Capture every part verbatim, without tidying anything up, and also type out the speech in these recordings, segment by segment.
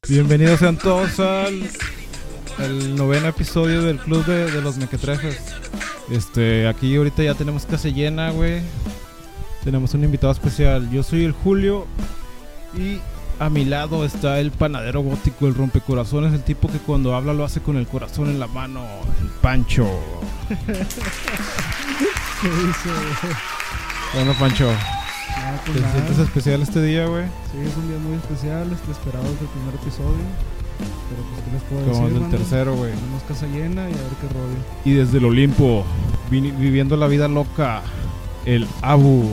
Bienvenidos sean todos al el noveno episodio del Club de, de los Mequetrefes. Este, aquí ahorita ya tenemos casa llena, güey. Tenemos un invitado especial. Yo soy el Julio y a mi lado está el panadero gótico, el rompecorazones, el tipo que cuando habla lo hace con el corazón en la mano, el Pancho. ¿Qué dice? Bueno, Pancho, No, pues ¿te nada. sientes especial este día, güey? Sí, es un día muy especial, este, esperado desde el primer episodio. Pero pues, ¿qué les puedo Como decir, el mano? tercero, güey. Tenemos casa llena y a ver qué rollo. Y desde el Olimpo, vi- viviendo la vida loca, el Abu.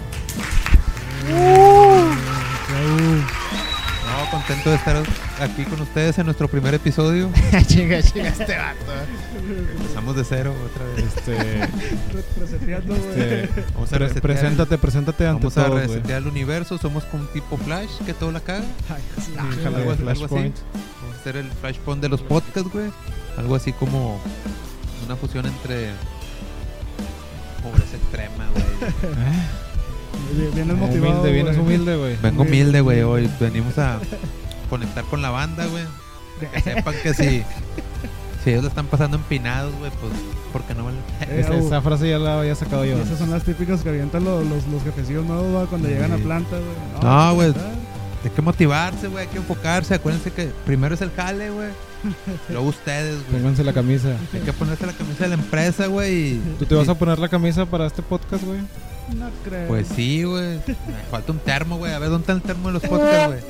No, contento de estar aquí con ustedes en nuestro primer episodio. Chinga, chinga este vato. Empezamos de cero otra vez. Este, Re- Reseteando, güey. este, Vamos a pre- resetear. preséntate, preséntate ante Vamos a todos, güey. resetear el universo. Somos como un tipo Flash que todo la caga. Ay, sí, Ah, sí, jala algo, de así, algo así. Flashpoint. Vamos a hacer el Flashpoint de los podcasts, güey. Algo así como una fusión entre pobreza extrema, güey. ¿Eh? Vienes motivado, Humilde, vienes güey. humilde, güey. Vengo humilde, güey. Hoy venimos a conectar con la banda, güey. Que sepan que si, si ellos la están pasando empinados, güey, pues, ¿por qué no vale? Eh, Esa, Abu, esa frase ya la había sacado yo. esas son las típicas que avientan los, los, los jefecillos nuevos, ¿va? Cuando Sí. llegan a planta, güey. No, güey. pues, Hay que motivarse, güey, hay que enfocarse. Acuérdense que primero es el jale, güey. Luego ustedes, güey. Pónganse la camisa. Hay que ponerse la camisa de la empresa, güey. y- ¿Tú te vas a poner la camisa para este podcast, güey? No creo. Pues sí, güey. Me falta un termo, güey. A ver, ¿dónde está el termo de los podcasts, güey?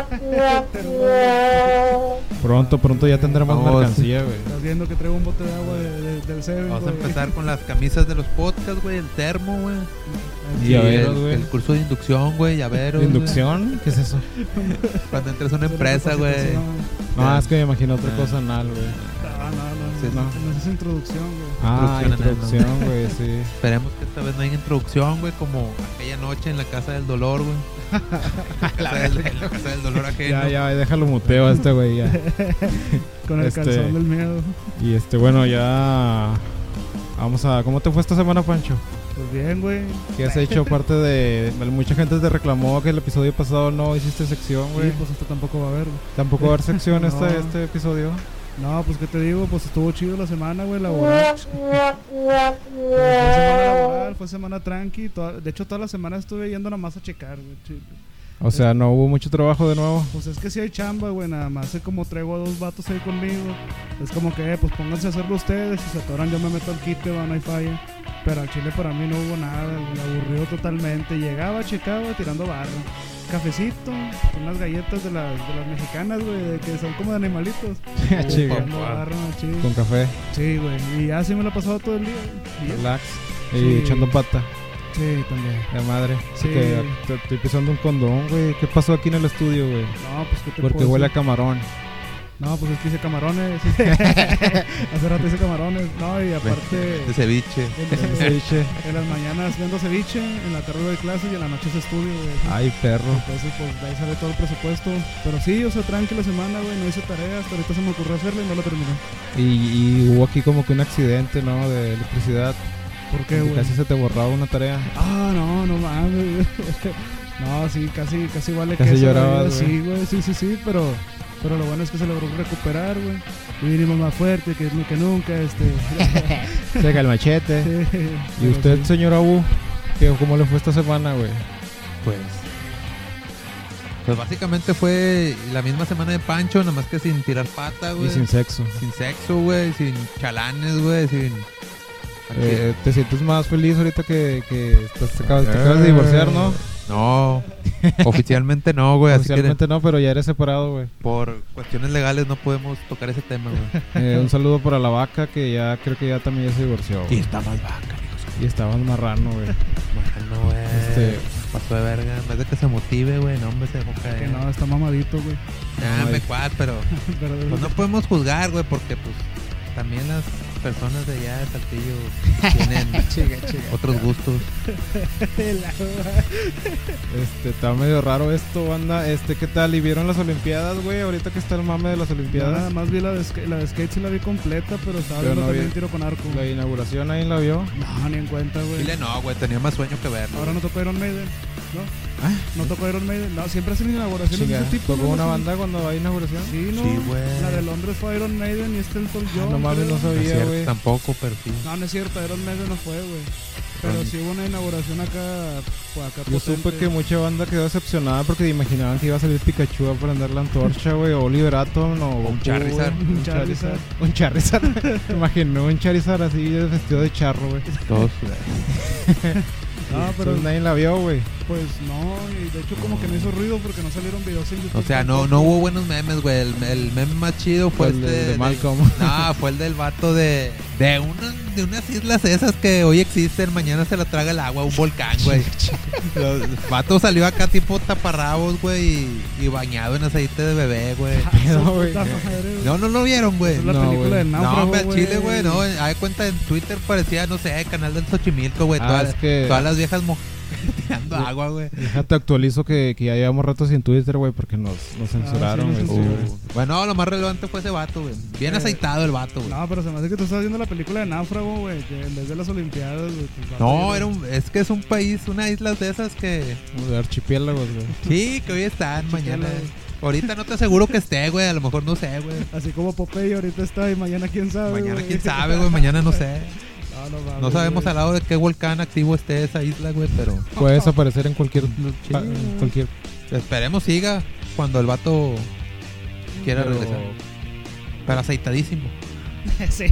Pronto, pronto ya tendremos Vamos. mercancía, güey. Estás viendo que traigo un bote de agua de, de- del Seven, Vamos a güey. empezar con las camisas de los podcasts, güey. El termo, güey. Y Y llaveros, el, güey. el curso de inducción, güey. Llaveros. güey. ¿Inducción? ¿Qué es eso? Cuando entres a una Es empresa, güey. capacitación. No, es que me imagino otra Ah. cosa anal, güey. No, no, no. Sí, no. no. No es introducción, güey. Ah, Introducción anal, introducción, güey, sí. Esperemos que esta vez no haya introducción, güey. Como aquella noche en la casa del dolor, güey. En la casa del, en la casa del dolor ajeno. Ya, ya, déjalo muteo a este güey, ya. Con el Este- calzón del miedo. Y este, bueno, ya. Vamos a. ¿Cómo te fue esta semana, Pancho? Pues bien, güey. ¿Qué has hecho aparte de. Mucha gente te reclamó que el episodio pasado no hiciste sección, güey. Sí, pues esto tampoco va a haber. Tampoco va a haber sección No. este, este episodio. No, pues qué te digo, pues estuvo chido la semana, güey, laboral. Fue semana laboral, fue semana tranqui. toda- de hecho, toda la semana estuve yendo nada más a checar, güey. chi- O sea, no hubo mucho trabajo de nuevo. Pues es que sí hay chamba, güey, nada más. Es como traigo a dos vatos ahí conmigo. Es como que, eh, pues pónganse a hacerlo ustedes. Si se atoran, yo me meto al quite, va, no hay falla. Pero al chile para mí no hubo nada, me aburrió totalmente. Llegaba, checaba, tirando barro. Cafecito, unas galletas de las, de las mexicanas, güey, de que son como de animalitos. Chica. Tirando barro, chido. Con café, Sí, güey. Y así me lo he pasado todo el día. Y ya. relax. Y Sí. echando pata. Sí, también. De madre. Sí. Que te- estoy pisando un condón, güey. ¿Qué pasó aquí en el estudio, güey? No, pues qué te Porque puedo huele a decir? camarón. No, pues es que hice camarones. Hace rato hice camarones. No, y aparte. De ceviche. En, Ceviche. en las mañanas vendo ceviche, en la tarde doy clases y en la noche es estudio, güey. Ay, perro. Entonces, pues de ahí sale todo el presupuesto. Pero sí, o sea, tranquila semana, güey. No hice tarea, hasta ahorita se me ocurrió hacerla y no la terminé. Y, y hubo aquí como que un accidente, ¿no? De electricidad. ¿Por qué, Que güey? casi se te borraba una tarea. Ah, no, no mames, güey. No, sí, casi, casi vale Casi que eso, llorabas, güey. Sí, güey, sí, sí, sí, pero, pero lo bueno es que se logró recuperar, güey. Y vinimos más fuerte que, que nunca, este. Saca el machete. Sí, ¿Y pero usted, sí. señor Abu? ¿Qué, ¿Cómo le fue esta semana, güey? Pues. Pues básicamente fue la misma semana de Pancho, nada más que sin tirar pata, güey. Y sin sexo. Sin sexo, güey. Sin chalanes, güey. Sin. Eh, ¿Te sientes más feliz ahorita que, que estás, te, acabas, te acabas de divorciar, no? No. Oficialmente no, güey. Así que Oficialmente no, pero ya eres separado, güey. por cuestiones legales no podemos tocar ese tema, güey. Eh, un saludo para la vaca que ya creo que ya también ya se divorció. Y güey. está más vaca, hijos. Y estaba el marrano, güey. Bueno, güey. Este- Pasó de verga. En vez de que se motive, güey. No, hombre, se dejó caer. Que no, está mamadito, güey. Ah, me cuad, pero. Pero, Pues no podemos juzgar, güey, porque pues también las personas de allá de Saltillo tienen otros gustos. Este, está medio raro esto, banda. Este, ¿qué tal? ¿Y vieron las Olimpiadas, güey? Ahorita que está el mame de las Yo Olimpiadas. nada más vi la de, sk- la de skate, sí la vi completa, pero estaba Pero viendo no también vi- tiro con arco. La inauguración ahí la vio. No, ni en cuenta, güey. Chile no, güey, tenía más sueño que verlo. Ahora no tocó Iron Maiden, ¿no? No tocó Iron Maiden. No, siempre hacen inauguraciones de Chinga, ese tipo. ¿tocó ¿no? una Sí. banda cuando hay inauguración? Sí, ¿no? Sí, güey. La de Londres fue Iron Maiden y este Elton John. No mames, creo. no No es sabía, cierto, güey. tampoco, pero sí. No, no es cierto, Iron Maiden no fue, güey. Pero Ron- sí hubo una inauguración acá, pues acá Yo potente. supe que mucha banda quedó decepcionada porque imaginaban que iba a salir Pikachu a prender la antorcha, güey, o Oliver Atom, o Goku, Charizard. güey. Un Charizard. Un Charizard. Imaginé un Charizard así vestido de charro, güey. Todos, No, pero Entonces nadie la vio, güey. pues no, y de hecho como que no hizo ruido porque no salieron videos en YouTube. O sea, no, no hubo buenos memes, güey. El, el meme más chido fue Fue el este de- de Malcolm. No, fue el del vato de de, una, de unas islas esas que hoy existen, mañana se la traga el agua, un volcán, güey. Los- El vato salió acá tipo taparrabos, güey, y, y bañado en aceite de bebé, güey. No, güey. Puta madre, güey. No, no lo vieron, güey. Esa es la No, película güey. del No, náufrago, hombre, al chile, güey, no. Hay cuenta en Twitter parecía, no sé, canal del Xochimilco, güey. Ah, todas, es que- todas las viejas mo- tirando agua, güey. Déjate actualizo que, que ya llevamos rato sin Twitter, güey, porque nos, nos censuraron, sí, güey. nos sí, censuraron. güey. Uh, bueno, lo más relevante fue ese vato, güey. Bien Eh, aceitado el vato, güey. No, pero se me hace que tú estás viendo la película de Náufrago, güey, que en vez de las Olimpiadas, güey. pues, va a No, salir- era un, es que es un país, una isla de esas que Como de archipiélagos, güey. sí, que hoy están, mañana. Archipiélagos. Ahorita no te aseguro que esté, güey, a lo mejor no sé, güey. Así como Popeye ahorita está y mañana quién sabe. Mañana güey. quién sabe, güey, mañana no sé. No, no, mames, No sabemos güey. al lado de qué volcán activo esté esa isla, güey, pero Puede desaparecer en cualquier... pa- Sí, en cualquier esperemos siga cuando el vato quiera pero- regresar. Pero aceitadísimo. Sí.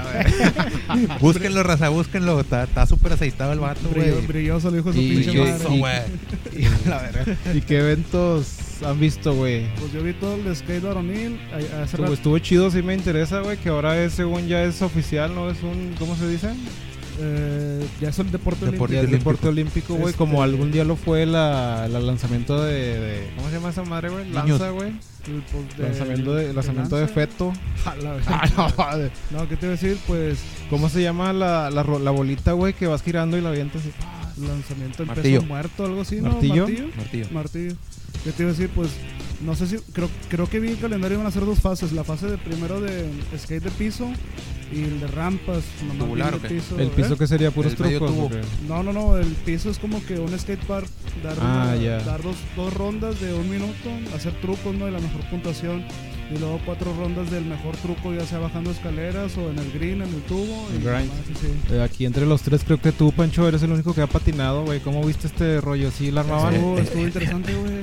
Búsquenlo, raza, búsquenlo. Está está súper aceitado el vato, Brillo- güey. Brilloso, le dijo su Y- pinche y- madre. Eso, güey. La verga. ¿Y qué eventos han visto, güey? Pues yo vi todo el de Skate Varonil. a- a- Hace Estuvo, rato, estuvo chido, sí me interesa, güey, que ahora es, según ya es oficial, ¿no? Es un... ¿Cómo se dice? eh, ya es el deporte, Deporte Ya es olímpico. deporte olímpico, güey, Este- como algún día lo fue la, el lanzamiento de, de- ¿cómo se llama esa madre, güey? Niños. Lanza, güey. El, pues, de- Lanzamiento de, lanzamiento de lanza. feto. A la Ah, verga. no, madre. No, ¿qué te iba a decir? Pues ¿Cómo se llama la, la, ro- la bolita, güey, que vas girando y la avientas así? lanzamiento en Martillo. peso muerto, algo así, ¿no? ¿Martillo? Martillo. Martillo. Martillo. ¿Qué te iba a decir? Pues no sé si creo creo que vi el calendario iban a ser dos fases, la fase de primero de skate de piso y el de rampas, nomás ¿Tubular vi o qué? piso, El piso ¿eh? que sería puros El medio trucos. tubo. ¿o qué? No, no, no, el piso es como que un skate park, dar, Ah, una- ya. dar dos, dos rondas de un minuto, hacer trucos, ¿no? De la mejor puntuación. Y luego cuatro rondas del mejor truco, ya sea bajando escaleras o en el green, en el tubo. El y grind. demás, sí, sí. Eh, aquí entre los tres creo que tú, Pancho, eres el único que ha patinado, güey. ¿Cómo viste este rollo? ¿Sí la armaban? Estuvo, estuvo interesante, güey.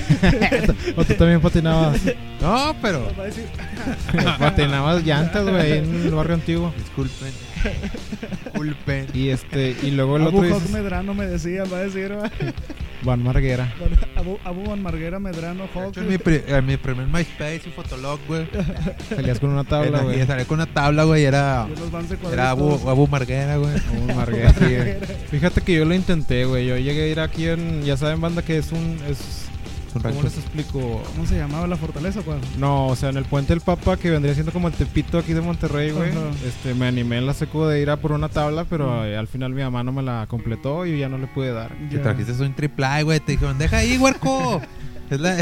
¿O tú también patinabas? No, pero. Va a decir, Patinabas llantas, güey, en el barrio antiguo. Disculpen. Disculpen. Y este, y luego el Abu otro Hawk dices, Medrano me decía, va a decir, va. Van Marguera. Abu, Abu Van Marguera Medrano De Hawk. hecho, en mi, pri- en mi primer MySpace y Fotolog, güey. Salías con una tabla, Y güey. salí con una tabla, güey. Era, Y los vans de cuadritos. era Abu, Abu Marguera, güey. Un Marguera, sí, güey. Fíjate que yo lo intenté, güey. Yo llegué a ir aquí en, ya saben, banda, que es un, es, Es un ¿cómo rancho. les explico? ¿Cómo se llamaba la fortaleza, cuál? No, o sea, en el Puente del Papa, que vendría siendo como el Tepito aquí de Monterrey, güey. Ajá. Este, me animé en la secu de ir a por una tabla, pero eh, al final mi mamá no me la completó y ya no le pude dar. Te Ya. trajiste un triple A, güey. Te dijeron, deja ahí, huerco. Es la,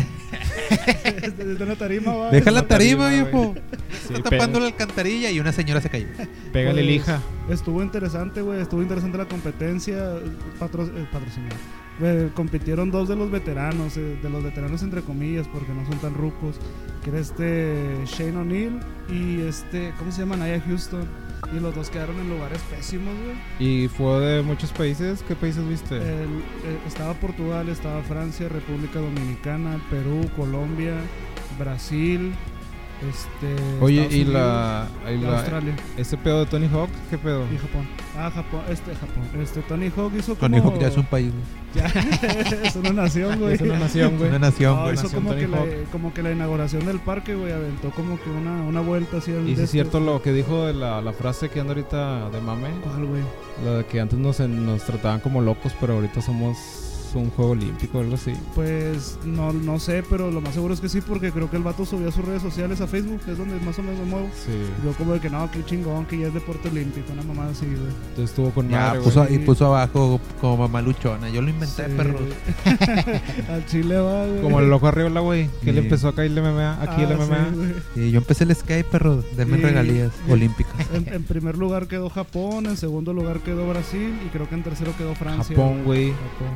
Desde una tarima, va. deja la la tarima, tarima, viejo. Sí, Está pe- tapando la alcantarilla y una señora se cayó. Pégale, Pues, lija. Estuvo interesante, güey. Estuvo interesante la competencia. Patro, eh, patrocinado. Eh, compitieron dos de los veteranos, eh, de los veteranos entre comillas, porque no son tan rucos. Que era este Shane O'Neill y este, ¿cómo se llama? Naya Houston. Y los dos quedaron en lugares pésimos, güey. ¿Y fue de muchos países? ¿Qué países viste? El- eh, estaba Portugal, estaba Francia, República Dominicana, Perú, Colombia, Brasil, este. Oye, Estados y Unidos, la, y y la- Australia ese pedo de Tony Hawk, ¿qué pedo? y Japón. Ah, Japón, este Japón. Este Tony Hawk hizo como. Tony Hawk ya es un país, güey. Ya, es una nación, güey. Es una nación, güey. Una nación, No, güey. hizo Nación como Tony que, la, Hawk. como que la inauguración del parque, güey, aventó como que una, una vuelta así al Y si de es cierto estos. lo que dijo de la, la frase que anda ahorita de mame, ¿Cuál, güey? la de que antes nos, nos trataban como locos, pero ahorita somos un juego olímpico o algo así. Pues no, no sé, pero lo más seguro es que sí, porque creo que el vato subió a sus redes sociales a Facebook, que es donde más o menos me muevo. Sí. Yo como de que no, qué chingón, que ya es deporte olímpico, una mamada así, güey. Entonces estuvo con Ya, madre, puso, güey. y puso abajo como mamá luchona. Yo lo inventé, Sí. perros. Al Chile va, güey. Como el loco arriola, güey, que Sí. le empezó acá y le M M A, aquí Ah, le M M A. sí, güey. Y yo empecé el skate, perro. Denme Y- regalías y- olímpicas. En, en primer lugar quedó Japón, en segundo lugar quedó Brasil y creo que en tercero quedó Francia. Japón, güey. Japón.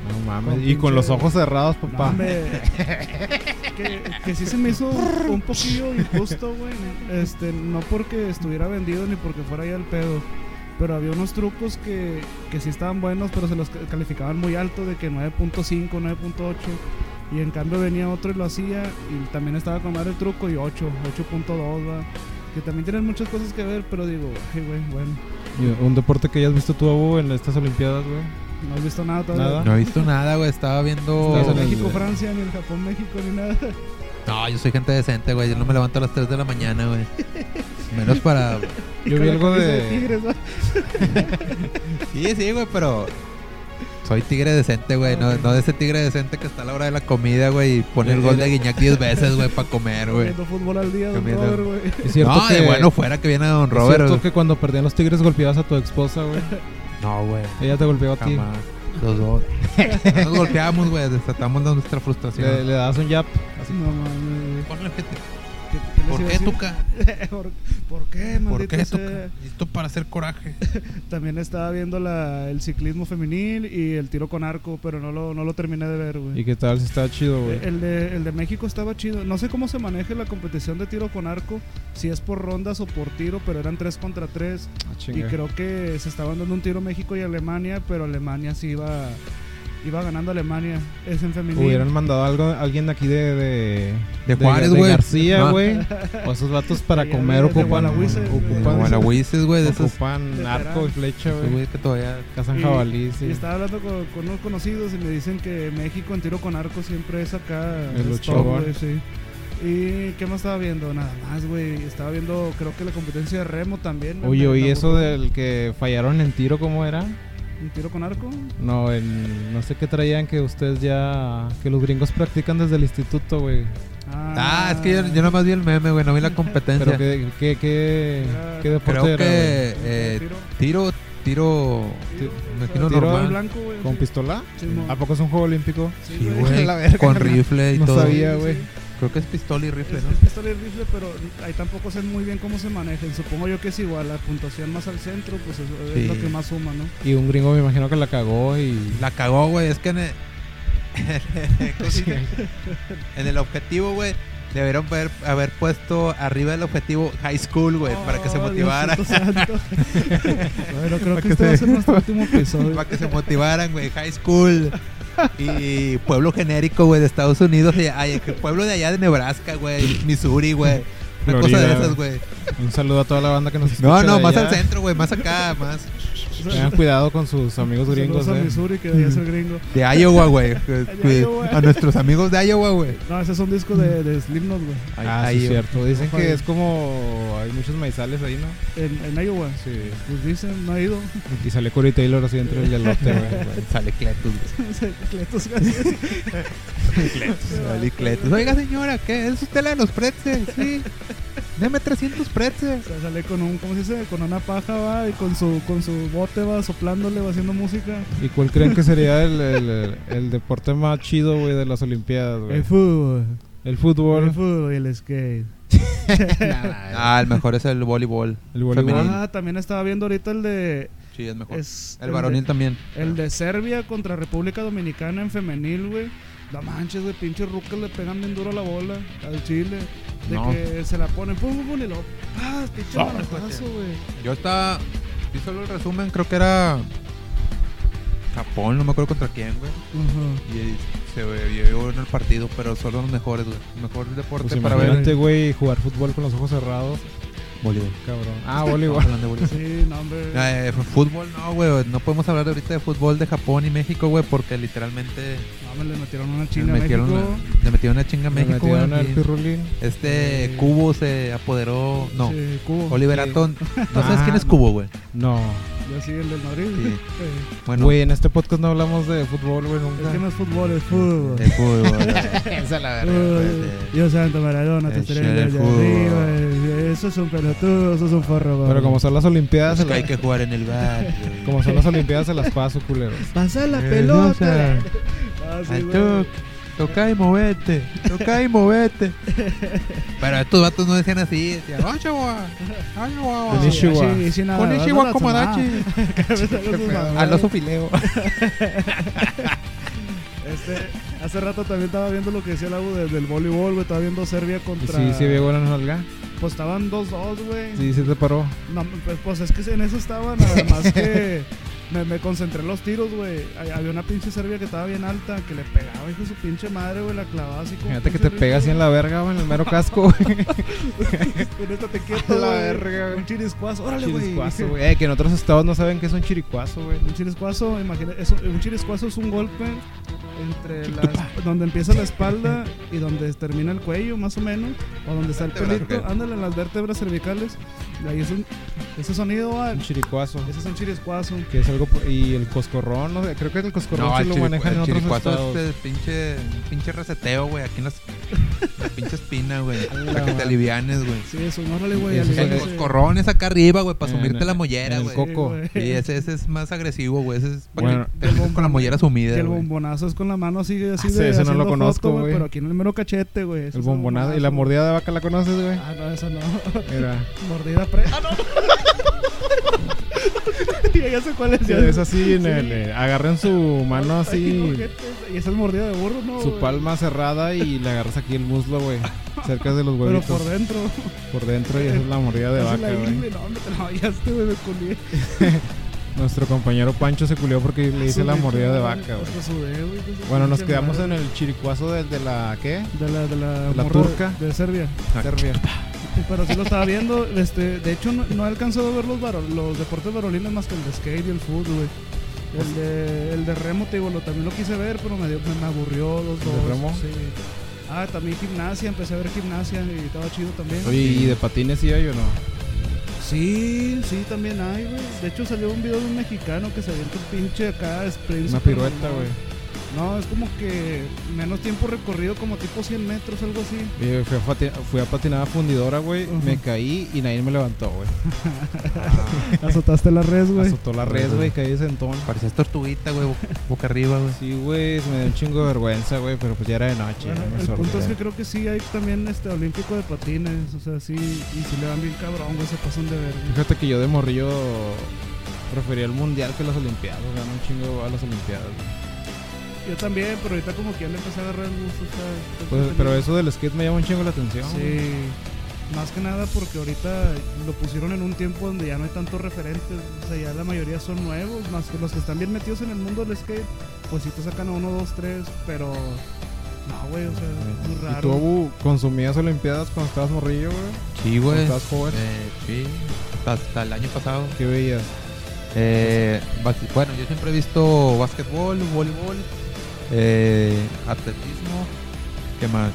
No mames. Con Y con pinche- los ojos cerrados, No, papá. hombre, que, que sí se me hizo un poquillo injusto, güey. Este, no porque estuviera vendido ni porque fuera ya el pedo. Pero había unos trucos que, que sí estaban buenos, pero se los ca- calificaban muy alto, de que nueve punto cinco, nueve punto ocho. Y en cambio venía otro y lo hacía, y también estaba con madre el truco, y ocho, ocho punto dos, va. Que también tienen muchas cosas que ver, pero digo, ay, güey, bueno. Y un deporte que hayas visto tú, Abu, en estas Olimpiadas, güey. No has visto nada todavía. Nada. No he visto nada, güey. Estaba Ni viendo. Estás el en el- México-Francia, ni el Japón-México, ni nada. No, yo soy gente decente, güey. Yo no me levanto a las tres de la mañana, güey. Menos para. Yo Con vi la algo camisa de... Tigres, ¿va? Sí, sí, güey, pero. Soy tigre decente, güey. No, no de ese tigre decente que está a la hora de la comida, güey. Y pone el gol de Guiñac diez veces, güey, para comer, güey. Viendo fútbol al día, don Comiendo. Robert, güey. Es cierto No, que... de bueno fuera que viene Don es Robert. cierto güey. que cuando perdían los Tigres golpeabas a tu esposa, güey. No, güey. Ella te golpeó a ti. Jamás. Los dos. No nos golpeamos, güey. Desatamos la- nuestra frustración. Le, le dabas un jab. Así. No mames. Ponle, gente. ¿Qué, qué les ¿Por iba a qué, decir? Tuca? ¿Por, ¿Por qué, ¿Por maldita qué, sea? Tuca? Listo para hacer coraje. También estaba viendo la, el ciclismo femenil y el tiro con arco, pero no lo, no lo terminé de ver, güey. ¿Y qué tal? Si está chido, güey. El de, el de México estaba chido. No sé cómo se maneja la competición de tiro con arco, si es por rondas o por tiro, pero eran tres contra tres. Ah, Y chinga. creo que se estaban dando un tiro México y Alemania, pero Alemania sí iba, iba ganando Alemania. Es en femenil. Hubieran mandado algo alguien de aquí de... De, De Juárez, de güey. García, No. güey. O esos vatos para De allá comer de- de ocupan... Gualahuises, güey. Ocupan, Como la Wises, güey. De esos. ocupan de arco y flecha, Esos güey. güey que todavía. Cazan Y- jabalí, Y sí. estaba hablando con, con unos conocidos y me dicen que México en tiro con arco siempre es acá. El es top, ochogón. güey, sí. ¿Y qué más estaba viendo? Nada más, güey. Estaba viendo, creo que la competencia de remo también. Oye, Me- oí me eso aburrió. del que fallaron en tiro, ¿cómo era? ¿Un tiro con arco? No, en, no sé qué traían que ustedes ya... Que los gringos practican desde el instituto, güey. Ah, es que yo, yo nomás vi el meme, güey. No vi la competencia. Pero qué, qué, qué, qué deporte Creo era, que. güey. eh, Tiro. tiro. Tiro. Tiro. Me imagino Tiro normal. blanco, güey. ¿Con sí. pistola? Sí, mo- ¿A poco es un juego olímpico? sí, Sí, güey. güey. La verga, Con no- rifle y no todo. sabía, Sí, güey. sí. Creo que es pistola y rifle, Es, ¿no? es pistola y rifle, pero ahí tampoco sé muy bien cómo se manejan. Supongo yo que es igual, la puntuación más al centro, pues es, es Sí. lo que más suma, ¿no? Y un gringo me imagino que la cagó y... La cagó, güey. Es que en el, ¿cómo se dice? En el objetivo, güey, debieron haber, haber puesto arriba del objetivo high school, güey, para que se Oh, motivara. Diosito santo. Bueno, creo Para que que este se- va a ser nuestro último episodio. Para que se motivaran, güey. High school. Y pueblo genérico, güey, de Estados Unidos. Y, ay, que pueblo de allá de Nebraska, güey. Missouri, güey. Una cosa de Florida. esas, güey. Un saludo a toda la banda que nos escucha. No, no, de más allá. al centro, güey. Más acá, más. Tengan cuidado con sus amigos gringos, Saludos a eh. Missouri, que ya es el gringo. De Iowa, güey. Iowa. A nuestros amigos de Iowa, güey. No, ese es un disco de, de Slipknot, güey. Ah, sí, Iowa. es cierto. Dicen Ojo que ahí. es como... Hay muchos maizales ahí, ¿no? En, en Iowa. Sí. Pues dicen, no ha ido. Y sale Corey Taylor así entre el elote, güey. Sale Cletus, güey. Cletus, casi. Sale Cletus. Oiga, señora, ¿qué? ¿Es usted la de los pretzels? Sí. Deme trescientos pretzels. O sea, sale con un, ¿cómo se dice? Con una paja, va, y con su, con su bote, va, soplándole, va haciendo música. ¿Y cuál creen que sería el, el, el- el deporte más chido, güey, de las Olimpiadas, güey? El fútbol. El fútbol. El fútbol y el skate. Ah, el mejor es el voleibol. El voleibol. femenil. Ah, también estaba viendo ahorita el de... Sí, es mejor. Es El varonil de- también. El de Serbia contra República Dominicana en femenil, güey. No manches, güey, pinches rucas le pegan bien duro a la bola al Chile. De No. que se la ponen, pum, pum, pum, y luego, ah, pinche No, manotazo, güey. Yo estaba. Vi solo el resumen, creo que era. Japón, no me acuerdo contra quién, güey. Ajá. Y se vio en el partido, pero solo los mejores, güey. El mejor deporte Pues para ver. imagínate, güey, jugar fútbol con los ojos cerrados. Voleibol. Cabrón. Ah, voleibol. Hablando de voleibol. Sí, no, hombre. Eh, fútbol, no, güey. No podemos hablar ahorita de fútbol de Japón y México, güey, porque literalmente No, me le metieron una le chinga a metieron, México. una, le metieron una chinga a Le México, güey. metieron al y pirulín. Este Sí. Cubo se apoderó. No, Sí, Cubo. Oliver Sí. Atom. ¿No sabes Ah, quién es no. Cubo, güey? No. Yo sí, el del Madrid. Sí. Sí. Bueno, Güey, en este podcast no hablamos de fútbol, güey, Es que nunca. no es fútbol, es fútbol. de fútbol. Esa la Uy, Dios santo, Maradona, te El estrella del de fútbol. arriba. eh, Eso es un pelotudo, eso es un forro. Pero como son las Olimpiadas, Es se que hay la- que jugar en el bar. güey. como son las Olimpiadas, se las paso, culeros. Pasa la Eh, pelota. Ah, sí, Al güey. toque. Toca y movete, toca y movete. Pero estos vatos no decían así, decían, ¡ah, chihuahua! ¡Ah, chihuahua! Konnichiwa. Así, así nada, Konnichiwa, nada, Komodachi. nada. Al Al oso fileo. Este, hace rato también estaba viendo lo que decía el Abu de- del voleibol, güey. Estaba viendo Serbia Y contra. sí, sí, veo buena nalga. Pues estaban dos dos, güey. Sí, sí te paró. No, pues, pues es que en eso estaba, nada más que me, me concentré en los tiros, güey. Hay- Había una pinche Serbia que estaba bien alta, que le pegaba, hijo de su pinche madre, güey. La clavaba así como. Fíjate que pinche te pega así en rico, la verga, güey, en el mero casco, güey. Con esta te quieto, La güey. verga, güey. Un chiriscuazo, órale, güey. Chiriscuazo, güey. Eh, que en otros estados no saben qué es un chiricuazo, güey. Un chiriscuazo, imagina, eso, un chiriscuazo es un golpe entre las, donde empieza la espalda y donde termina el cuello, más o menos, o donde está el Vértebras, pelito, ok. ándale en las vértebras cervicales. Y ahí es un, ese sonido, ah, Un chiricuazo. ese es un chiriscuazo. Que es algo. por- Y el coscorrón, no sé. Creo que el coscorrón No, sí el, lo chiricu- manejan en el otros chiricuazo estados. es el pinche, un pinche reseteo, güey. Aquí en las, la pinche espina, güey. la Para que te madre. alivianes, güey. Sí, eso, órale, güey. Ese es El aliviánese. coscorrón es acá arriba, güey, para En- sumirte la en mollera, el güey. co- coco. güey. Sí, ese, ese es más agresivo, güey. Ese es para Bueno, que te dejes con la mollera sumida, Y el güey. bombonazo es con la mano así, así Ah, sí, de ese no lo haciendo conozco, foto, güey. Pero aquí en el mero cachete, güey. ese El es un bombonado. ¿Y la bombonazo. mordida de vaca la conoces, güey? Ah, no, eso no. Era. Mordida pre... ¡Ah, no! Ya, ya sé cuál es. ya Es sé. así, en Sí. el, eh, agarran su mano Ay, así, ojete. Y esa es mordida de burro, ¿no? su güey? palma cerrada y le agarras aquí el muslo, güey. Cerca de los Pero huevitos. por Por, dentro. dentro y esa es la mordida de Esa vaca, es la güey. ingle, no, me te la vayaste, güey, me culié. Nuestro compañero Pancho se culió porque le hice la Sudé, mordida de güey, vaca, güey. hasta sudé, güey, con esa Bueno, nos pinche quedamos madre. en el chiricuazo de, de la, ¿qué? De la, de la, de la morra turca. De Serbia. Serbia. Pero sí lo estaba viendo. Este, de hecho, no, no he alcanzado a ver los, varo- los deportes varoniles más que el de skate y el fútbol, güey. El de, el de remo, te digo, lo, también lo quise ver, pero me, dio- me, me aburrió los ¿El dos. de remo? Sí. Ah, también gimnasia, empecé a ver gimnasia y estaba chido también. Oye, ¿y de patines sí hay o no? Sí, sí, también hay, güey. De hecho, salió un video de un mexicano que se avienta un pinche acá, sprint. Una super pirueta, mamón. güey. No, es como que menos tiempo recorrido, como tipo cien metros, algo así. Oye, fui a, pati- fui a patinar a fundidora, güey. Ujú. Me caí y nadie me levantó, güey. Azotaste la red, güey. Azotó la red, güey, caí de sentón. Parecías tortuguita, güey, bo- boca arriba, güey. Sí, güey, se me dio un chingo de vergüenza, güey, pero pues ya era de noche. Bueno, ya me el punto es sorbé. que creo que sí hay también este olímpico de patines, o sea, sí, y si le dan bien cabrón, güey, se pasan de ver. Fíjate que yo de morrillo prefería el mundial que las olimpiadas, gano un chingo a las olimpiadas. güey. Yo también, pero ahorita como que ya le empecé a agarrar el gusto, o sea, Pues, pero eso del skate me llama un chingo la atención. güey. Sí, más que nada porque ahorita lo pusieron en un tiempo donde ya no hay tantos referentes, o sea, ya la mayoría son nuevos, más que los que están bien metidos en el mundo del skate, pues sí te sacan a uno, dos, tres, pero no, güey, o sea, es muy ¿Y tú, raro. Abu, consumías olimpiadas cuando estabas morrillo, güey? Sí, güey. ¿Cuando estabas joven? Eh, sí, hasta, hasta el año pasado. ¿Qué veías? Eh, bas- bueno, yo siempre he visto básquetbol, voleibol, eh, atletismo, ¿qué más?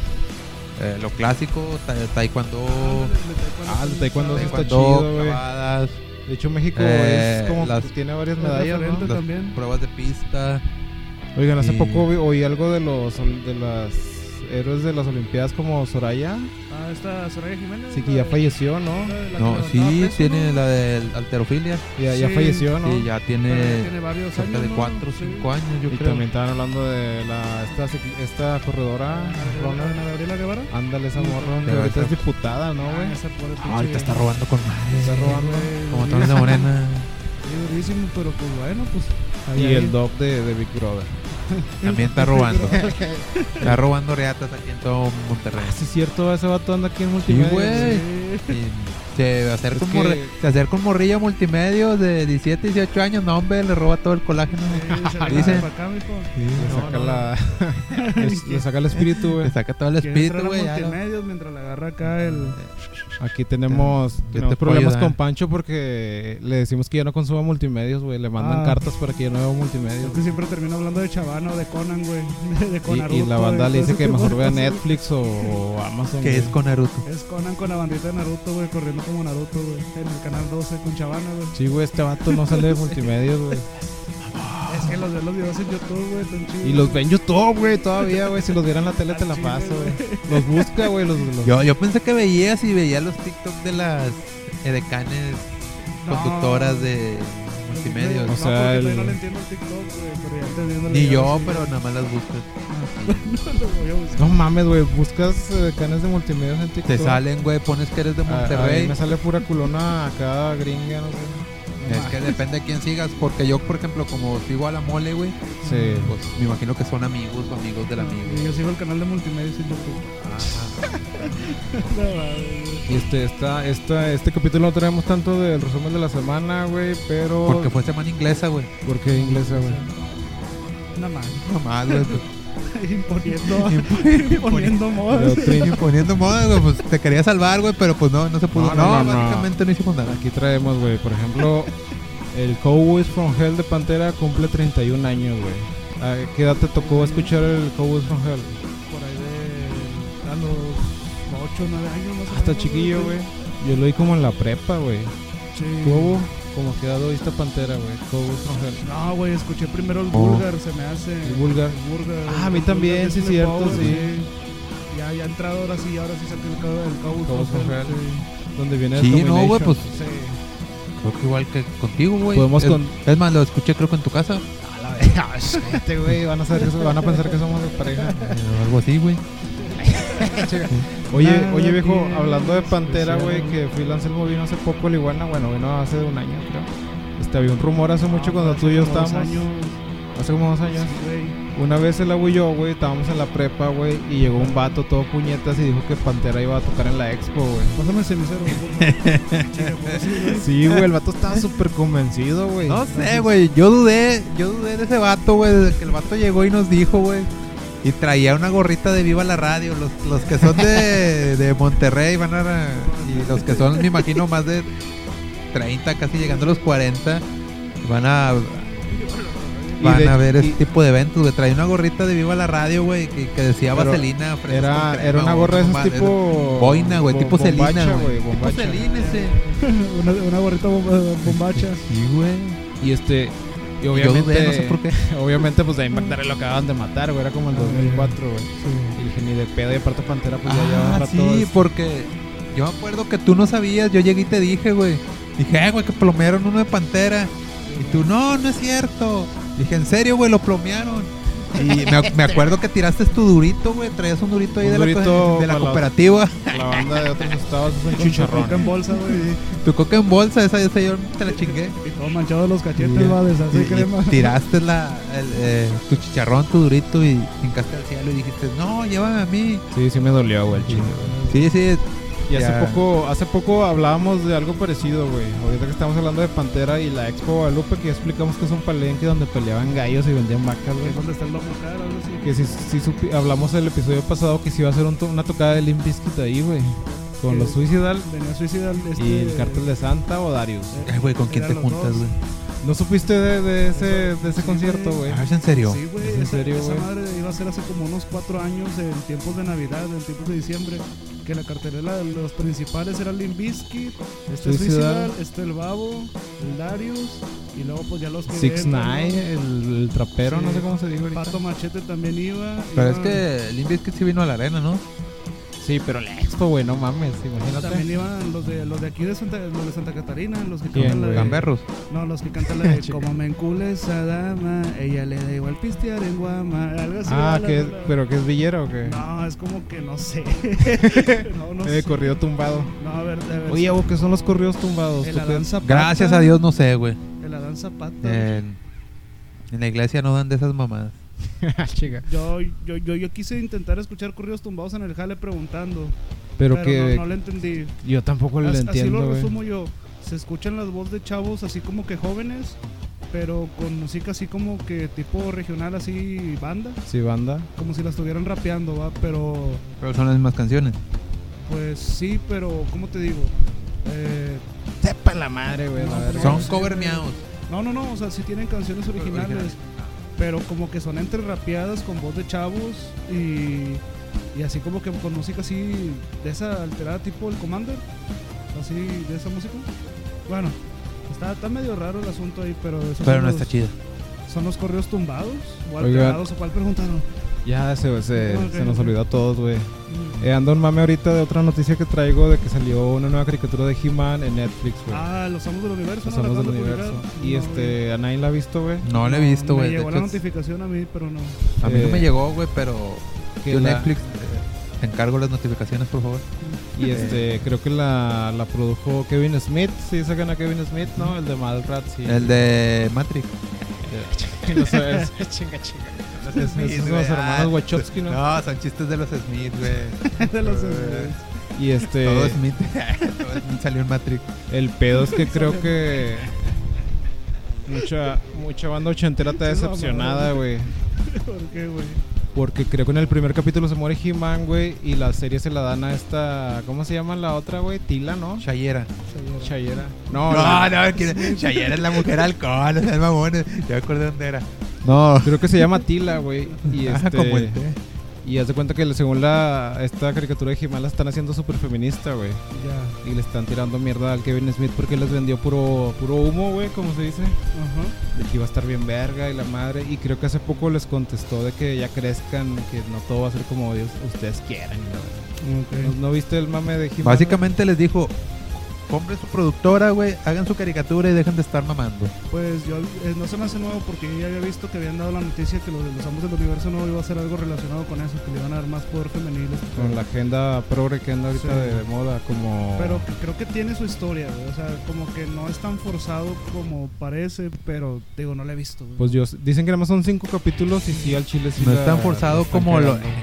Eh, lo clásico, ta- taekwondo, Ah, el taekwondo sí está taekwondo, chido, güey. clavadas, De hecho, México Eh, es como las- que tiene varias es medallas, referente. ¿no? las también. pruebas de pista. Oigan, hace Y- poco vi- oí algo de los de las héroes de las olimpiadas como Soraya. Ah, esta Soraya Jiménez. Sí, que la ya de- falleció, ¿no? la de la que No, levantaba sí, peso, tiene ¿no? la de alterofilia. Ya, ya Sí, falleció, ¿no? Sí, ya Pero tiene ya tiene varios cerca años, de ¿no? cuatro o Sí. cinco años, yo Y creo. también estaban hablando de la esta, cicl- esta corredora, Ana runner. Gabriela Guevara. Ándale, esa Sí, morra, que pero ahorita esa- es diputada, ¿no, güey? Ah, esa pobre Ah, pinche ahorita está vieja. robando con madre. Está Sí, robando. güey, Como sí, Tony de Morena. sí, durísimo, pero pues bueno, pues. ahí, Y ahí. el dub de, de Big Brother. También está robando. Está robando reatas aquí en todo Monterrey. Ah, sí, es cierto, ese vato anda aquí en Sí, multimedia. güey. Sí. Y se acerca Es un que- morri- se acerca un morrillo multimedio de diecisiete, dieciocho años. No, hombre, le roba todo el colágeno. Sí, se la Dicen. agarra pa' acá, mijo. Le No, saca no, la le, le saca el espíritu, güey. Le saca todo el Quiere espíritu, entrar a güey. ya, ¿no? multimedios mientras le agarra acá el. Aquí tenemos, ¿Qué tenemos te puedo problemas ayudar? con Pancho porque le decimos que ya no consuma multimedios, güey. Le mandan Ah. cartas para que ya no vea multimedios. Es que siempre termino hablando de Chavana o de Conan, güey. De Y, Conaruto, y la banda y le todo dice ese que tipo mejor de vea cosas. Netflix o, o Amazon. Que güey. es con Naruto. Es Conan con la bandita de Naruto, güey, corriendo como Naruto, güey. En el canal doce con Chavana, güey. Sí, güey, este vato no sale de multimedios, güey. Es que los de los videos en YouTube, güey, tan chidos. Y los ve en YouTube, güey, todavía, güey. Si los viera en la tele te la Al chile, paso, güey. güey. Los busca, güey. Los, los- Yo, yo pensé que veías y veías los TikTok de las edecanes No. conductoras de multimedios. No, O sea, porque el- todavía no le entiendo el TikTok, güey, pero ya entendiendo Ni yo, pero nada más las buscas. No lo voy a buscar. No mames, güey. Buscas eh, canes de multimedios en TikTok. Te salen, güey, pones que eres de Ah, ahí Monterrey. me sale pura culona acá gringa, no sé. Es que depende de quién sigas, porque yo, por ejemplo, como sigo a la mole, güey, Sí. pues me imagino que son amigos o amigos del amigo. Y yo sigo el canal de multimedia en YouTube. Y este, esta, esta, este capítulo no tenemos tanto del resumen de la semana, güey, pero... Porque fue semana inglesa, güey. Porque inglesa, güey. Nada más. No más, güey. pues. Imponiendo, imponiendo modas. Doctrina. Imponiendo moda, güey, pues te quería salvar, güey, pero pues no, no se pudo. No, No, no, no, básicamente no. hicimos nada. Aquí traemos, güey, por ejemplo, el Cowboys from Hell de Pantera cumple treinta y un años, güey. ¿A qué edad te tocó escuchar el Cowboys from Hell? Por ahí de a los ocho, nueve años más o Hasta menos, chiquillo, güey. Yo lo oí como en la prepa, güey. Sí. ¿Tú, Hugo? Como que edad oíste Pantera, güey. Cowboys from Hell. No, güey, escuché primero el Oh. Vulgar, se me hace. El Vulgar. El Vulgar. Ah, a mí el también, Vulgar sí, Disney cierto, Power, sí. Ya, ya ha entrado ahora sí, ahora sí saqué el cabo del Cowboys Cowboys from from Hell, Hell. sí. Donde viene Sí, el no, güey, pues Sí. creo que igual que contigo, güey. Podemos es, con- es más, lo escuché creo que en tu casa. A la vez. Este güey, van a saber que so- van a pensar que somos de pareja. O algo así, güey. Oye, Nada oye viejo, tiene hablando de Pantera, güey, especial. que Freelance Elmo vino hace poco, el Iguana, bueno, vino hace un año, creo. Este, había un rumor hace mucho No, cuando hace tú y yo como dos estábamos, años, hace como dos años. sí, güey. Una vez el agua y yo, güey, estábamos en la prepa, güey, y llegó un vato todo puñetas y dijo que Pantera iba a tocar en la expo, güey. Pásame el cenicero, porfa. Chinga, pues, sí, güey. Sí, güey, el vato estaba súper convencido, güey. No sé, güey. Yo dudé, yo dudé de ese vato, güey, desde que el vato llegó y nos dijo, güey. Y traía una gorrita de Viva la Radio. Los, los que son de, de Monterrey van a... Y los que son, me imagino, más de treinta, casi llegando a los cuarenta, van a... Y Van de- a ver y- este tipo de eventos, güey. Traía una gorrita de Viva la Radio, güey, que, que decía Pero vaselina. fresas Era, con crema, era una o gorra de no esos más, tipo... Boina, güey, bo- tipo bombacha, Selena, güey. Tipo Tipo Selena. Selena ese. una, una gorrita bomba- bombacha. Sí, güey. Y este... Y Yo obviamente... dudé, no sé por qué. Obviamente, pues de Impact lo acababan de matar, güey. Era como el dos mil cuatro, güey. Sí. Y dije, ni de pedo. Y aparte Pantera, pues ya lleva un Ah, rato... sí, es- porque yo me acuerdo que tú no sabías. Yo llegué y te dije, güey. Dije, eh, güey, que plomearon uno de Pantera. Y tú, no, no es cierto. Dije, en serio, güey, lo plomearon. Y me, ac- me acuerdo que tiraste tu durito, güey. Traías un durito ahí Un de, durito la, de la para la- cooperativa. La banda de otros estados es un Con su chicharrón. coca en bolsa, güey. Tu coca en bolsa, esa, esa yo te la chingué. Y todo manchado de los cachetes, Y- va, deshace y- y crema. tiraste la, el, eh, tu chicharrón, tu durito y hincaste al cielo y dijiste, no, llévame a mí. Sí, sí me dolió, güey, el chingo. Sí, sí. Y hace Ya. poco, hace poco hablábamos de algo parecido, güey. Ahorita que estamos hablando de Pantera y la Expo Guadalupe, que ya explicamos que es un palenque donde peleaban gallos y vendían vacas, Que güey. es donde está el loco cara, algo así. Que sí, sí supi- hablamos el episodio pasado que sí iba a ser un to- una tocada de Limp Bizkit ahí, güey. Con Que los Suicidal Venía suicida este. y el Cártel de Santa o Darius. eh, Ay, güey, ¿con quién te eran los juntas, dos. güey? ¿No supiste de, de ese, de ese Sí, concierto, güey. güey? Ah, ¿es en serio? Sí, güey. ¿Es en esa- serio, esa güey? madre iba a ser hace como unos cuatro años en tiempos de Navidad, en tiempos de diciembre. Que la cartelera de los principales eran Limp Bizkit, este Suicidal. Suicidal, este el Babo, el Darius, y luego pues ya los que Six entran, Nine, el, el trapero, Sí. no sé cómo se dice ahorita. Pato Machete también iba. Pero iba- es que Limp Bizkit sí vino a la arena, ¿no? Sí, pero la Expo, güey, no mames, imagínate. También iban los de los de aquí de Santa, los de Santa Catarina, los que ¿Quién, cantan la güey? de, Gamberros. no, los que cantan la de Chica. como me encule esa dama, ella le da igual pistear en Guama, algo así. Ah, va la que rola. pero que es villero o qué? No, es como que no sé. no, no Eh, sé. corrido tumbado. No, a ver, a ver. Oye, Hugo, ¿qué son los corridos tumbados? el ¿Tú qué? Adán Zapata. Gracias a Dios no sé, güey. El Adán Zapata. En, en la iglesia no dan de esas mamadas. Chica. Yo, yo, yo, yo quise intentar escuchar corridos tumbados en el jale preguntando. Pero, Pero, que no, no le entendí. yo tampoco le As- así entiendo, lo güey. resumo yo. Se escuchan las voces de chavos así como que jóvenes, pero con música así como que tipo regional, así banda, Sí, banda. como si la estuvieran rapeando, va, pero Pero son las mismas canciones. pues sí, pero ¿cómo te digo? Eh, Sepa la madre, güey. No, la verga. Son sí, cover güey. miaos. no, no, no, o sea, sí tienen canciones originales, Originales. pero como que son entre rapeadas con voz de chavos y, y así como que con música así de esa alterada tipo el Commander, así de esa música. Bueno, está, está medio raro el asunto ahí, pero esos Pero son no los- está chida. ¿Son los correos tumbados o Oigan. alterados o cuál preguntaron? Ya se, se, Ok, se nos ok. olvidó a todos, güey. Mm. Eh, ando un mame ahorita de otra noticia que traigo de que salió una nueva caricatura de He-Man en Netflix, güey. Ah, los amos del universo. Los ¿no? La Amos del acaban de Universo. publicar. Y No, este, ¿a nadie la ha visto, güey? No la he visto, Me güey. De llegó hecho, la notificación a mí, pero no. a mí no Eh, me llegó, güey, pero que yo la- Netflix Te encargo las notificaciones, por favor. Y este, creo que la, la produjo Kevin Smith. Sí, sacan a Kevin Smith, ¿no? El de Mallrats. Sí. El de Matrix. No sé, es- Chinga, chinga. es- esos son los hermanos Wachowski, ¿no? No, son chistes de los Smith, güey. De los Eh, Y este, Todo Smith. Todo Smith salió en Matrix. el pedo es que creo que mucha mucha banda ochentera está Sí, decepcionada, güey. ¿Por qué, güey? Porque creo que en el primer capítulo se muere He-Man, güey. Y la serie se la dan a esta. ¿Cómo se llama la otra, güey? Tila, ¿no? Shayera. Chayera. No, No, la- no, que Shayera es la mujer alcohol, o sea, el mamón. Ya me acordé dónde era. No. creo que se llama Tila, güey. Y Ah, este. como el té. Y haz de cuenta que según la esta caricatura de He-Man la están haciendo súper feminista, güey. Ya. Y le están tirando mierda al Kevin Smith porque les vendió puro puro humo, güey, como se dice. Ajá. De que iba a estar bien verga y la madre. Y creo que hace poco les contestó de que ya crezcan, que no todo va a ser como Dios, ustedes quieran. la verdad. Ok. ¿No, no viste el mame de He-Man? Básicamente les dijo: compren su productora, güey, hagan su caricatura y dejen de estar mamando. Pues yo eh, no se me hace nuevo porque yo ya había visto que habían dado la noticia que los de los amos del universo nuevo iba a ser algo relacionado con eso, que le iban a dar más poder femenil. Con la agenda progre que anda ahorita Sí. de, de moda, como. Pero creo que tiene su historia, güey. O sea, como que no es tan forzado como parece, pero digo, no la he visto, güey. Pues yo, dicen que nada más son cinco capítulos y sí, al chile sí. No la- es tan forzado la están como lo. cagando.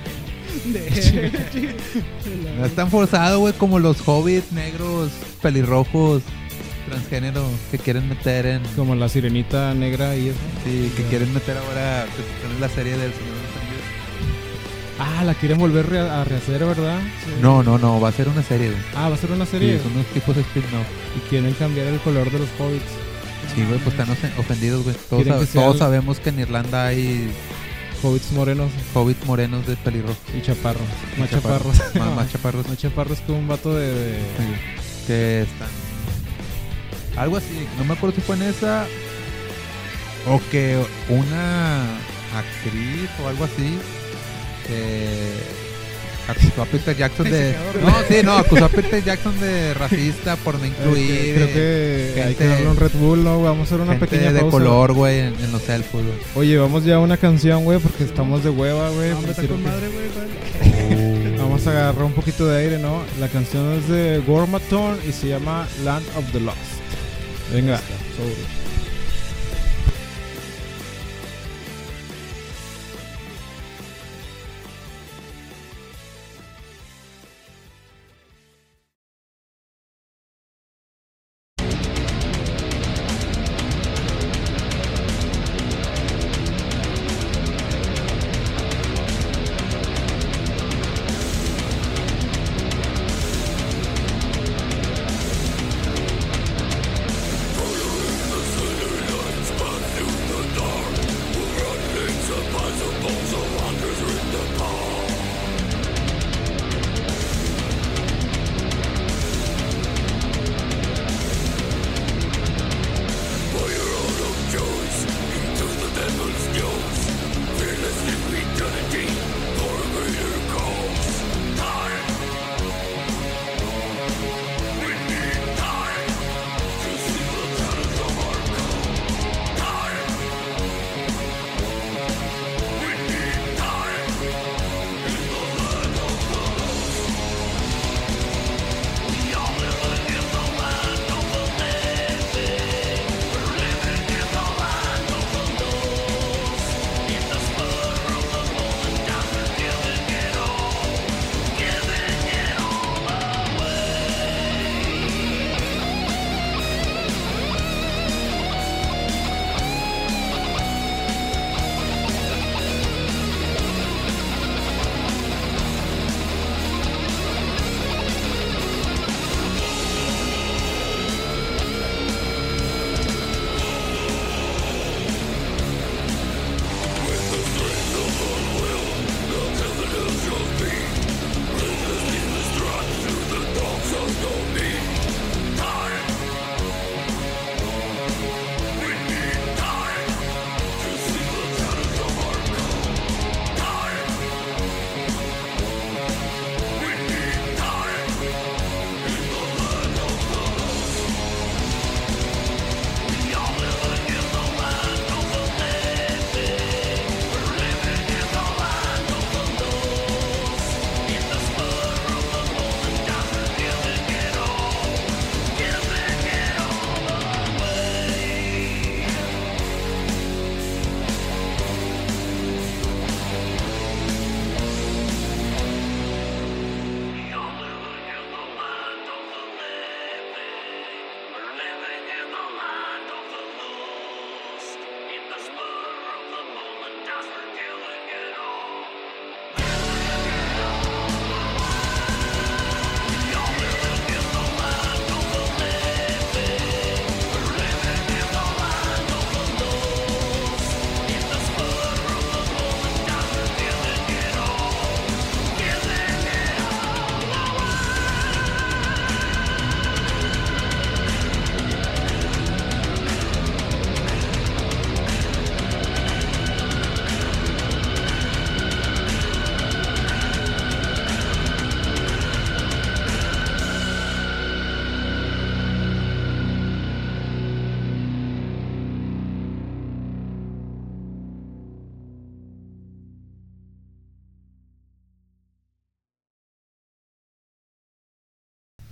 No es tan forzado, güey, como los hobbits negros, pelirrojos, transgénero que quieren meter en. Como la sirenita negra y eso. Sí, que quieren meter ahora. Que ponen la serie del Señor de los Anillos. Ah, la quieren volver re- a rehacer, ¿verdad? No, no, no, va a ser una serie, güey. Ah, va a ser una Sí, serie. son unos tipos de spin-off. Y quieren cambiar el color de los hobbits. Sí, güey, pues están ofen- ofendidos, güey. Todos, Quieren sab- que sea todos el- sabemos que en Irlanda hay Hobbits morenos hobbits morenos de pelirrojos. y chaparros. Y Más chaparros. chaparros. Más, más chaparros. Más chaparros que un vato de. de- Sí, que están. Algo así, no me acuerdo si fue en esa. O que una actriz o algo así. Eh, acusó a Peter Jackson de. No, sí, no, acusó a Peter Jackson de racista por no incluir. Eh, creo que hay que gente- darle un Red Bull, ¿no? Vamos a hacer una gente pequeña de pausa. color, güey, en, en los elfos, güey. Oye, vamos ya a una canción, güey, porque estamos de hueva, güey. No, hombre, está Quiero con que- madre, güey. ¿cuál? Vamos a agarrar un poquito de aire, ¿no? La canción es de Gormaton y se llama Land of the Lost. Venga, sobre. Follow in the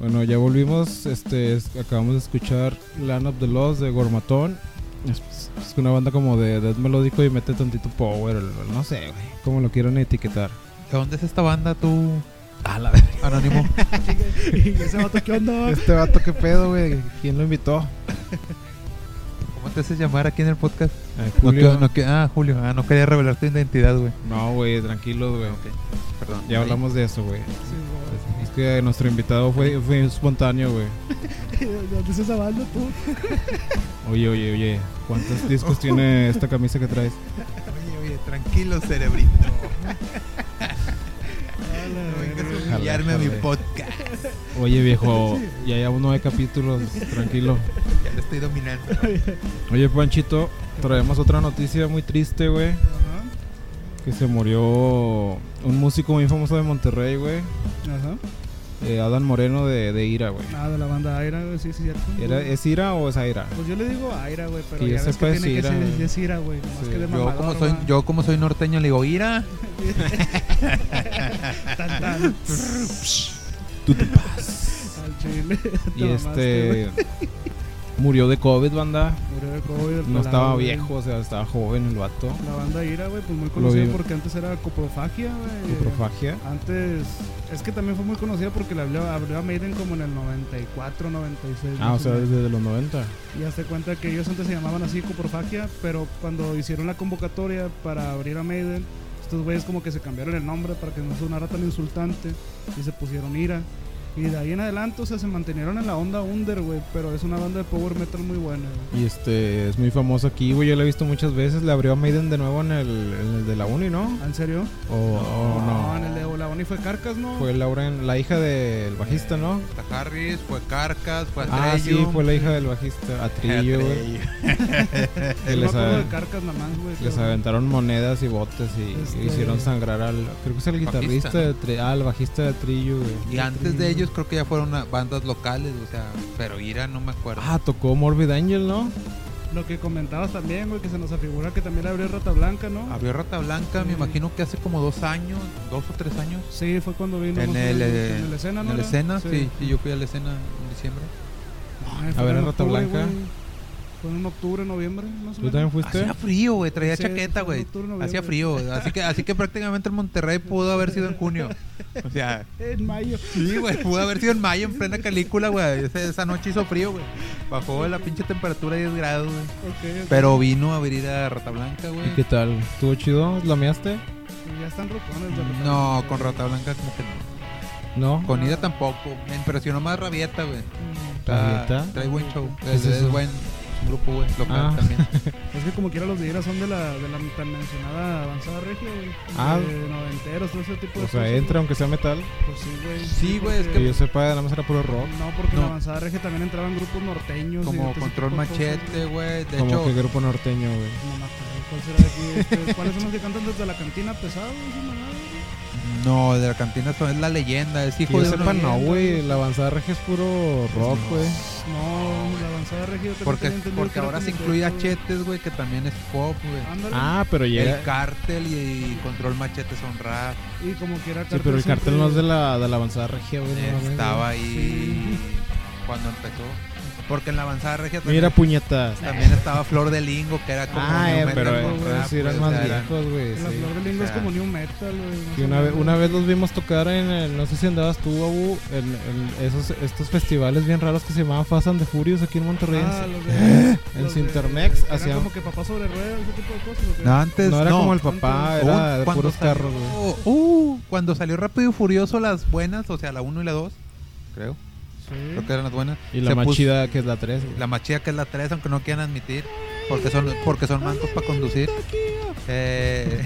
Bueno, ya volvimos. Este, es- acabamos de escuchar Land of the Lost de Gormatón. Es, es una banda como de death melódico y mete tantito power. o- No sé, güey. Cómo lo quieran etiquetar. ¿De dónde es esta banda, tú? A la verga. Anónimo. ¿Y ese vato qué onda? Este vato, qué pedo, güey. ¿Quién lo invitó? ¿Cómo te haces llamar aquí en el podcast? Eh, No Julio. quiero- no que- ah, Julio. Ah, no quería revelar tu identidad, güey. No, güey, tranquilo, güey. Perdón. Ya hablamos de eso, güey. Sí, Es que nuestro invitado fue, fue espontáneo, güey. güey. ¿Dónde es esa banda tú? Oye, oye, oye. ¿Cuántos discos tiene esta camisa que traes? Oye, oye, tranquilo, cerebrito. No vengas a humillarme a mi Jale, jale. podcast. Oye, viejo, ya hay nueve capítulos. Tranquilo. Ya lo estoy dominando. Oye, Panchito, traemos otra noticia muy triste, güey. Ajá. Que se murió un músico muy famoso de Monterrey, güey. Ajá. Eh, Adán Moreno de, de Ira, güey. Ah, de la banda Aira, güey, sí, sí, cierto. ¿Era, ¿Es Ira o es Aira? Pues yo le digo Aira, güey, pero Que ya yo ves sepa que es tiene que Ira, ser güey. es Ira, güey, nomás Sí. que de Yo mamador, como soy, va. yo como soy norteño le digo, ira. Tan, tan. Tú te pasas. Al chile. Y Te mamaste, este... Murió de COVID, banda. güey. Murió de COVID, el No pelado, estaba güey. viejo, o sea, estaba joven el vato. La banda Ira, güey, pues muy Lo conocida vi. porque antes era coprofagia, güey. Coprofagia. Antes, es que también fue muy conocida porque la abrió, abrió a Maiden como en el noventa y cuatro, noventa y seis. Ah, o más sea, menos. desde los noventa. Y hazte cuenta que ellos antes se llamaban así coprofagia, pero cuando hicieron la convocatoria para abrir a Maiden, estos güeyes como que se cambiaron el nombre para que no sonara tan insultante y se pusieron Ira. Y de ahí en adelante, o sea, se mantenieron en la onda under, güey, pero es una banda de power metal muy buena, güey. Y este es muy famoso aquí, güey. Yo lo he visto muchas veces. Le abrió a Maiden de nuevo en el, en el de la Uni, ¿no? ¿Ah, ¿En serio? O o no. en el de la Oni fue Carcas, ¿no? Fue Lauren, la hija del bajista, ¿no? Fue Harris, fue Carcas, fue Ah, Atreyu. sí, fue la hija del bajista. Atrillo, güey. Que Yo me les, acuerdo a- de Carcas nada más, güey. les pero- aventaron monedas y botes y Este- hicieron sangrar al... Creo que es el guitarrista Bajista, ¿no? de Tri- Ah, el bajista de Trillo, güey. Y antes de ellos creo que ya fueron a- bandas locales, o sea, pero ira no me acuerdo. Ah, tocó Morbid Angel, ¿no? Lo que comentabas también, güey, que se nos afigura que también le abrió Rata Blanca, ¿no? Abrió Rata Blanca, me imagino que hace como dos años, dos o tres años. Sí, fue cuando vino. En no el, sé, eh, en la escena, en ¿no? la era? escena, sí. sí, yo fui a la escena en diciembre. Ay, fue A ver, en a Rata octubre, Blanca. güey. Fue en octubre, noviembre, más o ¿Tú menos. también fuiste? Hacía frío, güey, traía Sí, chaqueta, fue güey. en octubre, noviembre. Hacía frío, así que, así que prácticamente el Monterrey pudo haber sido en junio. O sea, En mayo. sí, güey, pudo haber sido en mayo en plena canícula, güey. Esa, esa noche hizo frío, güey. Bajó la pinche temperatura a diez grados, güey. Ok, ok. Pero vino a abrir a Rata Blanca, ¿Y güey. qué tal? ¿Estuvo chido? ¿La measte? Ya están rocones. de Rata No, Blanca, con güey. Rata Blanca como que no. ¿No? Con Ida tampoco. Me impresionó más Rabieta, güey. Mm. Está- ¿Rabieta? Trae buen show. ¿Qué Es, es es eso? buen es un grupo, güey, local Ah. también. Es que como quiera los de Ira son de la, de la tan mencionada avanzada regia, güey. Ah. De noventeros, todo ese tipo de O sea, cosas, entra aunque sea metal. güey. Pues sí, güey. Sí, güey, es porque- Que yo sepa, nada más era puro rock. No, porque en No. la avanzada regia también entraban grupos norteños. y Como ese Control tipo de cosas, Machete, güey. De Como hecho, que grupo norteño, güey. No me acuerdo cuál será de aquí. Este, ¿Cuáles son los que cantan desde la cantina pesado? Esa mamada, güey? no, de la cantina son- es la leyenda. Es Que hijo yo de sepa, una no, leyenda, güey. La avanzada regia es puro rock, no. güey. No, la avanzada regia yo también Porque, tenía entendido porque que era ahora se como incluye que- Achetes, güey, que también es pop, güey. Ándale. Ah, pero llega... El Cártel y Control Machete son rap. Y como quiera Sí, pero el cartel no es de la, de la avanzada regia, güey. no mames, Estaba güey. ahí cuando empezó. Porque en la avanzada regia también, Mira, puñetas. también estaba Flor de Lingo, que era como Ah, new eh, metal pero con pero rap, sí eran güey, o más sea, eran- viejos, güey. La Sí. flor de lingo o es sea, como new metal, güey. no Y sé, una, vez, güey. una vez los vimos tocar en el, no sé si andabas tú, Abu, en, en esos, estos festivales bien raros que se llamaban Fast and the Furious aquí en Monterrey. Ah, los de, En los de- Cintermex eran hacían- como que papá sobre ruedas, ese tipo de cosas. ¿o qué? No, antes No era como el antes- papá, Uh, era de cuando puros salió- carros, güey. Uh, cuando salió Rápido y Furioso las buenas, o sea, la uno y la dos, creo. Sí. Creo que eran las buenas. Y la Se más puso- chida que es la tres, güey. La más chida que es la tres, aunque no quieran admitir. Porque son, porque son mancos para conducir. Eh,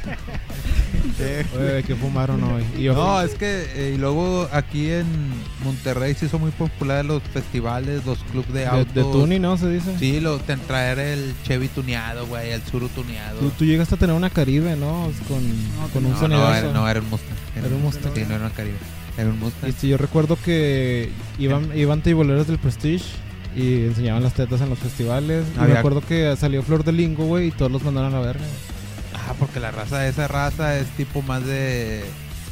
eh, Oye, ¿de qué fumaron hoy? Y ojo, no, es que eh, y luego aquí en Monterrey se hizo muy popular los festivales, los clubes de de, autos. de tuning, ¿no? Se dice. Sí, lo, te traer el Chevy tuneado, güey, el Suru tuneado. Tú, tú llegaste a tener una Caribe, ¿no? Con, No, con no, un no, sonido. no, era, no, era un Mustang. Era un Mustang. Sí, no era una Caribe. Era un Mustang. Este, yo recuerdo que iban, iban teiboleros del Prestige y enseñaban las tetas en los festivales. Y me Había- acuerdo que salió Flor de Lingo, güey, y todos los mandaron a la verga. Ah, porque la raza, esa raza es tipo más de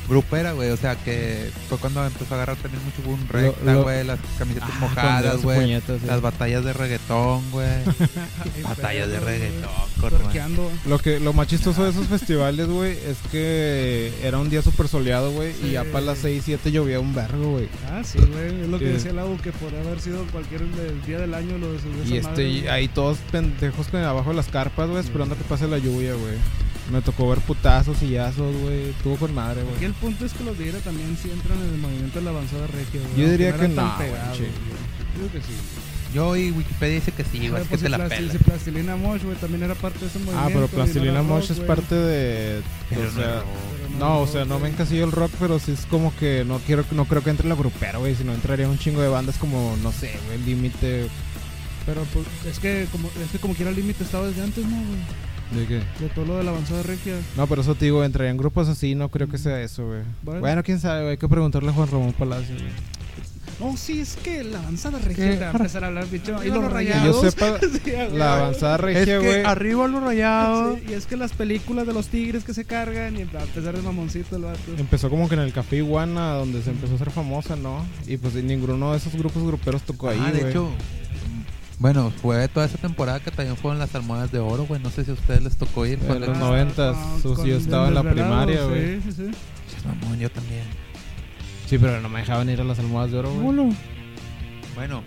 grupera, güey. O sea, que fue cuando empezó a agarrar también mucho boom Lo- recta, lo- güey. Las camisetas Ah, mojadas, con güey. puñetas, sí. Las batallas de reggaetón, güey. Batallas de reggaetón, con Torqueando. Lo que lo más chistoso de esos festivales, güey, es que era un día súper soleado, güey, y Sí. ya para las seis, siete llovía un vergo, güey. Ah, sí, güey. Es lo que Sí. decía el Abu, que podría haber sido cualquier del día del año lo de su de Y esa este, madre, y güey. ahí todos pendejos con abajo de las carpas, güey, esperando que pase la lluvia, güey. Me tocó ver putazos, sillazos, güey. Estuvo con madre, Y güey. el punto es que los de Ira también sí entran en el movimiento de la avanzada regia, güey. Yo aunque diría no que eran tan no, güey, pegados, sí. güey. Yo creo que sí. Yo y Wikipedia dice que sí, güey. Güey, Es que pues te si la Plasti- pela. si Plastilina Mosh, güey, también era parte de ese movimiento. Ah, pero y no Plastilina era Mosh rock, es güey. parte de... Pero o no sea, es rock. Pero no, o era sea, rock, no me güey. encasillo el rock, pero sí es como que no quiero, no creo que entre la grupera, güey. Si no entraría un chingo de bandas como, no sé, güey, Límite. Pero pues, es que como es que como quiera el límite estaba desde antes, ¿no, güey? ¿De qué? De todo lo de la avanzada regia. No, pero eso te digo, entrarían grupos así, no creo que sea eso, güey. Bueno. Bueno, quién sabe, güey, hay que preguntarle a Juan Ramón Palacio, güey. No, sí, es que la avanzada ¿Qué? regia va a empezar a hablar, bicho. Y Arriba los los Que rayados. yo sepa, Sí, güey. la avanzada regia, güey. arriba los rayados. Sí, y es que las películas de los tigres que se cargan y a pesar de mamoncito el vato. Empezó como que en el Café Iguana, donde se empezó a hacer famosa, ¿no? Y pues ninguno de esos grupos gruperos tocó ahí, Ah, güey. de hecho, bueno, fue toda esa temporada que también fueron las almohadas de oro, güey. No sé si a ustedes les tocó ir. En cuando- los Ah, noventas, con- so, con yo estaba en la Desvelados, primaria, güey. Sí, sí, sí. Chis, mamón, yo también. Sí, pero no me dejaban ir a las almohadas de oro, güey. Bueno.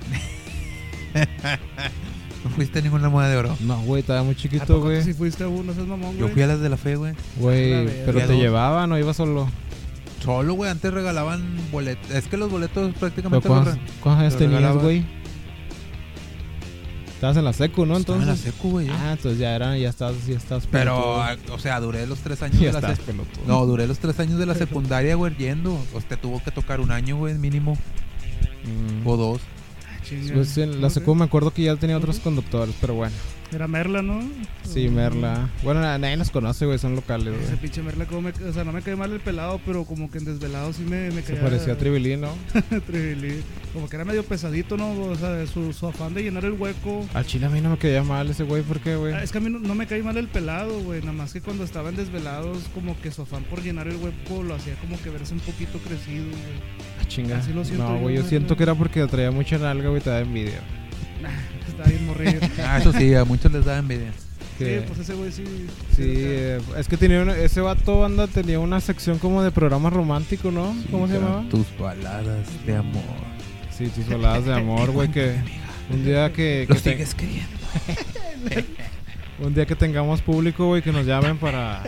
¿No fuiste a ninguna almohada de oro? No, güey, estaba muy ¿A chiquito, poco güey. Si fuiste a uno, seas mamón, Yo güey. fui a las de la fe, güey. La Güey, verga. pero Fui a te dos. llevaban o ibas solo. Solo, güey. Antes regalaban boletos. Es que los boletos ¿Pero prácticamente los cuántos, re- cuántos años lo tenías, regalaban. güey? Estabas en la secu, ¿no? Estaba en Entonces. la secu, güey. yo. Ah, entonces ya era, ya estabas, ya estabas Pero, pelotudo. ah, o sea, duré los tres años Ya de la estás secu. pelotudo. No, duré los tres años de la secundaria, güey, yendo. O sea, tuvo que tocar un año, güey, mínimo. Mm. O dos. Chinga. Pues en la No sé. secu me acuerdo que ya tenía otros conductores, pero bueno. Era Merla, ¿no? Sí, O- Merla. Bueno, na- nadie los conoce, güey, son locales, Ese güey. pinche Merla, como me, o sea, no me cae mal el pelado, pero como que en desvelado sí me, me Se caía. parecía a Tribilín, ¿no? Tribilín. Como que era medio pesadito, ¿no? O sea, su, su afán de llenar el hueco. Al chile a mí no me caía mal ese güey, ¿por qué, güey? Ah, es que a mí no, no me cae mal el pelado, güey. Nada más que cuando estaba en desvelados, como que su afán por llenar el hueco lo hacía como que verse un poquito crecido, güey. Ah, chinga. así lo siento No, yo, güey, yo güey. siento que era porque traía mucha nalga, güey, te da envidia. Nah, está bien morrido. Ah, eso sí, a muchos les da envidia. Que- Sí, pues ese güey sí. Sí, eh, es que tenía una- ese vato anda tenía una sección como de programa romántico, ¿no? ¿Cómo se Sí, llamaba? Tus baladas de amor. Sí, tus baladas de amor, güey, que un día que, que Lo te- sigues queriendo. un día que tengamos público, güey, que nos llamen para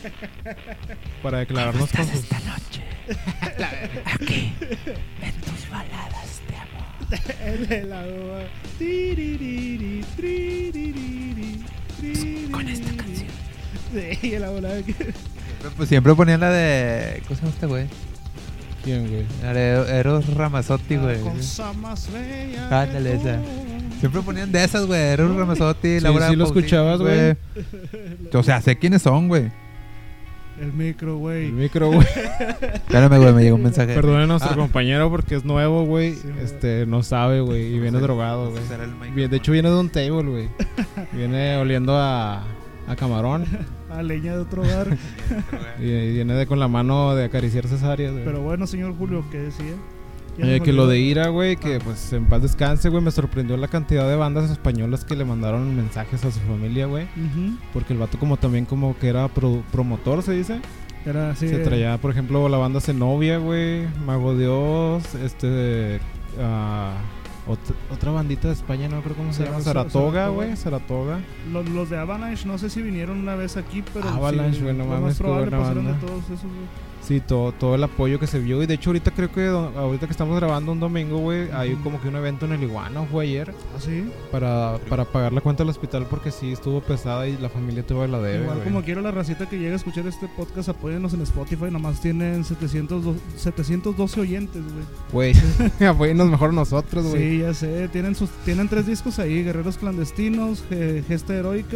para declararnos con sus noche? Aquí, en tus baladas de amor. El helado va. Tiririri, tiririri, tiririri. Con esta canción. Sí, el volada que. Pues siempre ponían la de. ¿Cómo se llama este güey? quién, güey. La de Eros Ramazzotti, güey. La cosa más bella que Ándale, esa. tú. Siempre ponían de esas, güey. Eros Ramazzotti, Laura sí lo Pausini, escuchabas, güey. O sea, sé quiénes son, güey. El micro, güey. El micro, güey. Espérame, güey, me llegó un mensaje. Perdone a nuestro Ah. compañero porque es nuevo, güey. Sí, güey. este, no sabe, güey, y viene drogado, güey. Será el micrófono. Bien, de hecho viene de un table, güey. Viene oliendo a, a camarón A leña de otro hogar. y, y viene de con la mano de acariciar cesáreas, güey. Pero bueno, señor Julio, ¿qué decía? Ya Eh, me que lo olvidó. de Ira, güey, que Ah. pues en paz descanse, güey, me sorprendió la cantidad de bandas españolas que le mandaron mensajes a su familia, güey. Ujú. Porque el vato como también como que era pro- promotor, se dice. Era así. Se traía, por ejemplo, la banda Zenobia, güey, Mago Dios, este... ah, ot- otra bandita de España, no creo cómo se Sara- llama, Sara- Saratoga, Saratoga. güey, Saratoga. Los, los de Avalanche, no sé si vinieron una vez aquí, pero. Avalanche, sí, güey, no lo mames, más qué probable buena pues eran de banda. todos esos, güey. Sí, todo, todo el apoyo que se vio. Y de hecho ahorita creo que do- ahorita que estamos grabando un domingo, güey, hay Ujú. como que un evento en el Iguana, fue ayer, ¿Ah, sí? para, para pagar la cuenta del hospital porque sí estuvo pesada y la familia tuvo la debe, Igual güey. como quiero la racita que llegue a escuchar este podcast, apóyennos en Spotify, nomás tienen setecientos dos setecientos doce oyentes, güey. Güey, apóyennos mejor nosotros, güey. Sí, ya sé, tienen sus tienen tres discos ahí, Guerreros Clandestinos, Ge- Gesta Heroica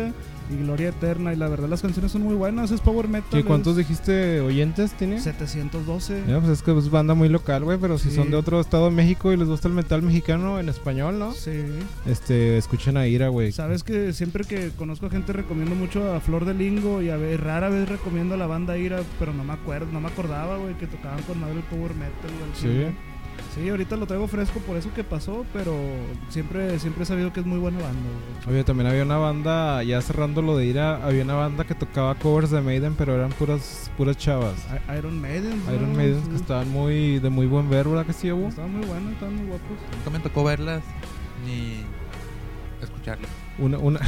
y Gloria Eterna. Y la verdad, las canciones son muy buenas. Es power metal. ¿Qué, ¿Cuántos es dijiste oyentes tiene? setecientos doce. Ya, pues es que es banda muy local, güey. Pero si Sí. son de otro estado de México y les gusta el metal mexicano en español, ¿no? Sí. Este, escuchen a Ira, güey. Sabes que siempre que conozco a gente recomiendo mucho a Flor de Lingo y a ver, rara vez recomiendo a la banda Ira, pero no me acuerdo, no me acordaba, güey, que tocaban con madre el power metal, güey. Sí. Sí, ahorita lo traigo fresco por eso que pasó, pero siempre siempre he sabido que es muy buena banda, güey. Oye, también había una banda, ya cerrando lo de Ira, había una banda que tocaba covers de Maiden, pero eran puras puras chavas. I- Iron Maiden. Iron ¿no? Maiden Sí. que estaban muy de muy buen ver, ¿verdad que sí hubo? Estaban muy buenos, estaban muy guapos. Nunca me tocó verlas ni escucharlas. Una, una,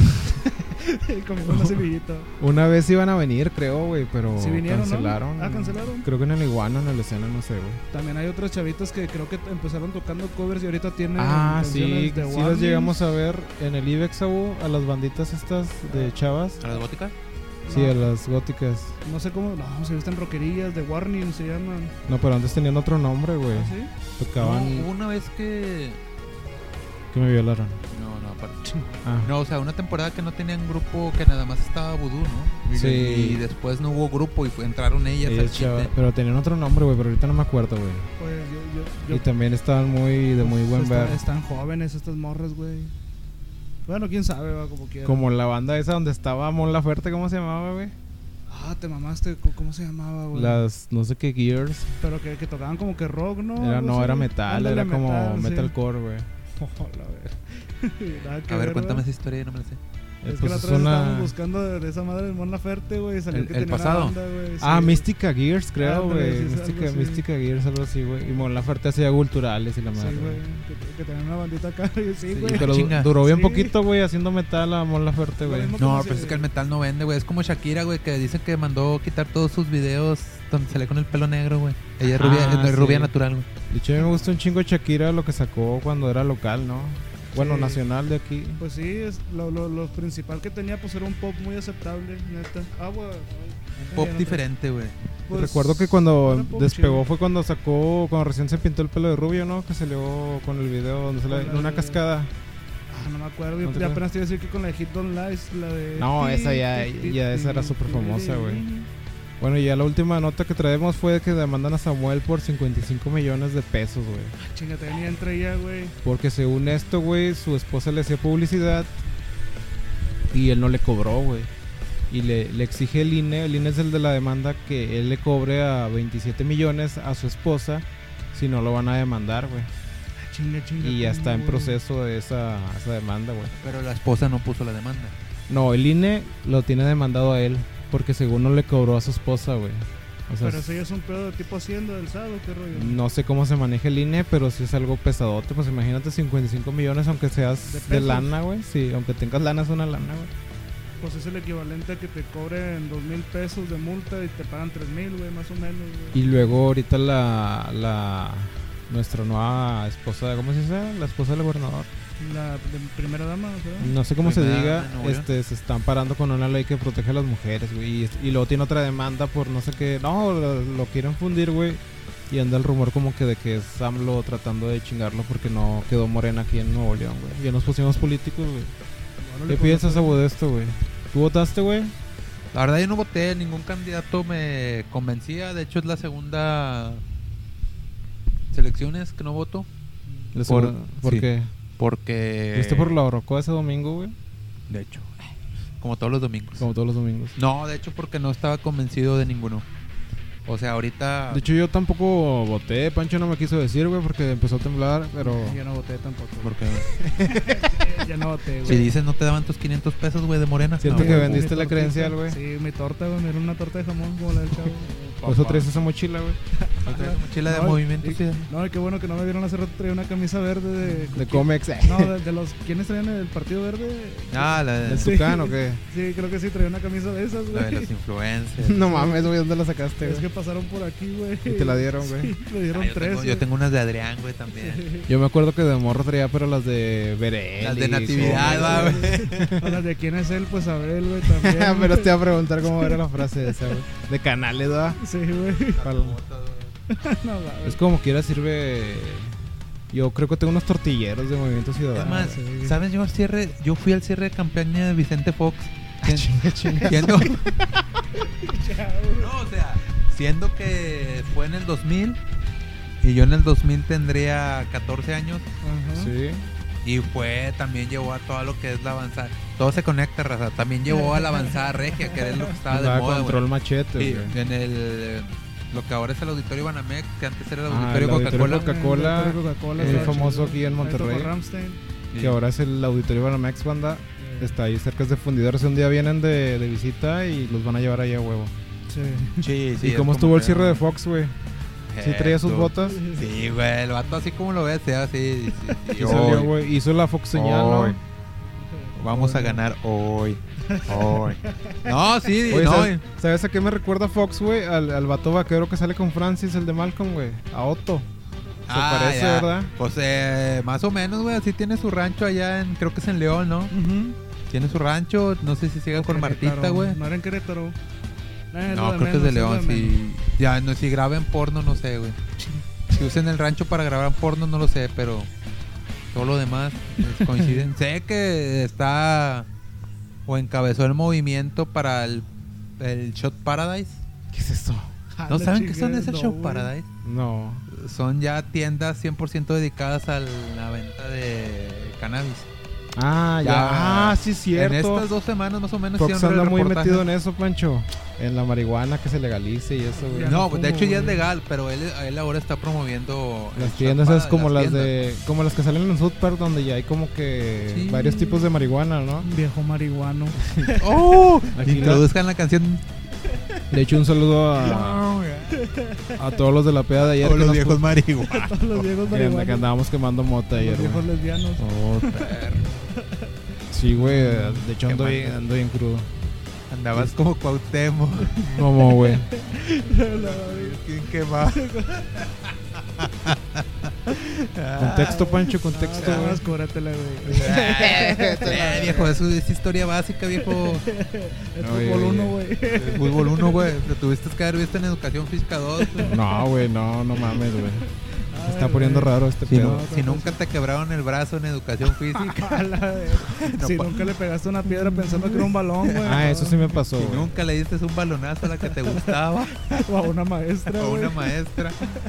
Como una semillita. una vez iban a venir, creo, güey, pero Sí vinieron, ¿no? cancelaron. Ah, cancelaron. Creo que en el Iguana, en la escena, no sé, güey. También hay otras chavitas que creo que empezaron tocando covers y ahorita tienen Ah, sí, canciones de sí las Warning. llegamos a ver en el Ibex, Abu, a las banditas estas de chavas. ¿A las góticas? Sí, No. a las góticas. No sé cómo, no, se visten rockerillas, de Warning se llaman. No, pero antes tenían otro nombre, güey. ¿Ah, sí? Tocaban No, hubo una vez que... que me violaron. No, no, aparte. Ah, No, o sea, una temporada que no tenían grupo, que nada más estaba Voodoo, ¿no? Y, Sí. y después no hubo grupo y fue- entraron ellas ellas al chava- chiste. pero tenían otro nombre, güey, pero ahorita no me acuerdo, güey. Pues yo, yo, yo Y también estaban muy de muy pues, buen está- ver. Están jóvenes estas morras, güey. Bueno, quién sabe, va, como quiera. Como la banda esa donde estaba Mon Laferte, ¿cómo se llamaba, güey? Ah, te mamaste, co- ¿cómo se llamaba, güey? Las no sé qué Gears. Pero que, que tocaban como que rock, ¿no? Era, Algo no, así. era metal, Ándale, era como metal, sí. metalcore, güey. Oh, la ver- Nada que A ver, ver, cuéntame güey. esa historia, no me la sé. Eh, Es que pues la es otra vez una- estábamos buscando de, de esa madre de Mon Laferte, güey. y Salió ¿El- que el tenía una pasado? banda, güey, Ah, sí. Mystica Gears, creo, Ándale, güey. sí, es algo Mystica, así. Mystica Gears, algo así, güey. Y Mon Laferte hacía culturales y la Sí, madre. güey. Que, que tenía una bandita acá. y Sí, güey. pero du- Chinga. duró bien Sí. poquito, güey, haciendo metal a Mon Laferte, Lo güey. mismo No, como pero si- es que el metal no vende, güey. Es como Shakira, güey, que dice que mandó quitar todos sus videos donde sale con el pelo negro, güey. Ella es rubia, Ah, es rubia sí. natural, güey. De hecho, a mí me gusta un chingo Shakira lo que sacó cuando era local, ¿no? Bueno, Sí. nacional de aquí. Pues sí, es lo, lo, lo principal que tenía pues era un pop muy aceptable, neta. Ah, güey. Un pop diferente, güey. Pues, Recuerdo que cuando era pop despegó chido. fue cuando sacó, cuando recién se pintó el pelo de rubio, ¿no? Que salió con el video donde sale Con en una el- cascada. Ah, no me acuerdo. ¿No Yo te ya acuerdas? apenas te iba a decir que con la de Hit Don't Lies, la de. No, esa ya- ya esa era súper famosa, güey. Bueno, y ya la última nota que traemos fue que demandan a Samuel por cincuenta y cinco millones de pesos, güey. Chingate, venía entre ella, güey. Porque según esto, güey, su esposa le hacía publicidad y él no le cobró, güey. Y le, le exige el I N E, el I N E es el de la demanda, que él le cobre a veintisiete millones a su esposa si no lo van a demandar, güey. Chinga, chinga. Y ya ¿cómo, está en güey? proceso de esa, esa demanda, güey. Pero la esposa no puso la demanda. No, el I N E lo tiene demandado a él porque según no le cobró a su esposa, güey. O sea, Pero eso ya es un pedo de tipo hacienda del sábado, qué rollo. no sé cómo se maneja el I N E, pero sí es algo pesadote. Pues imagínate cincuenta y cinco millones, aunque seas ¿De de, pesos? lana, güey. Sí, aunque tengas lana es una lana, güey. Pues es el equivalente a que te cobren dos mil pesos de multa y te pagan tres mil, güey, más o menos, güey. Y luego ahorita la, la nuestra nueva esposa, ¿cómo se dice? La esposa del gobernador. La de primera dama, ¿verdad? No sé cómo se Primera diga, dama de Nuevo León. este, se están parando con una ley que protege a las mujeres, güey. Y, y luego tiene otra demanda por no sé qué. No, lo, lo quieren fundir, güey. Y anda el rumor como que de que es AMLO tratando de chingarlo porque no quedó Morena aquí en Nuevo León, güey. Ya nos pusimos políticos, güey. Órale, ¿Qué pues, piensas, no sé. Abu, de esto, güey? ¿Tú votaste, güey? La verdad yo no voté, ningún candidato me convencía. De hecho es la segunda selecciones que no voto. ¿Les- Por- ¿Por sí. qué? Porque... ¿Viste por la Orocoa ese domingo, güey? De hecho, como todos los domingos. Como todos los domingos. No, de hecho porque no estaba convencido de ninguno. O sea, ahorita... De hecho, yo tampoco voté. Pancho no me quiso decir, güey, porque empezó a temblar, pero... Yo no voté tampoco. porque Ya no voté, güey. si dices no te daban tus quinientos pesos, güey, de Morena. Siento No, que güey, vendiste mi la tortita. credencial, güey. Sí, mi torta, güey. Me dieron una torta de jamón como la del chavo. Por eso traes esa mochila, güey. mochila de No, movimiento, y- sí. No, y qué bueno que no me vieron hace rato. Traía una camisa verde de. De Comex. No, de, de los. ¿Quiénes traían el partido verde? Ah, la de, ¿Del Sí. Tucán o qué? Sí, creo que sí, traía una camisa de esas, la de güey. los influencers. No mames, güey, ¿dónde la sacaste, Es güey? que pasaron por aquí, güey. Y te la dieron, güey. Sí, me dieron Ah, yo, tres. tengo, yo güey. tengo unas de Adrián, güey, también. Sí. Yo me acuerdo que de morro traía, pero las de Berel. Las de y Natividad, Comex, va, güey. güey. O las de quién es él, pues Abel, güey, también. Pero te iba a preguntar cómo era la frase esa, güey. De canales, ¿verdad? Sí, güey. Pal- No, mames. Es como quiera sirve... Yo creo que tengo unos tortilleros de Movimiento Ciudadano. Es más, sí. ¿sabes? Yo al cierre, yo fui al cierre de campaña de Vicente Fox Sien- siendo, no, o sea, siendo que fue en el dos mil y yo en el dos mil tendría catorce años. Ajá. Sí. Y fue, también llevó a todo lo que es la avanzada. Todo se conecta, raza. También llevó a la avanzada regia, que es lo que estaba de Andaba moda, control güey. machete, Sí, güey. en el... Lo que ahora es el Auditorio Banamex, que antes era el Ah, Auditorio el Auditorio Coca-Cola. Coca-Cola, El Coca-Cola, muy está famoso chido. aquí en Ahí tocó Monterrey. Rammstein. Sí. Que ahora es el Auditorio Banamex, banda. Está ahí cerca de Fundidores. Un día vienen de, de visita y los van a llevar ahí a huevo. Sí. Sí, sí. ¿Y es cómo como estuvo el que- cierre de Fox, güey? ¿Sí traía sus Esto. botas? Sí, güey, el vato así como lo ves, sí, así. Sí, sí, Sí hoy, salió, güey. Hizo la Fox señal, hoy. ¿no? Vamos a ganar hoy. Hoy. No, sí, Oye, no. ¿sabes, ¿sabes a qué me recuerda Fox, güey? Al, al vato vaquero que sale con Francis, el de Malcolm, güey. A Otto. Se Ah, parece, ya. ¿verdad? Pues eh, más o menos, güey, así tiene su rancho allá en, creo que es en León, ¿no? Ujú. Tiene su rancho, no sé si siga con Martita, Querétaro. güey. No era en Querétaro. Eh, No, lo creo que es de menos, León, lo menos. sí. Ya, no, si graben porno, no sé, güey. Si usan el rancho para grabar porno, no lo sé, pero todo lo demás es coinciden. Sé que está o encabezó el movimiento para el, el Shot Paradise. ¿Qué es eso? Ah, ¿No la saben qué son chingada, esas no, Shot güey. Paradise? No. Son ya tiendas cien por ciento dedicadas a la venta de cannabis. Ah, ya. Ya. Ah, sí, cierto. En estas dos semanas más o menos Fox hicieron el anda muy reportaje. metido en eso, Pancho. En la marihuana que se legalice y eso, güey. Ya No, no pues de fumo, hecho ya es güey. legal, pero él, él ahora está promoviendo el Las Shot tiendas es Paradise, como las tiendas. de como las que salen en South Park, donde ya hay como que Sí. varios tipos de marihuana, ¿no? Viejo marihuano. ¡Oh! Aquí Introduzcan la canción. De hecho, un saludo a, a todos los de la peda de ayer Todos que, los nos viejos pu- marihuana. Todos los viejos que, and- que marihuanos. andábamos quemando mota ayer, Los viejos güey. lesbianos. Oh, perro. Sí, güey, de hecho Qué ando mal. bien, ando bien crudo. Andabas como Cuauhtémoc. ¿Cómo, güey? ¿Quién quema? Contexto, Pancho, contexto, Ah, nada güey. más cóbratela, güey. Eh, viejo, eso es historia básica, viejo. Es Oye, fútbol oye. uno, güey. Fútbol uno, güey. Te tuviste que haber visto en educación física dos. güey. No, güey, no, no mames, güey. Se está Ay, poniendo güey. raro este Si, pedo. no- si nunca te quebraron el brazo en educación física. A la verga. No si pa- nunca le pegaste una piedra pensando que era un balón, güey. Ah, eso sí me pasó, Si güey. nunca le diste un balonazo a la que te gustaba. O a una maestra, O a güey. una maestra.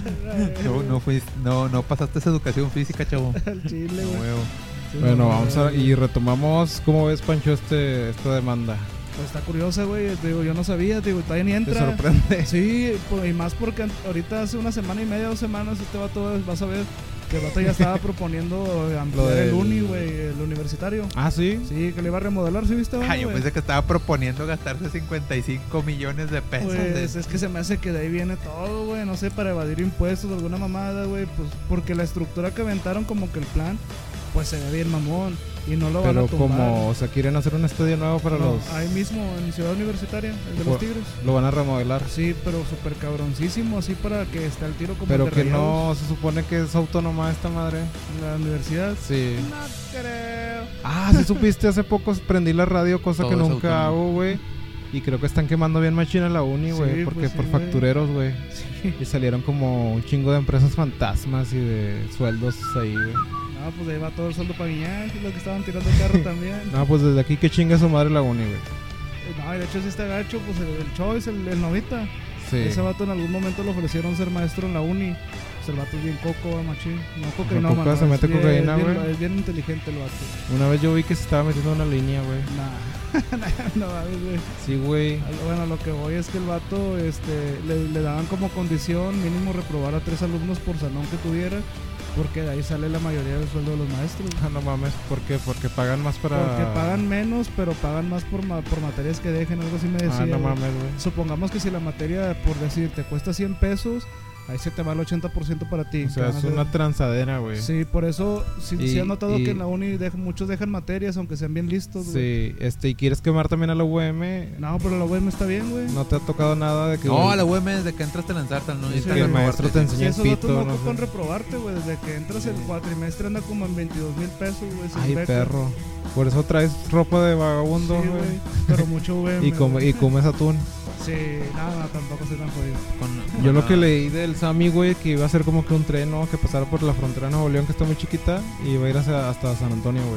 No, no, fuiste, no, no pasaste esa educación física, chavo. Al chile, A güey. huevo. Sí, Bueno, no, vamos a... güey. Y retomamos, ¿cómo ves, Pancho, este, esta demanda? Pues está curiosa, güey. Te Digo, yo no sabía, te digo, todavía ni ¿Te entra. sorprende? Sí, por- y más porque an- ahorita hace una semana y media, dos semanas, este vato, vas a ver que el vato ya estaba proponiendo ampliar del- el uni, güey, el universitario. Ah, ¿sí? Sí, que le iba a remodelar, ¿sí viste? Ah, yo güey? pensé que estaba proponiendo gastarse cincuenta y cinco millones de pesos. Pues de- es que se me hace que de ahí viene todo, güey, no sé, para evadir impuestos o alguna mamada, güey, pues porque la estructura que aventaron como que el plan, pues se ve bien mamón y no lo van Pero a tumbar. como, o sea, quieren hacer un estadio nuevo para No, los... ahí mismo en Ciudad Universitaria, el de Por- los Tigres. Lo van a remodelar. Sí, pero súper cabroncísimo, así para que esté al tiro como Pero de que Rayados, no, se supone que es autónoma esta madre. la universidad. Sí. No creo. Ah, sí supiste, hace poco prendí la radio, cosa Todo que es nunca autónomo. hago, güey. Y creo que están quemando bien machina la uni, Sí, güey. porque pues sí, por güey. factureros, güey. Sí. Y salieron como un chingo de empresas fantasmas y de sueldos ahí, güey. No, pues ahí va todo el sueldo para Guiñac, y lo que estaban tirando el carro también. No, pues desde aquí que chinga su madre la uni, güey. No, y de hecho sí está gacho, pues el, el Choice, el, el Novita. Sí. Ese vato en algún momento le ofrecieron ser maestro en la uni. Pues el vato es bien coco, va, machín. No cocaína, Coca mano, se es mete bien- cocaína, es bien- güey. Es bien inteligente el vato. Una vez yo vi que se estaba metiendo en una línea, güey. Nah, no mames, güey. Sí, güey. A lo- Bueno, lo que voy es que el vato este, le, le daban como condición mínimo reprobar a tres alumnos por salón que tuviera, porque de ahí sale la mayoría del sueldo de los maestros. Ah, no mames, ¿por qué? Porque pagan más para... Porque pagan menos, pero pagan más por, ma- por materias que dejen, algo así me decía. Ah, no güey. mames, güey. Supongamos que si la materia, por decir, te cuesta cien pesos, ahí se te va el ochenta por ciento para ti. O sea, que van a es ser- una transadera, güey. Sí, por eso sí, Y- sí he notado y- que en la uni dej- muchos dejan materias, aunque sean bien listos. güey. Sí, este, ¿y quieres quemar también a la U M? No, pero la U E M está bien, güey. ¿No te ha tocado nada de que... No, a la U M desde que entraste a lanzarte, no necesitas que el renovarte, maestro te sí. enseña Si el esos datos pito, no no ocupan sé. reprobarte, güey. Desde que entras el cuatrimestre anda como en veintidós mil pesos, güey. sin Ay, beca. perro. Por eso traes ropa de vagabundo, Sí, güey. güey. Pero mucho U E M. y, come, güey. y comes atún. Sí, nada, no, tampoco soy tan jodido. Con- Yo con lo la- que leí del Sammy, güey, que iba a ser como que un tren, ¿no? Que pasara por la frontera de Nuevo León, que está muy chiquita, y iba a ir hacia- hasta San Antonio, güey.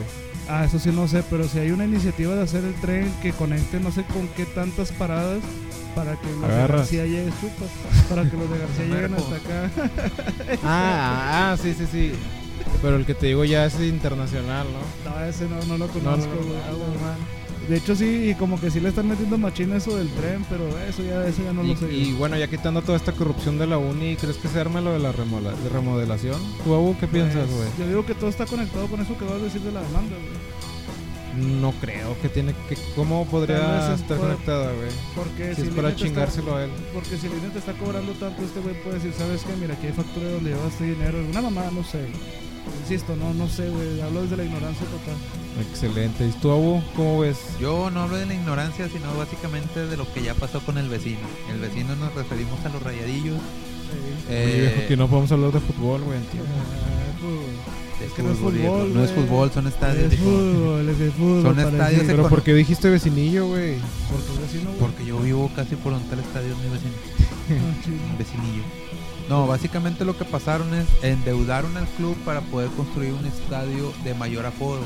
Ah, eso sí no sé, pero si hay una iniciativa de hacer el tren que conecte no sé con qué tantas paradas para que los Agarras. de García lleguen, chupas, para que los de García lleguen hasta acá. Ah, ah, sí, sí, sí. Pero el que te digo ya es internacional, ¿no? No, ese no, no lo No, conozco, no, no, güey. no, Ah, no, güey. man. De hecho sí, y como que sí le están metiendo machina eso del tren, pero eso ya, eso ya no y, lo sé. y bueno, ya quitando toda esta corrupción de la uni, ¿crees que se arme lo de la remola- de remodelación? ¿Tú, Abu, qué piensas, güey? Yo digo que todo está conectado con eso que vas a decir de la demanda, güey. No creo que tiene que... ¿Cómo Tal podría vez es estar por- conectada, güey? Porque Si es el para I N E te chingárselo está, a él. Porque si el I N E te está cobrando tanto, este güey puede decir, ¿sabes qué? Mira, aquí hay factura donde llevas este dinero. Una mamá, no sé. Insisto, no, no sé, güey. Hablo desde la ignorancia total. Excelente. ¿Y tú, Abu, cómo ves? Yo no hablo de la ignorancia, sino básicamente de lo que ya pasó con el vecino. El vecino nos referimos a los rayadillos. Sí. Oye, Eh, viejo, que no podemos hablar de fútbol, güey, entiendo. Ah, fútbol. de es que no es viejo. fútbol, No es güey. fútbol, son estadios. Es viejo. fútbol, es de fútbol. Son para estadios decir. de- Pero ¿por qué dijiste vecinillo, güey? Porque es vecino, güey. Porque yo vivo casi por donde está el estadio, mi vecino. Ah, chido. Vecinillo. No, básicamente lo que pasaron es endeudaron al club para poder construir un estadio de mayor aforo.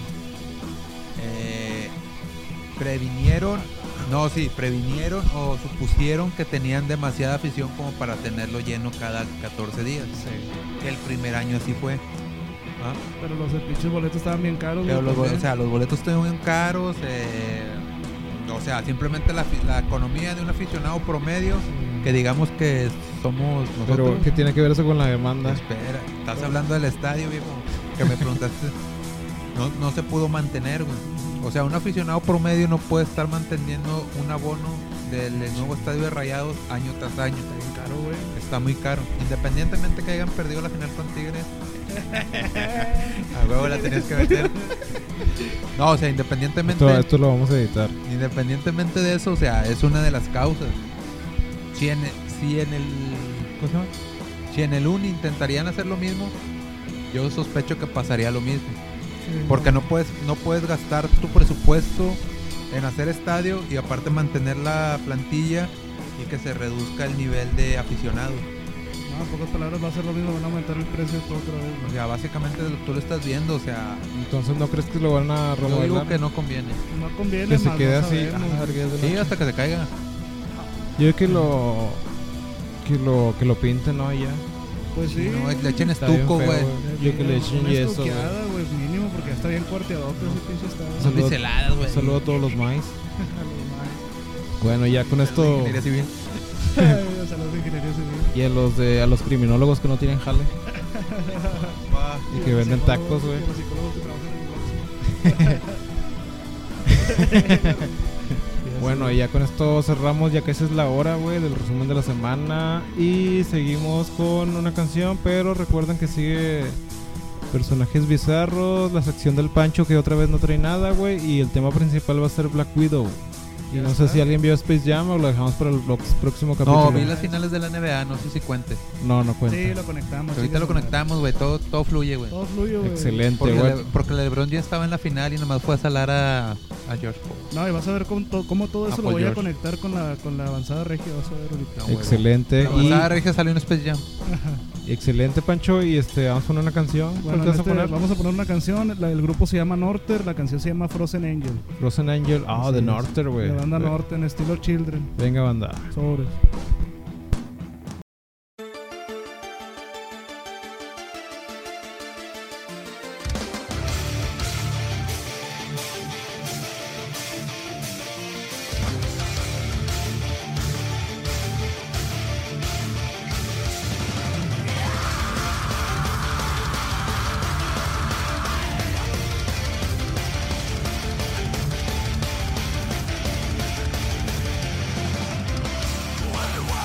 Eh, previnieron, no, sí, previnieron o supusieron que tenían demasiada afición como para tenerlo lleno cada catorce días. Que el primer año así fue. ¿Ah? Pero los de pinches boletos estaban bien caros, Pero güey, los, también. o sea, los boletos estuvieron bien caros. eh, o sea, simplemente la, fi- la economía de un aficionado promedio, que digamos que somos nosotros. Pero ¿qué tiene que ver eso con la demanda? Espera, estás hablando del estadio, viejo, que me preguntaste. No, no se pudo mantener, güey. O sea, un aficionado promedio no puede estar manteniendo un abono del, del nuevo estadio de Rayados año tras año. Está bien caro, güey. Está muy caro. Independientemente que hayan perdido la final con Tigres. A huevo la tenías que meter. No, o sea, independientemente. Esto, esto lo vamos a editar. Independientemente de eso, o sea, es una de las causas. Si en, si en el. ¿Cómo se llama? Si en el Uni intentarían hacer lo mismo, yo sospecho que pasaría lo mismo. Sí, Porque no puedes, no puedes gastar tu presupuesto en hacer estadio y aparte mantener la plantilla y que se reduzca el nivel de aficionados. No, en pocas palabras va a ser lo mismo, van a aumentar el precio todo otra vez, O güey. sea, básicamente tú lo estás viendo, o sea, Entonces, ¿no crees que lo van a yo digo remodelar? que no conviene. No conviene Que se más, quede no así. sabemos. Ah, verga, es de la Sí, ch- hasta que se caiga. Yo creo que lo... Que lo, que lo pinten, ¿no? Ya. Pues sí. No, le echen Está bien estuco, feo, güey. Yo que le echen Una yeso, güey. estuqueada, güey, mínimo, porque ya está bien cuarteadote ese pinche estado. Son Saludo- biseladas, güey. Un saludo a todos los maíz. A Bueno, ya con esto... Ingeniería civil. los maes. Saludos de ingeniería civil. Y a los de a los criminólogos que no tienen jale. Y que los venden psicólogos- tacos, güey. y los psicólogos que trabajan en el Oxxo. Bueno, y ya con esto cerramos, ya que esa es la hora, güey, del resumen de la semana. Y seguimos con una canción, pero recuerden que sigue personajes bizarros, la sección del Pancho que otra vez no trae nada, güey. Y el tema principal va a ser Black Widow. Y Ya no sé está. si alguien vio Space Jam o lo dejamos para el blox- próximo capítulo. No, vi las finales de la N B A, no sé si cuente. No, no cuenta. Sí, lo conectamos. Que ahorita chingas lo su madre. conectamos, güey, todo, todo fluye, güey. Todo fluye, güey. Excelente, Porque, güey. Le- porque LeBron ya estaba en la final y nomás fue a salar a, a George Paul. No, y vas a ver cómo, to- cómo todo eso Ah, lo por voy a George. conectar con la, con la avanzada regia. Vas a ver ahorita. No, huevo. Excelente. La Y pasada regia salió en Space Jam. excelente, Pancho. Y este, vamos a poner una canción. ¿Cuál Bueno, te vas a este, poner? vamos a poner una canción. La, el grupo se llama Norter. La canción se llama Frozen Angel. Frozen Angel. Ah, Así de es. Norter, güey. De banda Norte en estilo Children. Venga, banda. Sobres. Wonder why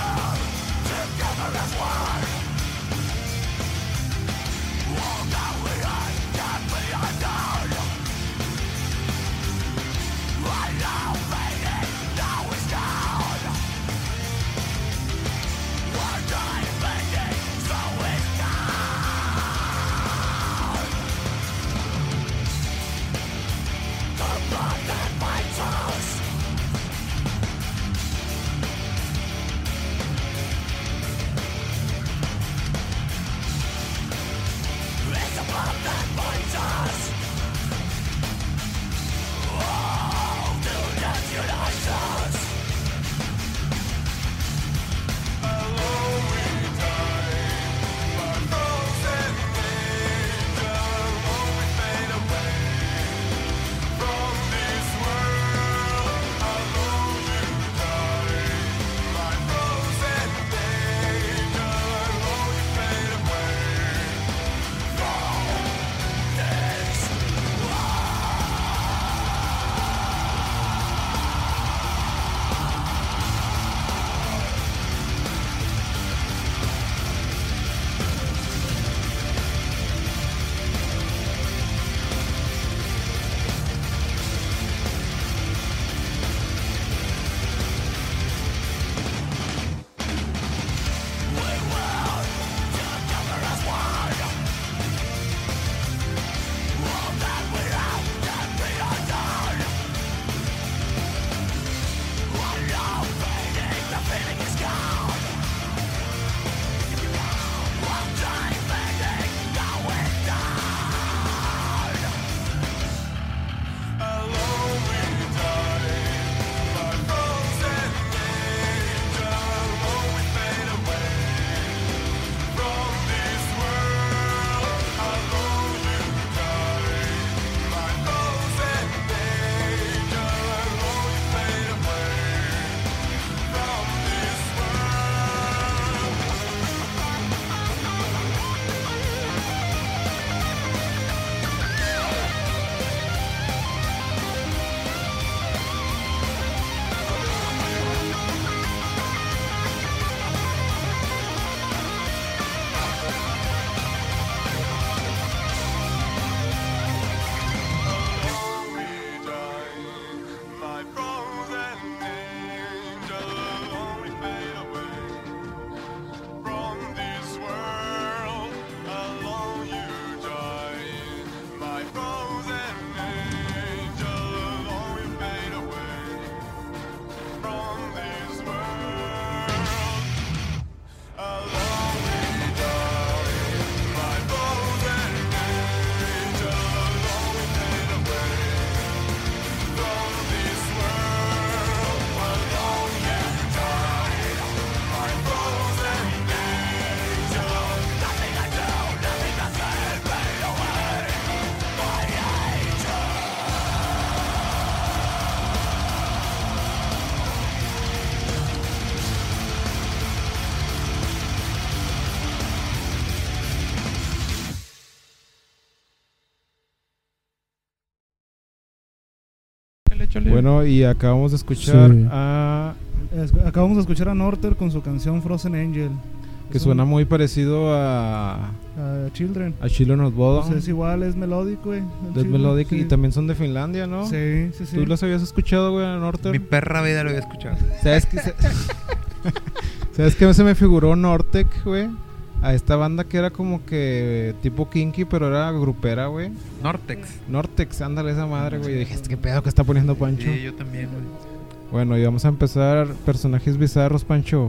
Échale. Bueno, y acabamos de escuchar Sí. a... Es- acabamos de escuchar a Norter con su canción Frozen Angel. que Es suena un- muy parecido a... a Children. a Children of Bodom. Pues es igual, es melódico, güey. el Death Children, Melodic, sí. y también son de Finlandia, ¿no? Sí, sí, sí. ¿Tú los habías escuchado, güey, a Norter? Mi perra vida lo había escuchado. ¿Sabes qué? se- ¿Sabes qué se me figuró Nortec, güey? A esta banda que era como que tipo kinky, pero era grupera, güey. Nortex. Nortex, ándale esa madre, güey. Y dije, ¿este qué pedo que está poniendo Pancho? Sí, yo también, güey. Bueno, y vamos a empezar. Personajes bizarros, Pancho.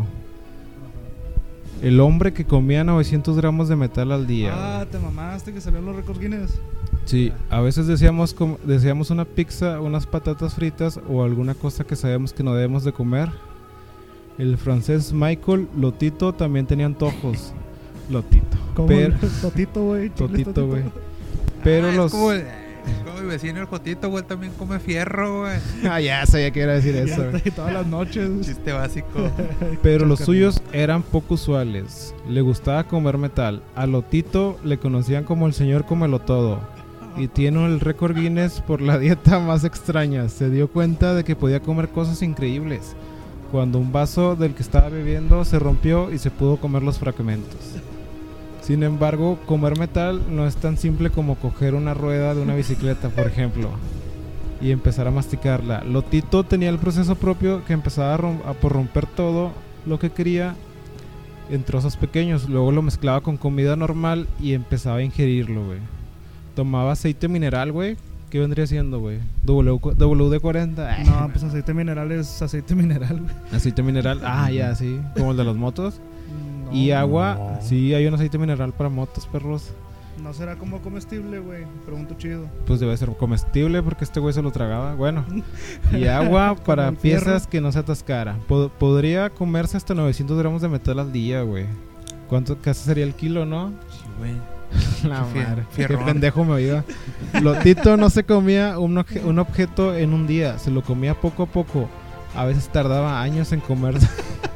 El hombre que comía novecientos gramos de metal al día. Ah, güey. te mamaste que salió en los récords Guinness. Sí, a veces decíamos, com- deseamos una pizza, unas patatas fritas o alguna cosa que sabemos que no debemos de comer. El francés Michael Lotito también tenía antojos. Lotito. Como Pero, Totito, güey. chile Totito, güey. Pero Ah, es los... como, el- como mi vecino el Jotito, güey, también come fierro, güey. Ah, ya sabía que iba a decir Ya eso. está, güey. y todas las noches. Chiste básico. Pero los Chascarrillo. suyos eran poco usuales. Le gustaba comer metal. A Lotito le conocían como el señor Comelotodo. Y tiene el récord Guinness por la dieta más extraña. Se dio cuenta de que podía comer cosas increíbles. Cuando un vaso del que estaba bebiendo se rompió y se pudo comer los fragmentos. Sin embargo, comer metal no es tan simple como coger una rueda de una bicicleta, por ejemplo, y empezar a masticarla. Lotito tenía el proceso propio que empezaba a, rom- a por romper todo lo que quería en trozos pequeños. Luego lo mezclaba con comida normal y empezaba a ingerirlo, güey. Tomaba aceite mineral, güey. ¿Qué vendría siendo, güey? W D cuarenta. No, pues aceite mineral es aceite mineral, güey. Aceite mineral. Ah, ya, sí. Como el de las motos. No, Y agua. no. Sí, hay un aceite mineral para motos, perros. No será como comestible, güey. Pregunto chido. Pues debe ser comestible porque este güey se lo tragaba. Bueno. Y agua para el fierro. piezas que no se atascara. Po- podría comerse hasta novecientos gramos de metal al día, güey. ¿Cuánto casi sería el kilo, no? Sí, güey. La Qué fier- madre. Qué fierrón. pendejo me oiga. Lotito no se comía un, obje- un objeto en un día. Se lo comía poco a poco. A veces tardaba años en comerse.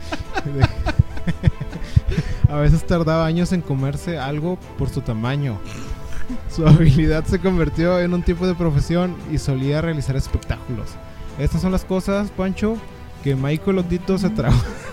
A veces tardaba años en comerse algo por su tamaño. Su habilidad se convirtió en un tipo de profesión y solía realizar espectáculos. Estas son las cosas, Pancho, que Michael Lotito se tragó.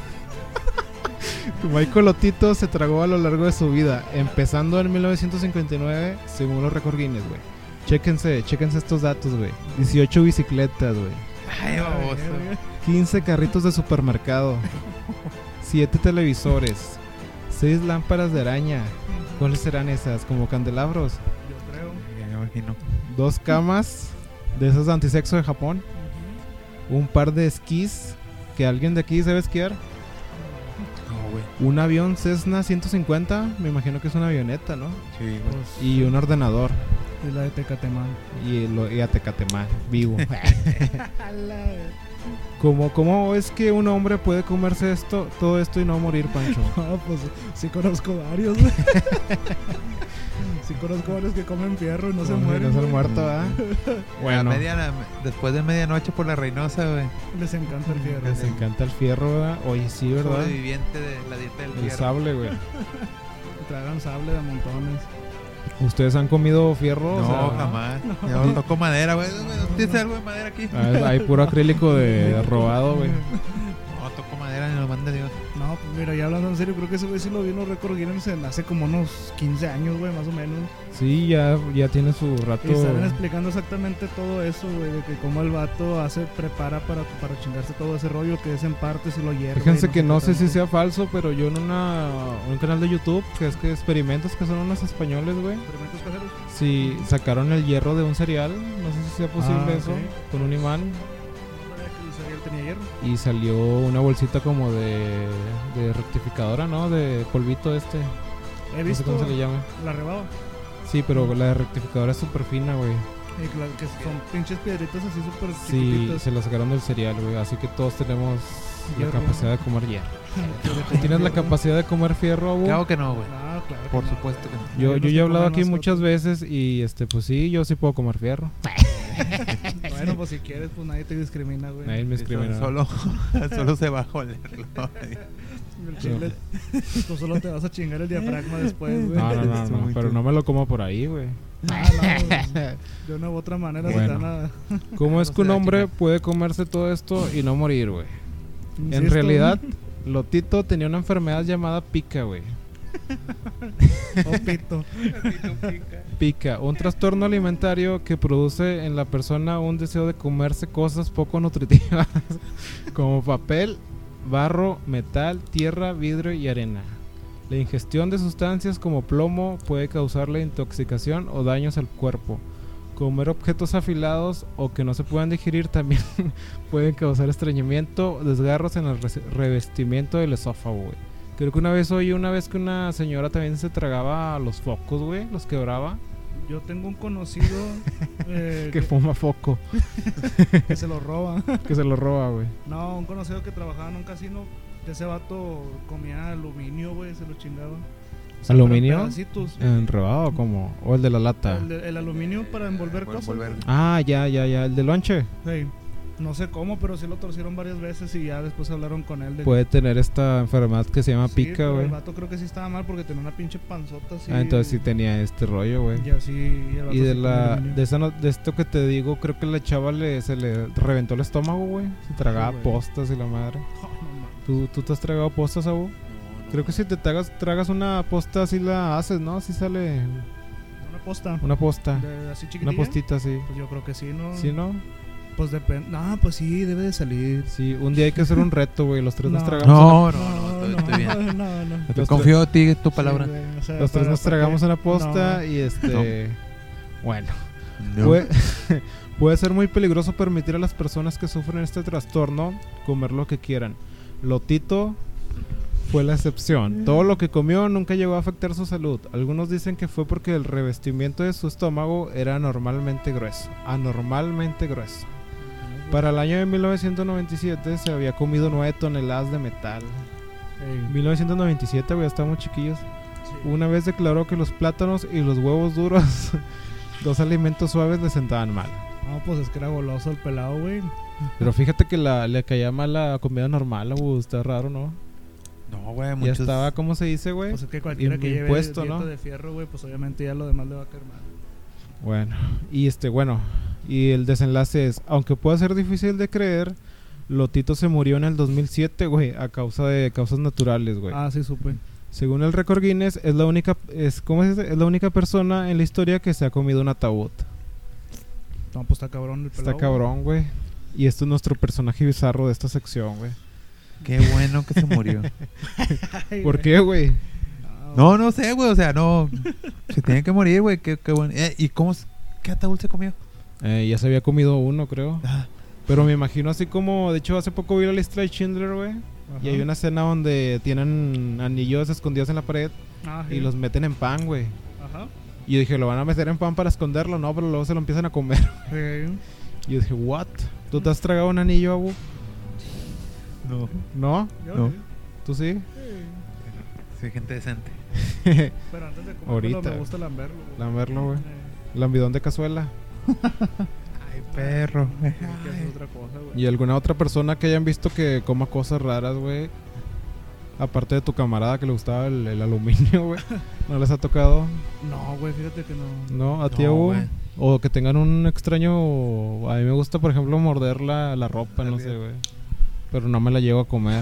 que Michael Lotito se tragó a lo largo de su vida, empezando en mil novecientos cincuenta y nueve, según los récords Guinness, güey. Chéquense, chéquense estos datos, güey. dieciocho bicicletas, güey. Ay, baboso. quince carritos de supermercado. siete televisores. seis lámparas de araña. ¿Cuáles serán esas? ¿Como candelabros? Yo creo. Ya me imagino. Dos camas de esas de antisexo de Japón. Un par de esquís. ¿Que alguien de aquí sabe esquiar? No, güey. Un avión Cessna ciento cincuenta. Me imagino que es una avioneta, ¿no? Sí, güey. Pues, Y un ordenador. es la de Tecatemán. Y, lo, y a Tecatemán, vivo. ¿Cómo, ¿Cómo es que un hombre puede comerse esto, todo esto y no morir, Pancho? No, pues sí conozco varios, güey. Sí conozco varios que comen fierro y no se No, mueren. No se han güey. muerto, ¿verdad? A Bueno, media- después de medianoche por la Reynosa, güey. Les encanta el fierro. les encanta el fierro, ¿verdad? Oye, sí, ¿verdad? Sobreviviente de la dieta del El fierro. sable, güey. Tragan sable de montones. ¿Ustedes han comido fierro? O No, sea, jamás. Yo no toco madera, güey. ¿Tienes algo de madera aquí? ah, hay puro acrílico de, de robado, güey. No toco madera ni lo manda Dios. No, pues mira, ya hablando en serio, creo que ese güey sí lo vi en los récords Guinness en hace como unos quince años, güey, más o menos. Sí, ya, ya tiene su rato. Y salen explicando exactamente todo eso, güey, de que cómo el vato hace, prepara para, para chingarse todo ese rollo, que es en partes y lo hierve. Fíjense y que no qué sé si tanto. sea falso, pero yo en una un canal de YouTube, que es que experimentos, que son unos españoles, güey. ¿Experimentos caseros? Sí, sacaron el hierro de un cereal, no sé si sea posible Ah, eso, ok. con un imán. No sabía que el cereal tenía hierro. Y salió una bolsita como de, de rectificadora, ¿no? De polvito este. He No sé visto cómo se le llama. la rebaba. Sí, pero la de rectificadora es súper fina, güey. Y claro, que son pinches piedritas así súper Sí, chiquititas. se la sacaron del cereal, güey. Así que todos tenemos la Hierro. capacidad de comer hierro. ¿Tú ¿Tú tienes la capacidad de comer fierro, Abu? Claro que no, güey. No, claro. que Por no, supuesto güey. que no. Yo, Yo yo no ya he estoy hablado comiendo aquí muchas mascotas. veces y este, pues sí, yo sí puedo comer fierro. Bueno, pues si quieres, pues nadie te discrimina, güey. Nadie me Sí, discrimina. Solo, solo se va a olerlo. El chile, tú solo te vas a chingar el diafragma después, güey. No, no, no, Estoy no, muy pero tonto. no me lo como por ahí, güey. Ah, no, de una u otra manera Bueno. se te van a- ¿Cómo es No que un se da hombre chica. puede comerse todo esto y no morir, güey? En Insisto, realidad, Lotito tenía una enfermedad llamada pica, güey. oh, pito. Pica, un trastorno alimentario que produce en la persona un deseo de comerse cosas poco nutritivas como papel, barro, metal, tierra, vidrio y arena. La ingestión de sustancias como plomo puede causarle intoxicación o daños al cuerpo. Comer objetos afilados o que no se puedan digerir también pueden causar estreñimiento, desgarros en el res- revestimiento del esófago, güey. Creo que una vez oí una vez que una señora también se tragaba los focos, güey, los quebraba. Yo tengo un conocido eh, Que que, fuma foco, que se lo roba. que se lo roba, güey. No, un conocido que trabajaba en un casino. Ese vato comía aluminio, güey, se lo chingaba. O sea, ¿Aluminio? pero en pedacitos. ¿Enrebado como? ¿O el de la lata? El, de- el aluminio para envolver Para cosas. envolver. güey. Ah, ya, ya, ya, el de lonche. Sí. No sé cómo, pero sí lo torcieron varias veces y ya después hablaron con él. De Puede tener esta enfermedad que se llama Sí, pica, pero güey. El vato creo que sí estaba mal porque tenía una pinche panzota así. Ah, entonces sí tenía este rollo, güey. Y así. Y, el vato Y de sí comía la aluminio. de, esa no- de esto que te digo, creo que la chava le, se le reventó el estómago, güey. Se tragaba güey. postas y la madre. Oh, no mames. ¿Tú, ¿Tú te has tragado postas, Abu? Creo que si te tragas, tragas una posta, así la haces, ¿no? Así sale Una posta. una posta. De- así chiquitilla. Una postita, sí. Pues yo creo que sí, ¿no? ¿Sí, no? Pues depende. No, pues sí, debe de salir. Sí, un día hay que hacer un reto, güey. Los tres nos No. tragamos No, una- no, no, estoy- estoy bien. No, no. Los Yo tre- confío en ti, tu Sí, palabra. güey, o sea, Los tres para- nos para tragamos qué. una posta No. y este... Bueno. No. Puede, puede ser muy peligroso permitir a las personas que sufren este trastorno comer lo que quieran. Lotito fue la excepción. Todo lo que comió nunca llegó a afectar su salud. Algunos dicen que fue porque el revestimiento de su estómago era anormalmente grueso. Anormalmente grueso. Para el año de mil novecientos noventa y siete se había comido nueve toneladas de metal. Ey, mil novecientos noventa y siete, güey, estábamos chiquillos. sí. Una vez declaró que los plátanos y los huevos duros, dos alimentos suaves, le sentaban mal. No, pues es que era goloso el pelado, güey. Pero fíjate que la, le caía mal la comida normal, güey, está raro, ¿no? No, güey, Ya muchos... estaba, ¿cómo se dice, güey? Pues es que cualquiera Im- que lleve impuesto, dieta ¿no? de fierro, güey, pues obviamente ya lo demás le va a caer mal. Bueno, y este, bueno, y el desenlace es, aunque pueda ser difícil de creer, Lotito se murió en el dos mil siete, güey, a causa de causas naturales, güey. Ah, sí, supe. Según el récord Guinness, es la única, es, ¿cómo se dice? Es la única persona en la historia que se ha comido un ataúd. No, pues está cabrón el pelado. Está cabrón, güey. Y esto es nuestro personaje bizarro de esta sección, güey. Qué bueno que se murió. Ay, ¿Por güey. qué, güey? Ah, No, no sé, güey, o sea, no... Se tiene que morir, güey, qué, qué bueno. Eh, ¿Y cómo... s- ¿Qué ataúd se comió? Eh, ya se había comido uno, creo. Ah, Pero me imagino así como, de hecho hace poco vi la lista de Schindler, güey. ajá. Y hay una escena donde tienen anillos escondidos en la pared Ah, y sí. los meten en pan, güey. Ajá. Y yo dije, lo van a meter en pan para esconderlo, no, pero luego se lo empiezan a comer. Sí. Y yo dije, what? ¿Tú te has tragado un anillo, Abu? no. ¿No? Yo No. sí. ¿Tú sí? Sí. Soy gente decente. Pero antes de comerlo Ahorita. me gusta lamberlo. güey. Lamberlo, güey. Eh, Lambidón de cazuela. Ay, perro. que es otra cosa, güey. ¿Y alguna otra persona que hayan visto que coma cosas raras, güey? Aparte de tu camarada que le gustaba el, el aluminio, güey. ¿No les ha tocado? No, güey, fíjate que no. ¿No? ¿A ti, No, Abu? güey. O que tengan un extraño... A mí me gusta, por ejemplo, morder la, la ropa, no sé, güey. Pero no me la llego a comer.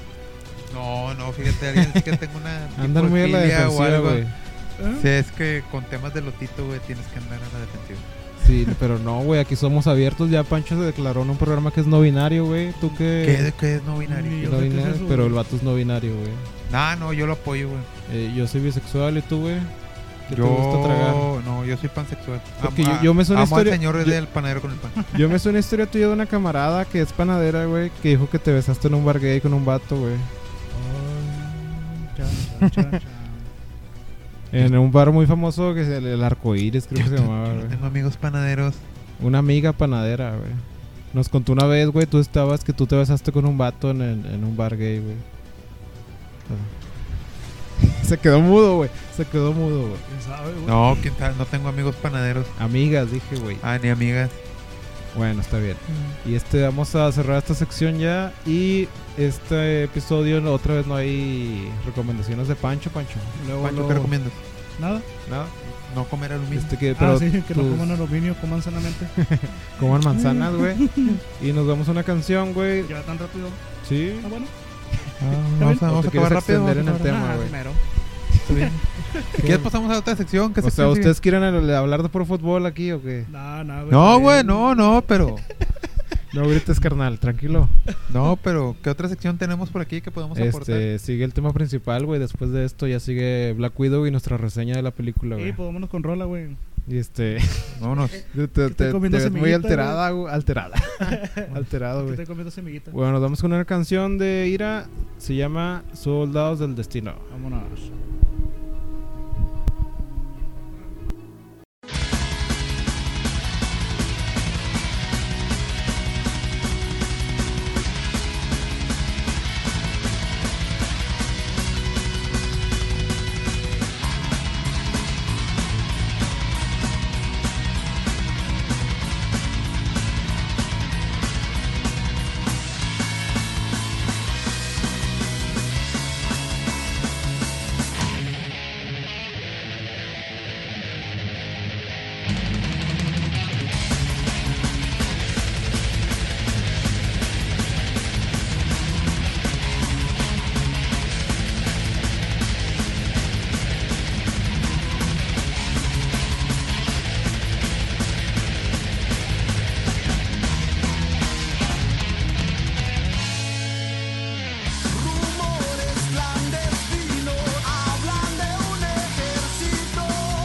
No, no, fíjate, alguien es que tengo una... tipo Andan de muy a la filia o defensiva, algo. güey. ¿Eh? Sí, es que con temas de lotito, güey, tienes que andar a la defensiva. Sí, pero no, güey, aquí somos abiertos. Ya Pancho se declaró en un programa que es no binario, güey. ¿Tú qué? ¿Qué, de qué es no binario? Ni- yo No sé qué es binario, eso, pero güey. el vato es no binario, güey. Nah, no, yo lo apoyo, güey. Eh, yo soy bisexual, ¿y tú, güey? ¿Qué yo... te gusta tragar? No, yo soy pansexual. Porque Amo yo- a- yo me sé una amo historia- al señor yo- del panadero con el pan. Yo me sé una historia tuya de una camarada que es panadera, güey, que dijo que te besaste en un bar gay con un vato, güey. Chan, chan, chan, chan. En un bar muy famoso que es el, el Arcoíris, creo que se llamaba, Yo no güey. tengo amigos panaderos. Una amiga panadera, güey. Nos contó una vez, güey, tú estabas que tú te besaste con un vato en, el- en un bar gay, güey. Se quedó mudo, güey. Se quedó mudo, güey. ¿Quién sabe, güey? No, quién sabe, no tengo amigos panaderos. Amigas, dije, güey. Ah, ni amigas. Bueno, está bien. Y este, vamos a cerrar esta sección ya. Y este episodio, no, otra vez no hay recomendaciones de Pancho, Pancho. Luego, Pancho, ¿qué luego, recomiendas? Nada. ¿no? No comer aluminio. Este que, pero ah, sí, que no tus- coman aluminio, coman sanamente. coman manzanas, güey. Y nos damos una canción, güey. Ya tan rápido. Sí. Ah, bueno. Ah, vamos a, ¿O vamos te a quieres acabar rápido. extender en vamos a el acabar- tema, Ah, güey? primero. Está bien. Si quieres pasamos a otra sección. ¿Qué O sea, sección sigue? ¿ustedes quieren el- hablar de puro fútbol aquí o qué? No, no, güey. No, güey, no, no, pero... No grites, carnal, tranquilo. No, pero ¿qué otra sección tenemos por aquí que podemos aportar? Este, sigue el tema principal, güey. Después de esto ya sigue Black Widow y nuestra reseña de la película, Sí, güey. pues vámonos con rola, güey. Y este, Vámonos. te, te, Estoy te- comiendo te ves muy semillita, alterada, güey. Alterada. Alterado, Aquí güey. estoy comiendo semillita. Bueno, nos vamos con una canción de Ira. Se llama Soldados del Destino. Vámonos. Rumores clandestinos hablan de un ejército,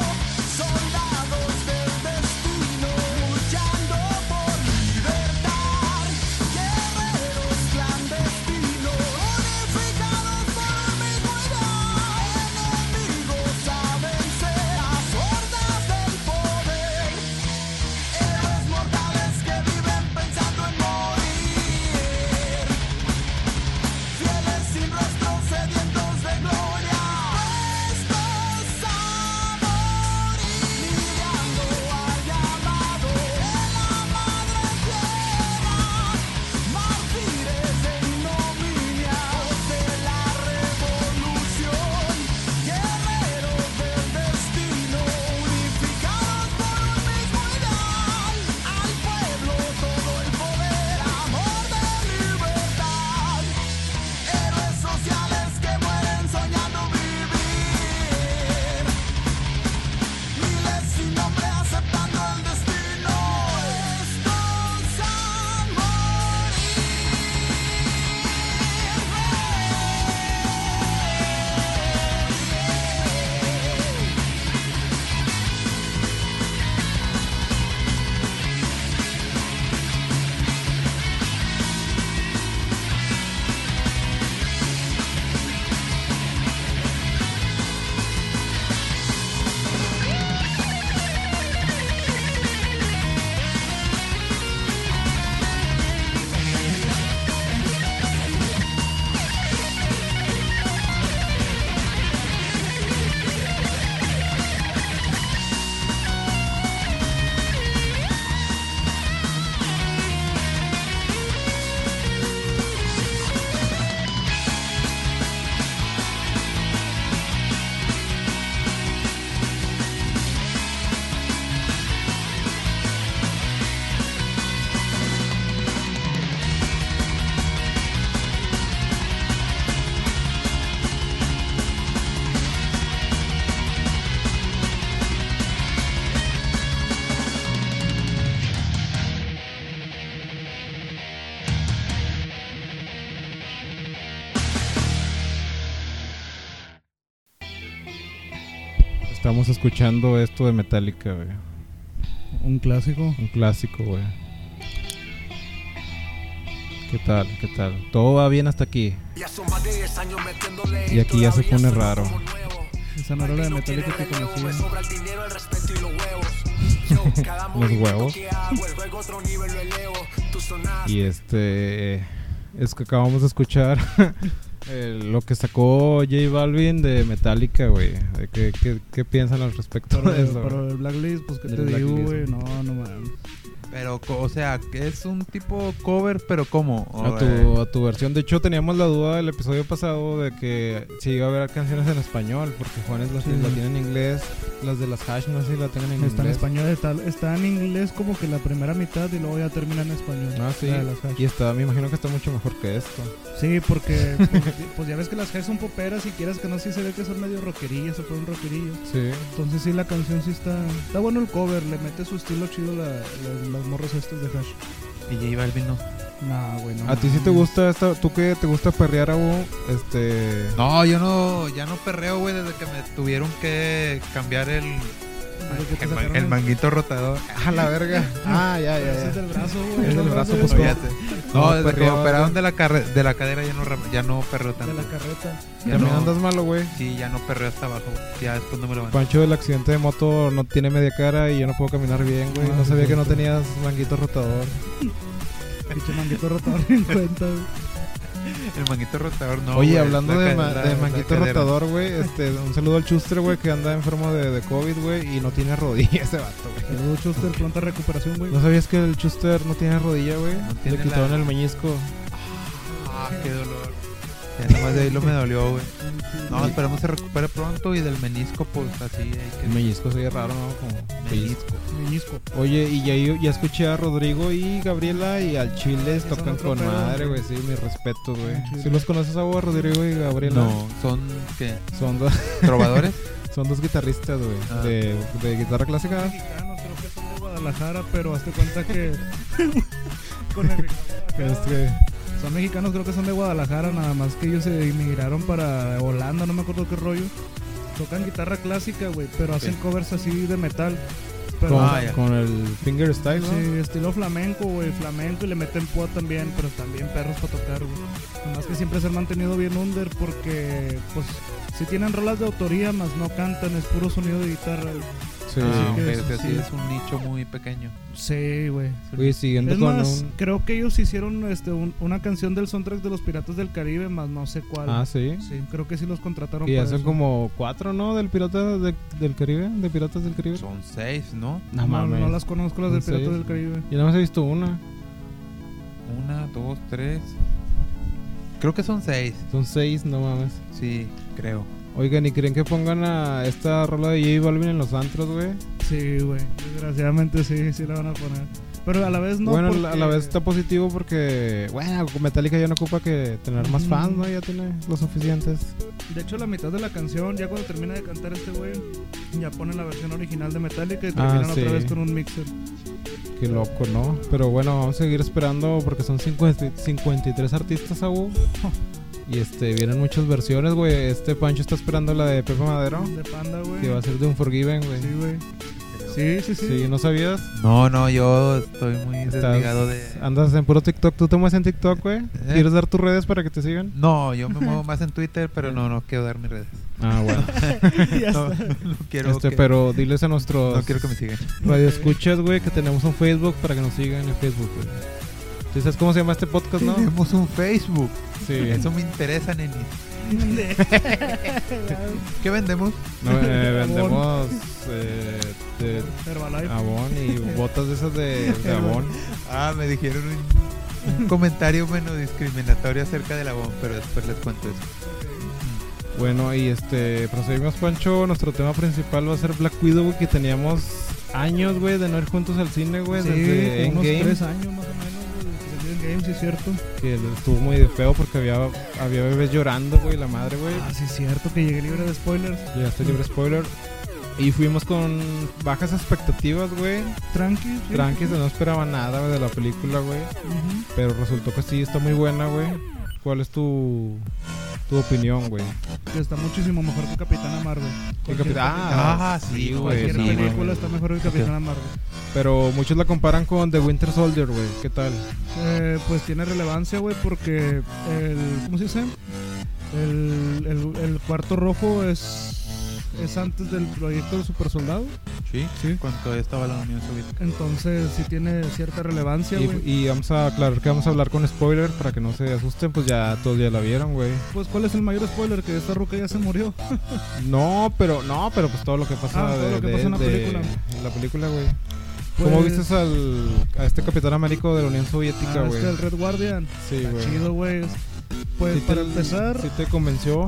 soldados del destino luchando por libertad, guerreros clandestinos unificados por ambigüedad, enemigos a vencer, las hordas del poder, héroes mortales que viven pensando en morir. Fieles sin rostro, sedientos de gloria, prestos a morir, lidiando al llamado de la madre tierra, mártires de ignominia, de la revolución, guerreros del destino, unificados por un mismo ideal, al pueblo todo el poder, amor de libertad. Héroes sociales que mueren soñando vivir, miles sin nombre aceptando el destino, estos a Estamos escuchando esto de Metallica, güey. Un clásico. Un clásico, güey. ¿Qué tal? ¿Qué tal? Todo va bien hasta aquí. Y aquí ya se pone raro. Esa no era la de Metallica que conocía. Los huevos. Y este... Es que acabamos de escuchar eh, lo que sacó J Balvin de Metallica, güey. ¿Qué, qué, qué piensan al respecto Pero, de eso? pero güey? el Blacklist, pues que Del te digo, Blacklist, güey. güey. No, no mames. Pero, co- o sea, que es un tipo cover, pero ¿cómo? O, A tu, a tu versión. De hecho, teníamos la duda del episodio pasado de que si iba a haber canciones en español, porque Juanes las, Sí. la tiene en inglés, las de las Hash no sé si la tienen en Está en inglés. español, está, está en inglés como que la primera mitad y luego ya termina en español. Ah, sí. La de las hash. Y está, me imagino que está mucho mejor que esto. Sí, porque pues, pues ya ves que las hash son poperas y quieras que no, sí se ve que son medio rockerillas o fueron rockerillos. Sí. Entonces sí, la canción sí está... Está bueno el cover, le mete su estilo chido la, la- las morras estas de hash. Y J Balvin no. Nah, güey, no ¿A ti sí te mames. gusta esta? ¿Tú qué te gusta perrear, Abu? Este... No, yo no, ya no perreo, güey, desde que me tuvieron que cambiar el, Desde que te el, man- sacaron el el- manguito rotador. A la verga. Ah, ya, Ese ya, es ya. del brazo, güey. Es del no brazo, mames, pues, Fíjate. No, No, desde que me perreabas, operaron güey. de la, carre- de la cadera ya no, rem- ya no perreo de tanto. la carreta. Ya También no, andas malo, güey. sí, ya no perreo hasta abajo. Ya después no me lo van. Pancho del accidente de moto no tiene media cara y yo no puedo caminar bien, güey. Ah, No sabía sí, que no sí. tenías manguito rotador. Pinche manguito rotador en cuenta, güey. El manguito rotador no. Oye, güey, hablando la de, ca- ma- la- de la manguito cadera. rotador, güey, este, un saludo al Chuster, güey, que anda enfermo de, de COVID, güey, y no tiene rodilla ese vato, güey. Saludos, Chuster, pronta recuperación, güey. ¿No sabías que el Chuster no tiene rodilla, güey? No Le tiene quitaron la- el meñisco. Ah, qué dolor. Ya nomás de ahí lo me dolió, güey. No, esperamos se recupere pronto y del menisco, pues así hay que... El meñisco se oye raro, ¿no? Como Menisco. Meñisco. Oye, y ya, ya escuché a Rodrigo y Gabriela y al Chiles Son tocan otro con pedo, madre, güey. güey, sí, mis respetos, güey. Chile. ¿Sí los conoces a vos, Rodrigo y Gabriela? No, son, ¿qué? Son dos, ¿Trovadores? son dos guitarristas, güey, Ah. de, de guitarra clásica. Mexicanos, creo que son de Guadalajara, pero hazte cuenta que. con el Este, Son mexicanos, creo que son de Guadalajara, nada más que ellos se inmigraron para Holanda, no me acuerdo qué rollo. Tocan guitarra clásica, güey, pero hacen covers así de metal. Pero, con, Ah, ya. con el finger style, ¿no? sí, estilo flamenco, güey, flamenco y le meten púa también, pero también perros para tocar, güey. Nada más que siempre se han mantenido bien under porque, pues, si tienen rolas de autoría, más no cantan, es puro sonido de guitarra, güey. Sí. Ah, que ok, es- o sea, sí sí. es un nicho muy pequeño. Sí, güey. Oye, siguiendo Es con más, un... creo que ellos hicieron este, un- una canción del soundtrack de los Piratas del Caribe, más no sé cuál. Ah, sí. Sí, creo que sí los contrataron. Y ya para son eso. como cuatro, ¿no? Del Pirata de- del Caribe, de Piratas del Caribe. Son seis, ¿no? No, no las conozco las del Son Piratas seis. del Caribe. Yo nada más he visto una. Una, dos, tres. Creo que son seis. Son seis, no mames. Sí, creo. Oigan, ¿y creen que pongan a esta rola de J Balvin en los antros, güey? Sí, güey. Desgraciadamente sí, sí la van a poner. Pero a la vez no. bueno, porque... a la vez está positivo porque, bueno, Metallica ya no ocupa que tener más Ujú. fans, ¿no? Ya tiene los suficientes. De hecho, la mitad de la canción, ya cuando termina de cantar este güey, ya ponen la versión original de Metallica y terminan sí. otra vez con un mixer. Qué loco, ¿no? Pero bueno, vamos a seguir esperando porque son cincuenta, cincuenta y tres artistas, Abu. Y este, vienen muchas versiones, güey. Este Pancho está esperando la de Pepe Madero, De Panda, güey. que va a ser de Unforgiven, güey. Sí, güey. Sí, sí, sí. Sí, ¿no sabías? No, no, yo estoy muy Estás- desligado de... Andas en puro TikTok. ¿Tú te mueves en TikTok, güey? ¿Eh? ¿Quieres dar tus redes para que te sigan? No, yo me muevo más en Twitter, pero no, no quiero dar mis redes. Ah, bueno. Ya No, está. no quiero este, que- pero diles a nuestros No quiero que me sigan. radioescuchas, güey, que tenemos un Facebook para que nos sigan en Facebook, güey. ¿Sí sabes cómo se llama este podcast, no? Tenemos un Facebook. Sí. Eso me interesa, neni. ¿Qué vendemos? No, eh, Abón. vendemos eh, de Herbalife. Abón y botas de esas de, de Abón. Ah, me dijeron un, un comentario menos discriminatorio acerca del abón, pero después les cuento eso. Bueno, y este, proseguimos, Pancho. Nuestro tema principal va a ser Black Widow, güey, que teníamos años, güey, de no ir juntos al cine, güey, Sí, desde como unos Endgame. tres años más o menos, güey, desde que salió Endgame, sí es cierto. Que estuvo muy de feo porque había, había bebés llorando, güey, la madre, güey. Ah, sí es cierto que llegué libre de spoilers. Ya está libre spoiler. Y fuimos con bajas expectativas, güey. Tranqui. sí. Tranquis, no esperaba nada, güey, de la película, güey. Ujú. Pero resultó que sí, está muy buena, güey. ¿Cuál es tu, tu opinión, güey? Que está muchísimo mejor que Capitana Marvel. El Cualquier Capitán- Ah, sí, güey. Cualquier sí, película güey. está mejor que Capitana Marvel. Pero muchos la comparan con The Winter Soldier, güey. ¿Qué tal? Eh, pues tiene relevancia, güey, porque el... ¿Cómo se dice? El, el, el cuarto rojo es... Es antes del proyecto del super soldado. Sí, sí. Cuando todavía estaba la Unión Soviética. Entonces sí tiene cierta relevancia, güey. Y, y vamos a aclarar que vamos a hablar con spoiler para que no se asusten, pues ya todos ya la vieron, güey. Pues ¿cuál es el mayor spoiler? Que esta ruca ya se murió. No, pero no, pero pues todo lo que pasa Ah, todo de, lo que de- pasa en la de- película. en la película, güey. ¿Cómo Pues, viste al, a este Capitán América de la Unión Soviética, ah, güey? este, el Red Guardian. Sí, Está güey. chido, güey. Pues ¿Sí para te- empezar, ¿Sí te convenció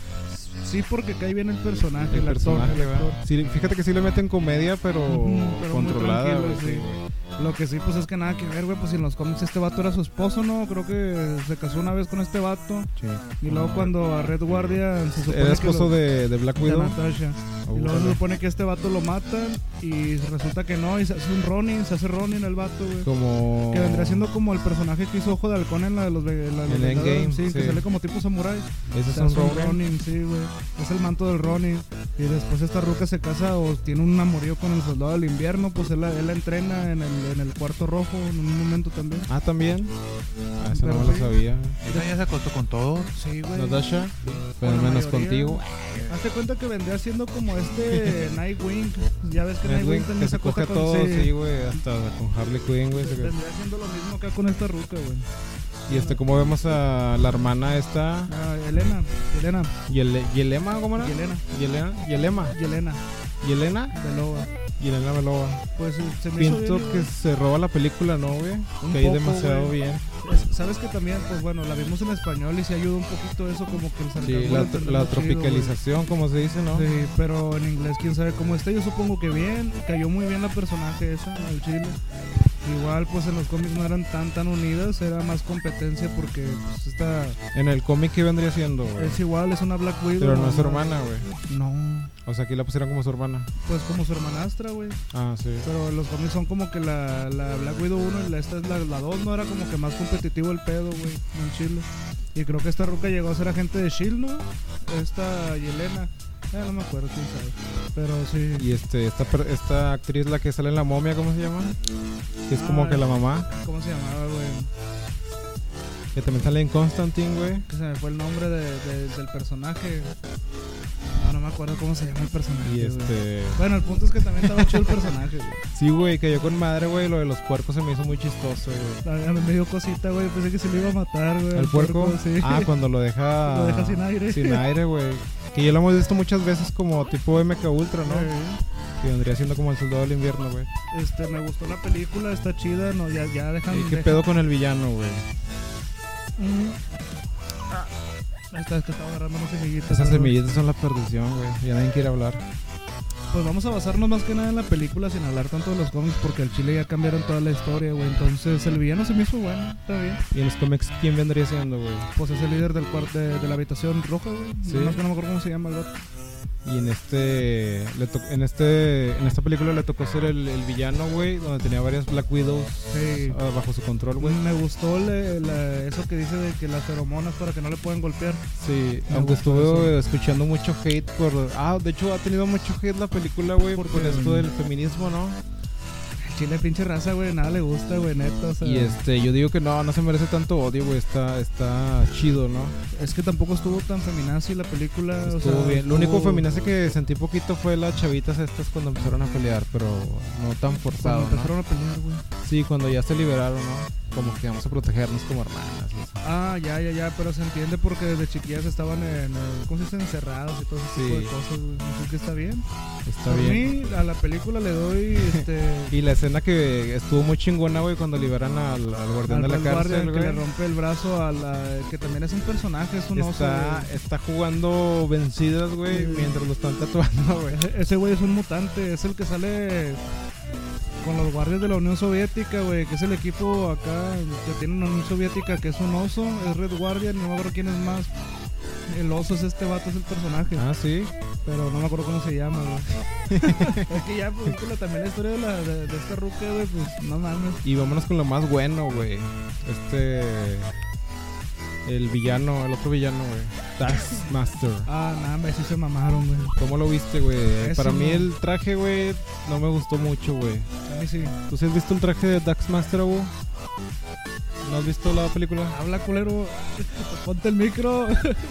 sí, porque cae bien el personaje, el, el actor. personaje, el actor. ¿verdad? Sí, fíjate que sí le meten comedia, pero, Ujú, pero muy controlada, tranquilo, güey. sí. Sí, güey. Lo que sí, pues es que nada que ver, güey. Pues si en los cómics este vato era su esposo, ¿no? Creo que se casó una vez con este vato. Sí. Y luego cuando a Red Guardian se supone Era que esposo lo- de, de Black de Widow. Natasha. Oh, Y luego se órale. supone que este vato lo matan y resulta que no, y se hace un Ronin, se hace Ronin el vato, güey. Como... Que vendría siendo como el personaje que hizo Ojo de Halcón en la de los, ve- la de los En Vengadores, Endgame, sí, que sí. sale como tipo samurai. Ese es Se un hace un Ronin. Ronin, sí, güey. Es el manto del Ronin. Y después esta ruca se casa o tiene un amorío con el soldado del invierno, pues él la, él la entrena en el, en el cuarto rojo en un momento también. Ah, ¿también. Ah, eso Pero no me lo sí. sabía. Esa ya se acostó con todos. Sí, güey. Natasha, pero Con la menos mayoría. contigo. Hazte cuenta que vendría siendo como este Nightwing. Ya ves que Nightwing, Nightwing que también se se coge acosta a con... todos, sí. sí, güey, hasta con Harley Quinn, güey. se- Vendría siendo lo mismo acá con esta ruca, güey. Y este, como vemos a la hermana esta, Ah, Elena, Elena, Yele- Yelema, ¿cómo era? Yelena, Yelena, Yelema, Yelena, Yelena, Belova. Yelena Belova. Pues eh, se me hizo Pienso bien, que güey. se roba la película, ¿no, güey? Un Que hay poco, demasiado güey. bien. Es- Sabes que también, pues bueno, la vimos en español y se ayuda un poquito eso, como que el sarcasmo Sí, lo la, entendemos la chido, güey. tropicalización, como se dice, ¿no? Sí, pero en inglés quién sabe cómo está. Yo supongo que bien, cayó muy bien la personaje esa al chile. Igual pues en los cómics no eran tan tan unidas, era más competencia porque pues esta En el cómic, ¿qué vendría siendo, güey? es igual, es una Black Widow. Pero no es su una- hermana, güey. No, O sea, aquí la pusieron como su hermana. pues como su hermanastra, güey. Ah, sí. Pero en los cómics son como que la, la Black Widow uno y la, esta es la, la dos, no era como que más competitivo el pedo, güey, en Chile. Y creo que esta ruca llegó a ser agente de S H I E L D, ¿no? Esta Yelena. Eh, no me acuerdo, quién sabe. Pero sí. Y este, esta, per- esta actriz, la que sale en La Momia, ¿cómo se llama? Que es como Ah, que la mamá. ¿Cómo se llamaba, güey? Que también sale en Constantine, güey. Que se me fue el nombre de, de- del personaje. No, no me acuerdo cómo se llama el personaje. Y güey. este... Bueno, el punto es que también estaba chido el personaje, güey. Sí, güey, cayó con madre, güey. Lo de los puercos se me hizo muy chistoso, güey. A mí me dio cosita, güey. Pensé que se lo iba a matar, güey. ¿El puerco? Sí. Ah, cuando lo deja... Lo deja sin aire. Sin aire, güey. Que ya lo hemos visto muchas veces como tipo M K Ultra, ¿no? Eh, Que vendría siendo como el soldado del invierno, güey. Este, me gustó la película, está chida. No, ya, ya dejan. ¿Y qué dejan- pedo con el villano, güey? Mm. Ah, ahí está, es que estaba agarrando unas semillitas. Esas pero- semillitas son la perdición, güey. Ya nadie quiere hablar. Pues vamos a basarnos más que nada en la película sin hablar tanto de los cómics porque al chile ya cambiaron toda la historia, güey. Entonces el villano se me hizo bueno, está bien. ¿Y en los cómics quién vendría siendo, güey? Pues es el líder del cuarto de, de la habitación roja, güey. Sí. Nomás que no me acuerdo cómo se llama el vato. Y en este, le to- en este, en esta película le tocó ser el, el villano, güey, donde tenía varias Black Widows Sí. ah, bajo su control, güey. Me gustó le- la- eso que dice de que las feromonas para que no le puedan golpear. Sí, Me aunque gustó estuve eso. escuchando mucho hate por... Ah, de hecho ha tenido mucho hate la película, güey, por, Porque- esto del feminismo, ¿no? Al chile pinche raza, güey, nada le gusta, güey, neta. O sea, Y este, yo digo que no, no se merece tanto odio, güey, está, está chido, ¿no? es que tampoco estuvo tan feminazi la película. o Estuvo sea, bien. Lo único estuvo- feminazi que sentí poquito fue las chavitas estas cuando empezaron a pelear, pero no tan Cuando forzado, ¿no? empezaron a pelear, güey. Sí, cuando ya se liberaron, ¿no? Como que vamos a protegernos como hermanas. y eso. Ah, ya, ya, ya, pero se entiende porque desde chiquillas estaban en, eh, ¿cómo se dice? Encerrados y todo ese Sí. tipo de cosas, güey. Así que está bien. Está Por bien. mí, a la película le doy, este... Y la escena que estuvo muy chingona, güey, cuando liberan al, al guardián al de la Red Guardian cárcel, que le güey. rompe el brazo a la... que también es un personaje, es un oso, Está, güey. está jugando vencidas, güey, Sí. mientras lo están tatuando, güey. Ese- Ese güey es un mutante, es el que sale con los guardias de la Unión Soviética, güey, que es el equipo acá que tiene una Unión Soviética que es un oso, es Red Guardian, no me acuerdo quién es más. El oso es este vato, es el personaje, Ah, sí. pero no me acuerdo cómo se llama, güey. Es que ya, pues, la- también la historia de, la, de, de esta ruca, güey, pues, no mames. Y vámonos con lo más bueno, güey. Este... El villano, el otro villano, güey. Taskmaster. Ah, nada, me sí se mamaron, güey. ¿Cómo lo viste, güey? Eso Para mí no. el traje, güey, no me gustó mucho, güey. A mí sí. ¿Tú sí has visto el traje de Taskmaster, güey? ¿No has visto la película? Habla, culero. Ponte el micro.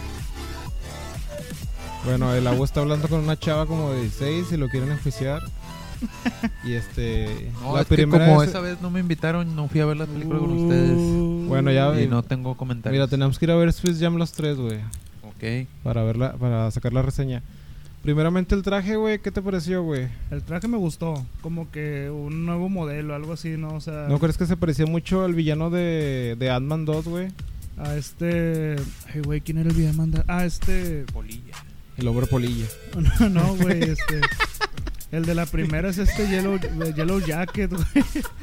Bueno, el agua está hablando con una chava como de dieciséis y lo quieren enjuiciar. Y este... No, la es que primera como vez- esa vez no me invitaron, no fui a ver la película con ustedes. Bueno, ya... Y no tengo comentarios. Mira, tenemos que ir a ver Space Jam los tres, güey. Ok. Para verla, para sacar la reseña. Primeramente el traje, güey, ¿qué te pareció, güey? El traje me gustó, como que un nuevo modelo, algo así, ¿no? O sea, ¿No crees que se parecía mucho al villano de, de Ant-Man dos, güey? a este... Ay, güey, ¿quién era el villano? Anda- Ah, este... Polilla. El hombre polilla. No, no, güey, este... El de la primera es este Yellow, Yellow Jacket, güey.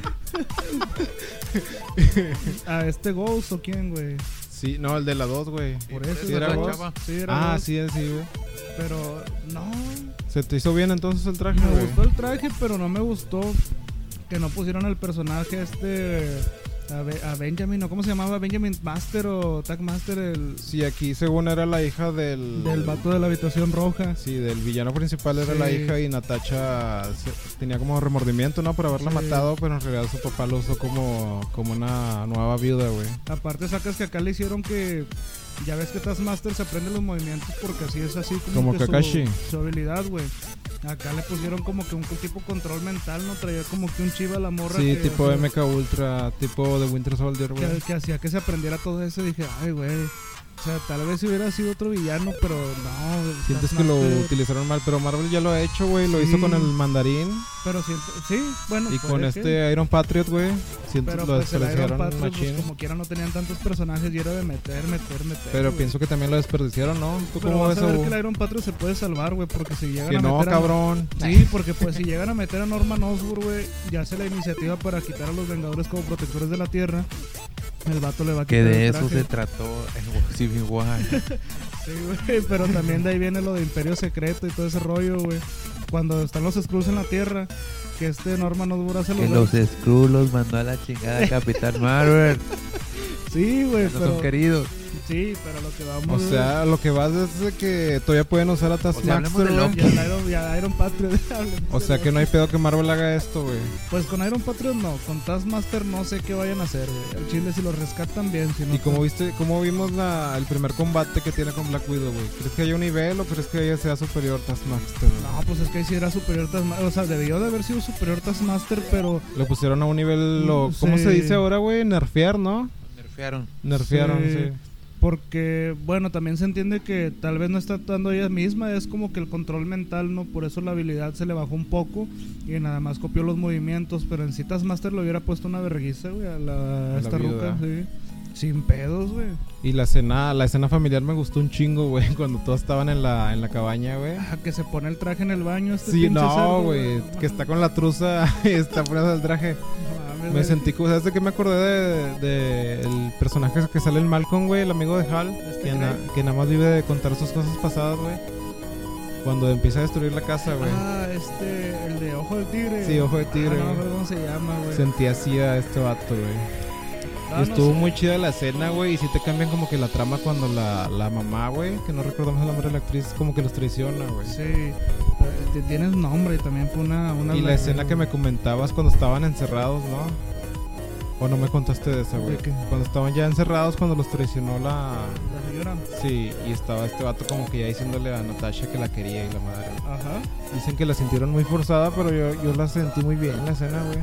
A este Ghost o quién, güey. Sí, no, el de la dos, güey. Por eso ¿Sí era era Ghost. Ghost? Sí, era Ah, Ghost. sí, sí, güey. Pero no, ¿Se te hizo bien entonces el traje, me güey? gustó el traje, pero no me gustó que no pusieron al personaje este a, Be- a Benjamin, ¿o cómo se llamaba? Benjamin Master o Tag Master, el Sí, aquí según era la hija del... del vato de la habitación roja. Sí, del villano principal era Sí. la hija y Natacha se- tenía como remordimiento, ¿no? Por haberla Sí. matado, pero en realidad su papá lo usó como, como una nueva viuda, güey. Aparte sacas que acá le hicieron que ya ves que Taskmaster se aprende los movimientos porque así es así como, Como que su- Kakashi. Su, habilidad, güey. Acá le pusieron como que un tipo control mental, no traía como que un chiva a la morra. Sí, que, tipo o sea, M K Ultra, tipo de Winter Soldier, güey. que, que hacía que se aprendiera todo eso. Dije, ay, güey. O sea, tal vez si hubiera sido otro villano, pero no. Sientes que lo Taskmaster- utilizaron mal, pero Marvel ya lo ha hecho, güey. Lo Sí. hizo con el Mandarín Pero siento, sí, bueno. y puede con que, este Iron Patriot, güey. Siento Pero que lo pues el Iron desperdiciaron Patriot, pues, machín. como quiera, no tenían tantos personajes y era de meter, meter, meter. Pero güey. pienso que también lo desperdiciaron, ¿no? ¿Tú Pero cómo vas ves a ver eso? que el Iron Patriot se puede salvar, güey, porque si llegan Que a no, meter a- cabrón. Sí, porque pues si llegan a meter a Norman Osborn, güey, ya hace la iniciativa para quitar a los Vengadores como protectores de la Tierra. El vato le va a Que quitar de el eso traje. se trató en Civil War. Sí, güey, pero también de ahí viene lo de Imperio Secreto y todo ese rollo, güey. Cuando están los Skrulls en la Tierra, que este Norman Osborn hace Que los... los Skrulls los mandó a la chingada Capitán Marvel. Sí, güey, No pero... son queridos. Sí, pero lo que O vamos... sea, lo que vas es de que todavía pueden usar a sea, hablemos Taskmaster, de güey. Loki. Ya el Iron, ya Iron Patriot. hablemos O de sea, que Loki. no hay pedo que Marvel haga esto, güey. Pues con Iron Patriot no, con Taskmaster no sé qué vayan a hacer, güey. Al chile si lo rescatan bien, si no... ¿Y cómo viste, cómo vimos la, el primer combate que tiene con Black Widow, güey? ¿Crees que haya un nivel o crees que ella sea superior Taskmaster, güey? No, pues es que ahí sí era superior Taskmaster. O sea, debió de haber sido superior Taskmaster, pero... Lo pusieron a un nivel, lo, ¿cómo Sí. se dice ahora, güey? Nerfear, ¿no? Nerfearon. Nerfearon, Sí. sí. Porque, bueno, también se entiende que tal vez no está actuando ella misma, es como que el control mental, ¿no? Por eso la habilidad se le bajó un poco y nada más copió los movimientos, pero en sí Taskmaster le hubiera puesto una vergüenza, güey, a, la, a A la esta viuda. ruca, sí. Sin pedos, güey. Y la escena, la escena familiar me gustó un chingo, güey, cuando todos estaban en la, en la cabaña, güey. Ah, que se pone el traje en el baño este Sí, pinche no, cerdo, güey, que está con la truza y está poniendo el traje. No mames, Me güey. sentí, como- ¿sabes de qué me acordé de, de el personaje que sale en Malcolm, güey, el amigo de Hal? Este Que, na- Craig. que nada más vive de contar sus cosas pasadas, güey. Cuando empieza a destruir la casa, güey. Ah, este, el de Ojo del Tigre. Sí, Ojo de Tigre, Ah, no me güey. acuerdo cómo se llama, güey. Sentí así a este vato, güey. Ah, Y estuvo no sé. muy chida la escena, güey. Y sí te cambian como que la trama cuando la, la mamá, güey, que no recordamos el nombre de la actriz, como que los traiciona, güey. Sí, pero te- tienes nombre y también fue una... una Y la escena que me comentabas cuando estaban encerrados, ¿no? ¿O no me contaste de esa, güey? ¿De qué? Cuando estaban ya encerrados, cuando los traicionó la... La señora. Sí, y estaba este vato como que ya diciéndole a Natasha que la quería y la madre. Ajá. Dicen que la sintieron muy forzada, pero yo, yo la sentí muy bien la escena, güey.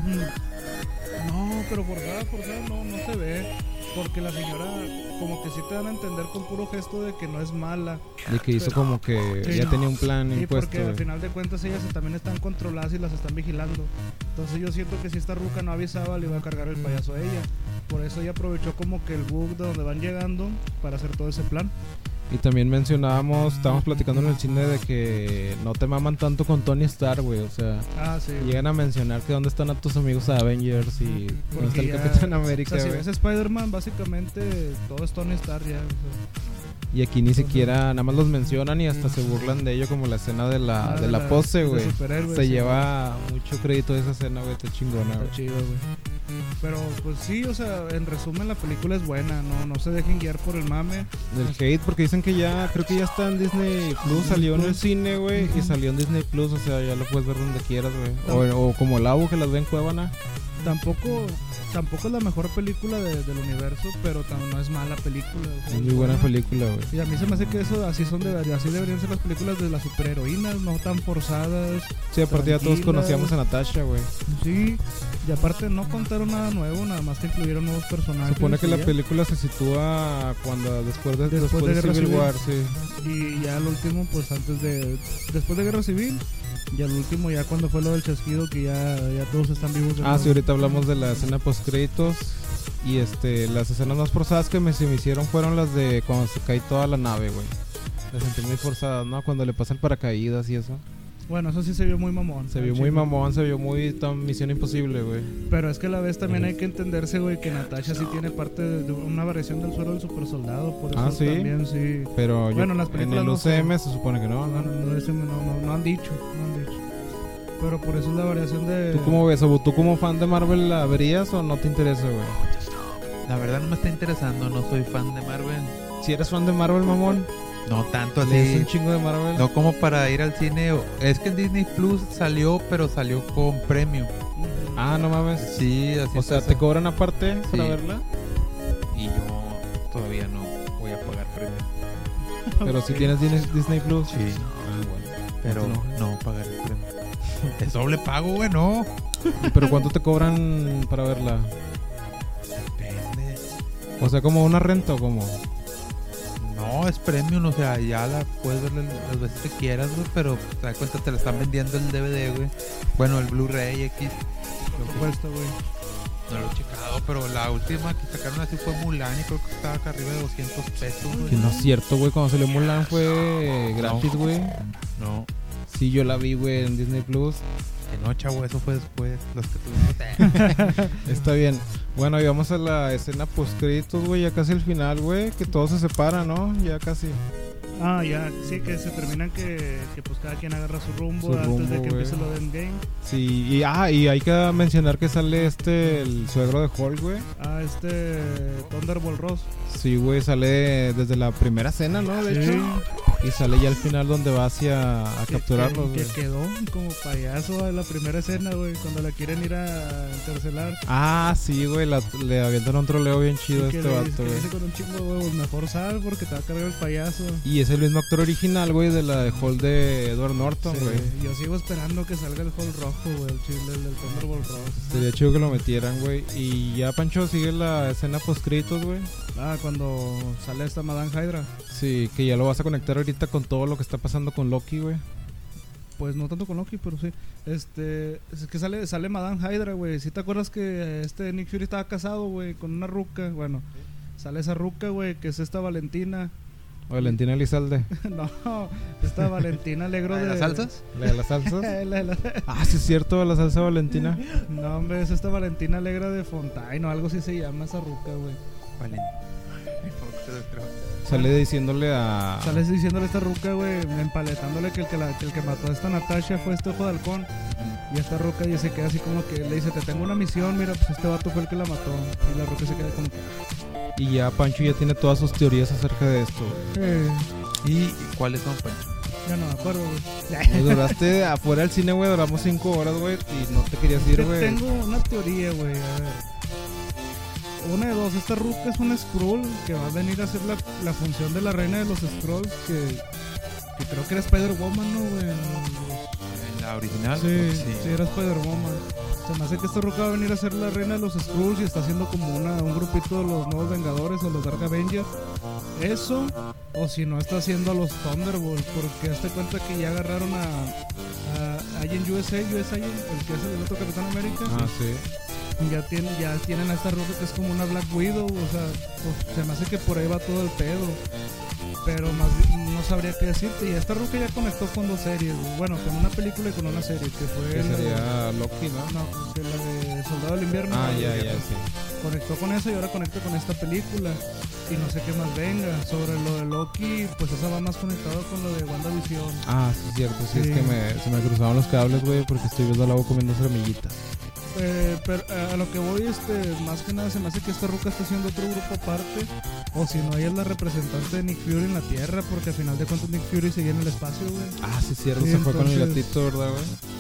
No, pero forzada, forzada no, no se ve. Porque la señora como que sí te dan a entender con puro gesto de que no es mala. De que hizo Pero- como que Sí, ya no. tenía un plan Y impuesto, porque al güey. final de cuentas ellas también están controladas y las están vigilando. Entonces yo siento que si esta ruca no avisaba le iba a cargar el payaso a ella. Por eso ella aprovechó como que el bug de donde van llegando para hacer todo ese plan. Y también mencionábamos, estábamos platicando en el cine de que no te maman tanto con Tony Stark, güey. O sea, Ah, sí. llegan a mencionar que dónde están a tus amigos Avengers y dónde está Porque el ya- Capitán o América, sea, si güey. ves Spider-Man, básicamente todo es Tony Stark ya. o sea. Y aquí ni siquiera, nada más los mencionan y hasta se burlan de ello, como la escena de la, Ah, de la pose, de güey. superhéroes, Se sí. lleva mucho crédito de esa escena, güey, está chingona, Está güey. chido, güey. Pero pues sí, o sea, en resumen la película es buena, no, no se dejen guiar por el mame. Del hate, porque dicen que ya, creo que ya está en Disney Plus, salió en el cine, güey, y salió en Disney Plus, o sea, ya lo puedes ver donde quieras, güey. O, o como el Abo que las ve en Cuevana. Tampoco, tampoco es la mejor película de- del universo, pero tam- no es mala película. o sea, Es muy buena película, güey. Y a mí se me hace que eso así son de, así deberían ser las películas de las superheroínas, no tan forzadas. Sí, aparte ya todos tranquilas. conocíamos a Natasha, güey. Sí, y aparte no contaron nada nuevo, nada más te incluyeron nuevos personajes. Supone que y la ya. película se sitúa cuando después de, Después después de de Guerra Civil Civil. War, sí. Y ya al último, pues antes de. Después de Guerra Civil, y al último, ya cuando fue lo del chasquido, que ya, ya todos están vivos. de Ah, nuevo. sí, ahorita hablamos de la escena post créditos. Y este, las escenas más forzadas que me, se me hicieron fueron las de cuando se cae toda la nave, güey. Las sentí muy forzadas, ¿no? Cuando le pasa el paracaídas y eso. Bueno, eso sí se vio muy mamón. Se al vio chile. muy mamón, se vio muy tan Misión Imposible, güey. Pero es que a la vez también hay que entenderse, güey, que Natasha sí tiene parte de, de una variación del suero del super soldado. Por eso Ah, ¿sí? también sí. Pero yo- Bueno, en las en películas el no U C M se supone que no, No, ¿no? no, no, ese no, no, no han dicho, no han dicho. Pero por eso es la variación de. ¿Tú cómo ves? ¿O tú como fan de Marvel la verías o no te interesa, güey? La verdad no me está interesando, no soy fan de Marvel. Si eres fan de Marvel, mamón, No tanto lees así. un chingo de Marvel. No como para ir al cine. o- Es que en Disney Plus salió, pero salió con premium. Ah, no mames. Sí, así O sea, pasa. ¿te cobran aparte para Sí. verla? Y yo todavía no voy a pagar premium. Pero si tienes Disney, Disney Plus. Sí. Ah, bueno. Pero No. no pagar el premium. Es doble pago, güey, no. ¿Pero cuánto te cobran para verla? Depende. O sea, ¿como una renta o como? No, es premium, o sea, ya la puedes ver las veces que quieras, güey, pero te das cuenta, te la están vendiendo el D V D, güey. Bueno, el Blu-ray X. Por supuesto, güey. No lo he checado, pero la última que sacaron así fue Mulan y creo que estaba acá arriba de doscientos pesos, Que güey. no es cierto, güey. Cuando salió Mulan fue gratis, güey. No, Sí, yo la vi, güey, en Disney Plus. que no, chavo, eso fue después. Los que tuvimos. Está bien. Bueno, y vamos a la escena post créditos, güey. Ya casi el final, güey. Que todo se separa, ¿no? Ya casi. Ah, ya, sí, que se terminan que, que pues cada quien agarra su rumbo Su antes rumbo, de que güey. empiece lo de Endgame. Sí, y, ah, y hay que mencionar que sale este, el suegro de Hulk, güey. Ah, este Thunderbolt Ross. Sí, güey, sale desde la primera escena, ¿no? De hecho. Y sale ya al final donde va hacia a Que- capturarlos, que, güey. que quedó como payaso en la primera escena, güey, cuando la quieren ir a encarcelar. Ah, sí, güey, la- le avientan un troleo bien chido a que este le, vato, que le güey. dice con un chingo de huevos, mejor sal porque te va a cargar el payaso. Y es el mismo actor original, güey, de la de Hulk de Edward Norton, Sí, güey. yo sigo esperando que salga el Hulk rojo, güey, el chile, el del Thunderbolt Ross. Sería chido que lo metieran, güey. Y ya, Pancho, sigue la escena post-créditos, güey. Ah, cuando sale esta Madame Hydra. Sí, que ya lo vas a conectar ahorita con todo lo que está pasando con Loki, güey. Pues no tanto con Loki, pero sí. Este, es que sale, sale Madame Hydra, güey. ¿Sí te acuerdas que este Nick Fury estaba casado, güey, con una ruca? Bueno, sale esa ruca, güey, que es esta Valentina. Valentina Elizalde. No, esta Valentina Alegro ¿La de de... las salsas? ¿La de las salsas? La de la- Ah, sí es cierto, la salsa Valentina. No, hombre, es esta Valentina Alegra de Fontaine o algo así se llama esa ruca, güey. Vale. Sale diciéndole a... Sales diciéndole a esta ruca, güey, empaletándole que el que, la- que el que mató a esta Natasha fue este ojo de halcón. Y esta ruca y se queda así como que le dice, te tengo una misión, mira, pues este vato fue el que la mató. Y la ruca se queda como que... Y ya Pancho ya tiene todas sus teorías acerca de esto, güey. Eh, ¿Y cuáles son, Pancho? ya no me acuerdo, güey. Nos duraste afuera del cine, güey, duramos cinco horas, güey, y no te querías ir, Te- güey. Tengo una teoría, güey, a ver. Una de dos, esta ruca es un Skrull que va a venir a hacer la, la función de la reina de los Skrulls, que, que creo que era Spider-Woman, ¿no, güey? ¿En la original? Sí, sí, era Spider-Woman. Se me hace que esta ruca va a venir a ser la reina de los Skrulls y está haciendo como una, un grupito de los nuevos Vengadores o los Dark Avengers. Eso, o si no, está haciendo a los Thunderbolts, porque hazte cuenta que ya agarraron a, a Agent U S A, U S Agent, el que es el otro Capitán América. Ah, sí. Ya tienen, ya tienen a esta ruca que es como una Black Widow, o sea, pues, se me hace que por ahí va todo el pedo. Pero más bien, no sabría qué decirte. Y esta ruca ya conectó con dos series, güey. Bueno, con una película y con una serie, que fue Que la de- sería Loki, ¿no? no, que la de Soldado del Invierno. Ah, ¿no? ya, ya, sí. Conectó con eso y ahora conecta con esta película. Y no sé qué más venga. Sobre lo de Loki, pues esa va más conectado con lo de WandaVision. Ah, sí, es cierto, sí, Sí. es que me, se me cruzaban los cables, güey, porque estoy viendo al agua comiendo semillitas. Eh, pero eh, a lo que voy, este, más que nada se me hace que esta ruca está haciendo otro grupo aparte. O si no, ella es la representante de Nick Fury en la Tierra, porque al final de cuentas Nick Fury seguía en el espacio, güey. Ah, sí, es cierto, Sí, se fue con el entonces- gatito, ¿verdad, güey?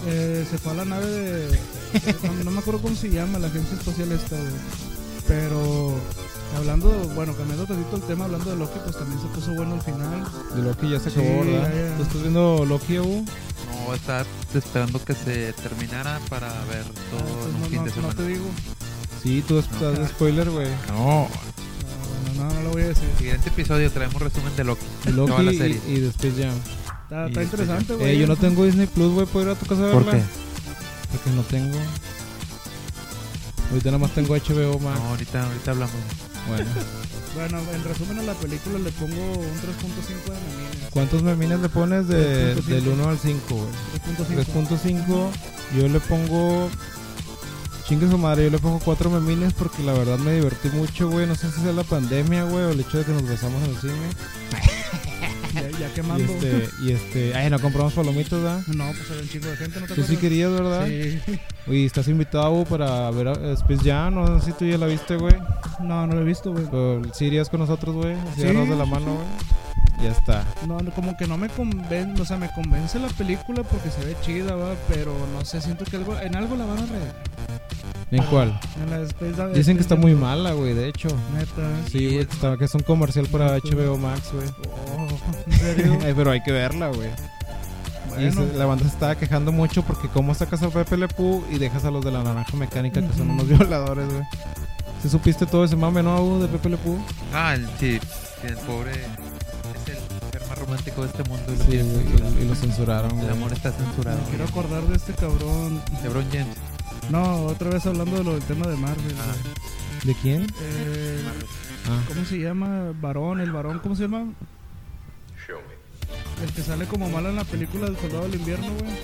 Eh, se fue a la nave de... no, no me acuerdo cómo se llama, la agencia espacial esta, güey. Pero... Hablando, bueno, cambiando tantito el tema, hablando de Loki, pues también se puso bueno el final. De Loki ya se Sí, acabó, ¿verdad? ya, ya. ¿Tú estás viendo Loki, Hugo? No, estaba esperando que se terminara para ver Ah, todo entonces en un no, fin no- de no semana. te digo. Sí, tú estás de spoiler, güey. No, Ah, bueno, no, no lo voy a decir. siguiente episodio traemos resumen de Loki. De Loki Toda la serie. y, y de Space Jam. Está, Y está este, interesante, güey. Eh, yo no tengo Disney Plus, güey. ¿Puedo ir a tu casa a ¿Por verla? qué? Porque no tengo. Ahorita nada más tengo H B O Max. No, ahorita, ahorita hablamos. Bueno. Bueno, en resumen a la película le pongo un tres punto cinco de memines. ¿Cuántos memines le pones de, tres punto cinco. del uno al cinco, güey? tres punto cinco. tres punto cinco. Yo le pongo... Chingue su madre, yo le pongo cuatro memines porque la verdad me divertí mucho, güey. No sé si sea la pandemia, güey, o el hecho de que nos besamos en el cine. Ya, ya Y quemando. este, y este... Ay, no compramos palomitas, ¿verdad? No, pues había un chingo de gente, ¿no te Tú sí acuerdas? querías, ¿verdad? Sí. Oye, estás invitado, Hugo, para ver a Space Jam. No sé si tú ya la viste, güey. No, no lo he visto, güey. Pero sí irías con nosotros, güey. Así Sí, agarrarnos de la sí, mano, sí. güey. Ya está. No, no, como que no me convence, o sea, me convence la película porque se ve chida, va, pero no sé, siento que algo, en algo la van a regar. ¿En cuál? En la de Space Jam- Dicen que está Space muy Jam, mala, güey, de hecho. Neta. Sí, güey, que, está- que es un comercial para H B O Max, güey. Oh, ¿en serio? Ay, pero hay que verla, güey. Y Bueno, se- la banda se estaba quejando mucho porque cómo sacas a Pepe Le Pew y dejas a los de la naranja mecánica que son Ujú. unos violadores, güey. ¿Sí supiste todo ese mame, no, Hugo, de Pepe Le Pew? Ah, el, sí, sí, el pobre es el ser más romántico de este mundo. Y lo Sí, quieren güey, censurar. y, y lo censuraron, El güey. amor está censurado. me quiero acordar de este cabrón. LeBron James. No, otra vez hablando de lo del tema de Marvel. Ah. güey. ¿De quién? Eh, Ah, ¿Cómo se llama? Varón, el varón, ¿cómo se llama? El que sale como malo en la película del Soldado del Invierno, güey.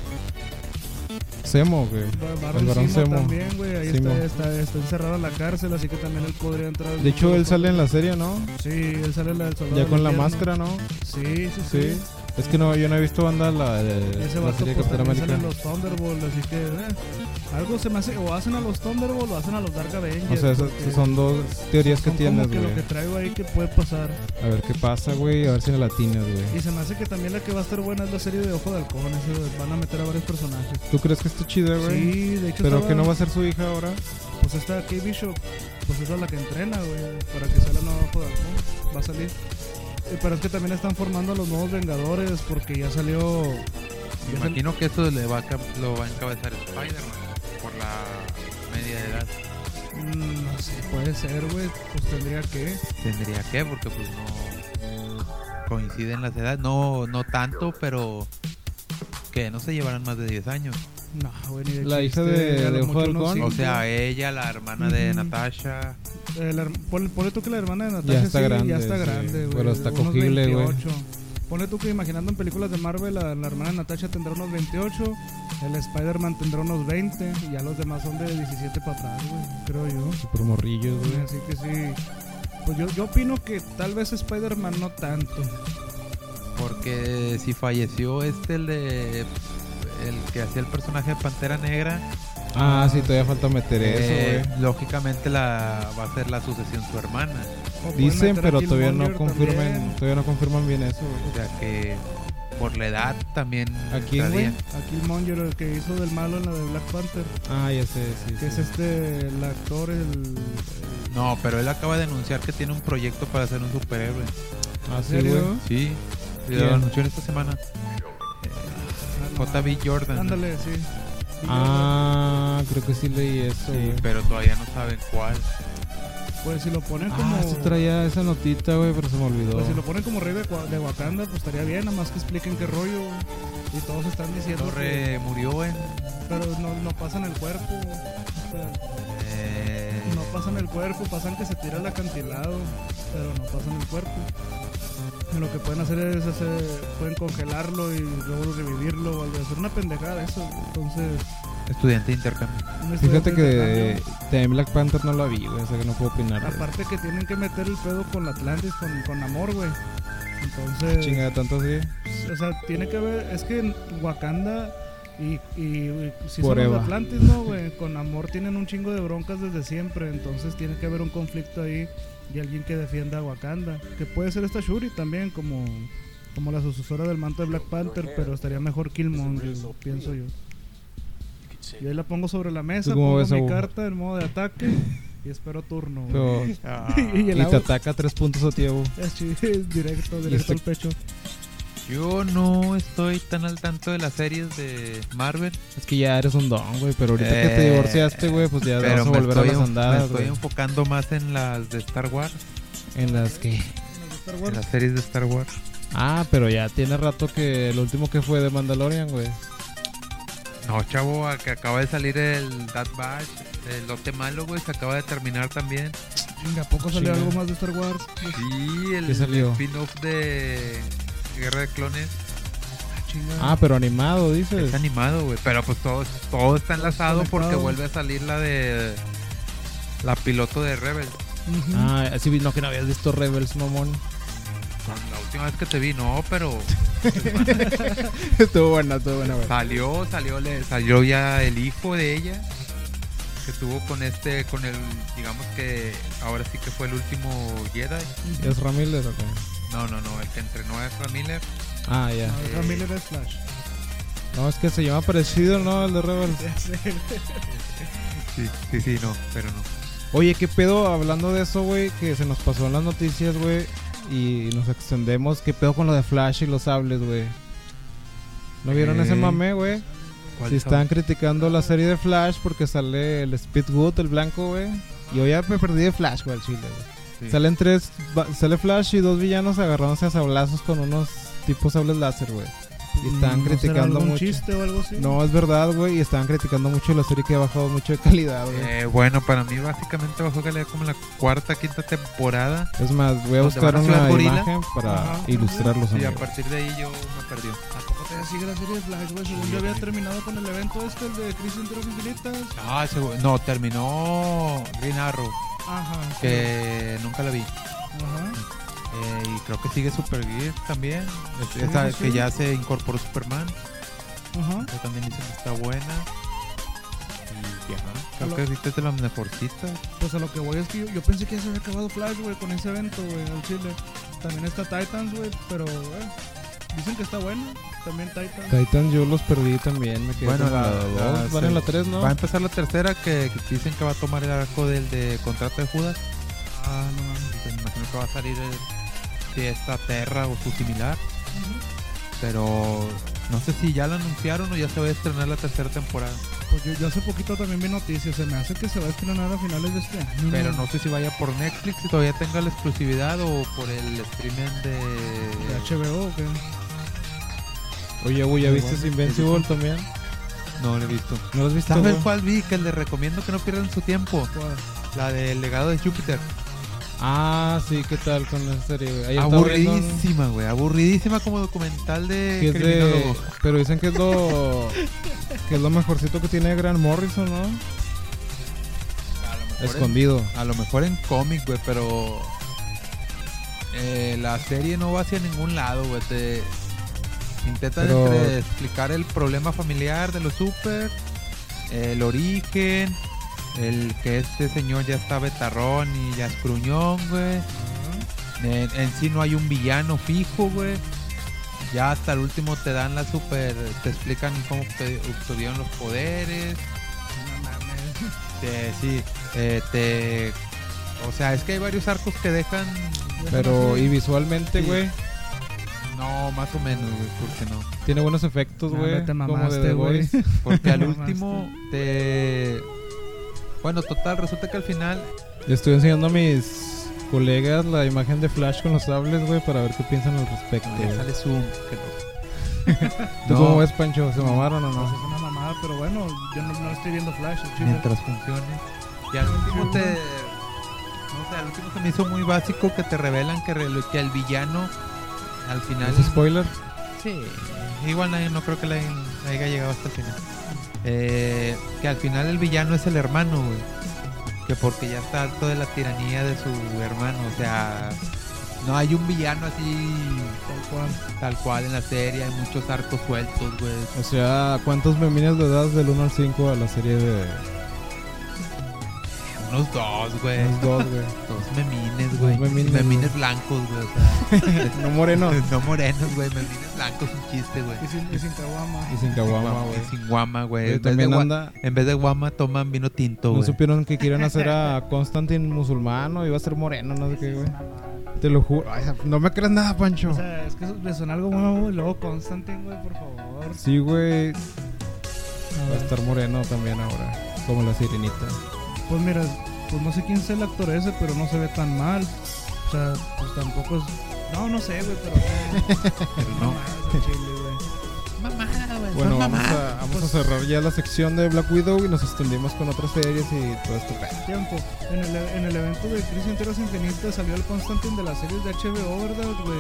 Semo, güey. Va- Varón El varón Simo Semo. también, güey. Ahí Simo. está, está, está encerrado en la cárcel, así que también él podría entrar. De hecho, él sale en la serie, ¿no? Sí, él sale en la del Soldado Ya del con la Invierno. máscara, ¿no? Sí, sí, sí. Sí. Es que no, yo no he visto banda la, de, Ese la vato serie de pues Capitán también sale América. en los Thunderbolts, así que eh, algo se me hace, o hacen a los Thunderbolts o hacen a los Dark Avengers. O sea, esas porque son dos teorías que son tienes, como que güey. lo que traigo ahí que puede pasar. A ver qué pasa, güey. A ver si en la latinas, güey. Y se me hace que también la que va a estar buena es la serie de Ojo de Halcón, ese, van a meter a varios personajes. ¿Tú crees que está chida, güey? Sí, de hecho Pero estaba- que no va a ser su hija ahora. Pues esta Kate Bishop, pues esa es la que entrena, güey, para que sea la nueva Ojo de Halcón, va a salir. Eh, Pero es que también están formando a los nuevos Vengadores porque ya salió... Me ya sal- imagino que esto le va a, cam- lo va a encabezar Spider-Man por la media edad. Mm, no sé, puede ser, güey, pues tendría que... Tendría que, porque pues no coinciden las edades. No, no tanto, pero que no se llevarán más de diez años. No, güey, ni de La hija chiste, de- a lo de Ojo de mucho unos Halcón. O cinco. sea, ella, la hermana de Ujú. Natasha. Eh, la her- ponle, ponle tú que la hermana de Natasha Ya está sí, grande, ya está sí. grande, güey. Pero está unos cogible, güey. veintiocho. Ponle tú que imaginando en películas de Marvel, la, la hermana de Natasha tendrá unos veintiocho, el Spider-Man tendrá unos veinte, y ya los demás son de diecisiete para atrás, güey, creo yo. Super morrillos, güey. Así que sí. Pues yo, yo opino que tal vez Spider-Man no tanto. Porque si falleció este, el de. El que hacía el personaje de Pantera Negra. Ah, sí, todavía falta meter eh, eso, güey. lógicamente la va a ser la sucesión su hermana. O pueden Dicen, meter a pero todavía no Killmonger confirman, también. todavía no confirman bien eso, güey. O sea que por la edad también. ¿A quién, entraría. güey? A Killmonger, el que hizo del malo en la de Black Panther, Ah, ya sé, sí. que es sí. este, el actor, el... el- No, pero él acaba de anunciar que tiene un proyecto para ser un superhéroe. Ah, sí, ¿serio? güey. Sí, ¿Quién? lo anunció en esta semana. Ah, no, J B Jordan. Ándale, sí. Ah, creo que sí leí eso, Sí, güey. pero todavía no saben cuál. Pues si lo ponen como... Ah, sí traía esa notita, güey, pero se me olvidó. Pues si lo ponen como rey de, Wa- de Wakanda, pues estaría bien, nada más que expliquen qué rollo. güey. Y todos están diciendo que... Torre murió en. Pero no, no pasan el cuerpo. O sea, eh, no pasan el cuerpo, pasan que se tira al acantilado, pero no pasan el cuerpo. Y lo que pueden hacer es hacer, pueden congelarlo y luego revivirlo o algo, hacer una pendejada de eso. Entonces, Estudiante de intercambio. un Fíjate estudiante que de de también Black Panther no la vi, güey, o sea que no puedo opinar. intercambio. güey. Aparte que tienen que meter el pedo con Atlantis, con, con amor, güey. Entonces, Chingada, tanto así. o sea, tiene que haber, es que en Wakanda y, y, y si Por son los Eva. de Atlantis, ¿no, güey? Con amor tienen un chingo de broncas desde siempre, entonces tiene que haber un conflicto ahí y alguien que defienda a Wakanda, que puede ser esta Shuri también, como, como la sucesora del manto de Black Panther, pero estaría mejor Killmonger, pienso yo. Yo ahí la pongo sobre la mesa, ¿Tú cómo pongo ves, mi Abu? carta en modo de ataque y espero turno. güey. Pero- Ah, y el y te Abu ataca tres puntos a ti, Abu. es chi- es directo, este- directo al pecho. yo no estoy tan al tanto de las series de Marvel. Es que ya eres un don, güey. Pero ahorita que Eh, te divorciaste, güey, pues ya Pero vas a me volver a estoy, las en- me andadas, estoy güey. enfocando más en las de Star Wars. En las que. Star En Wars. las series de Star Wars. Ah, pero ya tiene rato que el último que fue de Mandalorian, güey. No, chavo, a que acaba de salir el Bad Batch, el lote malo, güey, se acaba de terminar también. Chinga, ¿a poco salió Chinga. algo más de Star Wars? Sí, el ¿Qué salió? spin-off de Guerra de Clones. Chinga. Ah, pero animado, dices. Es animado, güey, pero pues todo, todo está enlazado porque conectado. vuelve a salir la de la piloto de Rebels. Ujú. Ah, sí, no, que no habías visto Rebels, mamón. La última vez que te vi, no, pero Estuvo buena, estuvo buena, güey. salió, salió, le, salió ya el hijo de ella que tuvo con este, con el, digamos que ahora sí que fue el último Jedi. ¿Es Ramírez o qué? No, no, no, el que entrenó a Ezra Miller. Ah, ya. No, Ezra Miller es Flash. No, es que se llama parecido, ¿no? El de Rebels. Sí, sí, sí, no, pero no. Oye, ¿qué pedo? Hablando de eso, güey, que se nos pasó en las noticias, güey, y nos extendemos. ¿Qué pedo con lo de Flash y los sables, güey? ¿No vieron Eh, ese mame, güey? ¿Cuál Si es? están criticando la serie de Flash porque sale el Speedwood, el blanco, güey. Yo ya me perdí de Flash, güey, al chile, güey. Sí. Salen tres, va- sale Flash y dos villanos agarrándose a sablazos con unos tipos sables láser, güey. Y están ¿No será criticando algún mucho. chiste o algo así? No, es verdad, güey, y estaban criticando mucho la serie que ha bajado mucho de calidad, güey. Eh, bueno, para mí básicamente bajó calidad como en la cuarta, quinta temporada. Es más, voy a ¿Dónde buscar van a Ciudad una Gorila? imagen para Ajá. ilustrarlos, Y a amigos. partir de ahí yo me perdí. ¿A poco te sigue la serie de Flash, güey? Según yo había terminado con el evento este, el de Crisis entre las Infinitas. Ah, ese- no, terminó Green Arrow, Ajá. sí. que nunca la vi. Ajá. Eh, y creo que sigue Supergirl también. Es- Sí, esa sí, que sí. ya se incorporó Superman. Ajá. Que también dicen que está buena. Y ya, creo Hola. que ahorita es de las mejorcitas. Pues a lo que voy es que yo, yo pensé que ya se había acabado Flash, güey, con ese evento, güey, al chile. También está Titans, güey, pero, eh, dicen que está bueno. También Titans. Titans yo los perdí también, me quedé Bueno, con la la- dos, la- van se- en la tres, ¿no? Va a empezar la tercera que, que dicen que va a tomar el arco del de contrato de Judas. Ah, no mames. Pues me imagino que va a salir el, si esta Terra o su similar. Pero no sé si ya lo anunciaron o ya se va a estrenar la tercera temporada. Pues yo, yo hace poquito también vi noticias, se me hace que se va a estrenar a finales de este año. Pero no sé si vaya por Netflix, si todavía tenga la exclusividad o por el streaming de... ¿De H B O o qué? Oye, güey, ¿ya Igual, viste sí, Invincible también? No lo he visto. ¿No lo has visto? ¿Sabes güey? cuál vi? Que les recomiendo que no pierdan su tiempo. ¿Cuál? La del legado de Júpiter. Ah, sí, ¿qué tal con esa serie, güey? Ahí estaba viendo, ¿no? Aburridísima, güey. Aburridísima como documental de Que es de- criminólogo. Pero dicen que es lo que es lo mejorcito que tiene Grant Morrison, ¿no? A lo mejor en- Escondido. A lo mejor en cómic, güey, pero eh, la serie no va hacia ningún lado, güey. Te intentan Pero- entre explicar el problema familiar de los super, el origen, el que este señor ya está betarrón y ya es gruñón, güey. En, en sí no hay un villano fijo, güey. Ya hasta el último te dan la super, te explican cómo te obtuvieron los poderes. Te- sí, eh, te, o sea, es que hay varios arcos que dejan, Pero y visualmente, Sí. güey, no, más o menos, güey, porque no, tiene buenos efectos, Ah, güey, te como de mamaste, The güey. Voice. porque al Mamaste. último te, bueno, total, resulta que al final, Le estoy enseñando a mis colegas la imagen de Flash con los sables, güey, para ver qué piensan al respecto. ya güey. sale Zoom, que no. ¿Tú No. cómo ves, Pancho? ¿Se mamaron o Pues no? es una mamada, pero bueno, yo no, no estoy viendo Flash, el chile. Mientras funcione. Y al último te, no sé, al último se me hizo muy básico que te revelan que, re- que el villano al final ¿Es spoiler? Sí, igual nadie, no creo que le hayan- haya llegado hasta el final. Eh, que al final el villano es el hermano, güey. Que porque ya está harto de la tiranía de su hermano. O sea, no hay un villano así Tal cual. tal cual en la serie. Hay muchos arcos sueltos, güey. O sea, ¿cuántos memines le das del uno al cinco a la serie de Unos dos, güey. Los dos, güey. Dos memines, güey. Dos memines, Memines güey. blancos, güey. O sea, No moreno. no morenos, güey. Memines blancos, un chiste, güey. Y sin, y sin caguama. Y sin caguama, güey. Y sin guama, güey. Güey, En, vez de también gua- anda. en vez de guama toman vino tinto, No güey. supieron que quieren hacer a Constantine musulmano. Iba a ser moreno, no sé qué, güey. Te lo juro. Ay, no me creas nada, Pancho. O sea, es que eso me suena algo nuevo. Y luego Constantine, güey, por favor. Sí, güey. A Va a ver. estar moreno también ahora. Como la sirenita. Pues mira, pues no sé quién es el actor ese, pero no se ve tan mal. O sea, pues tampoco es. No, no sé, güey, pero. Pero no. Mamadas al chile, güey. Mamada, güey. Bueno, son vamos mamadas. a, vamos a Pues- cerrar ya la sección de Black Widow y nos extendimos con otras series y todo este pedo. Tiempo. En el, en el evento de Crisis en Tierras Infinitas salió el Constantine de las series de H B O, ¿verdad, güey?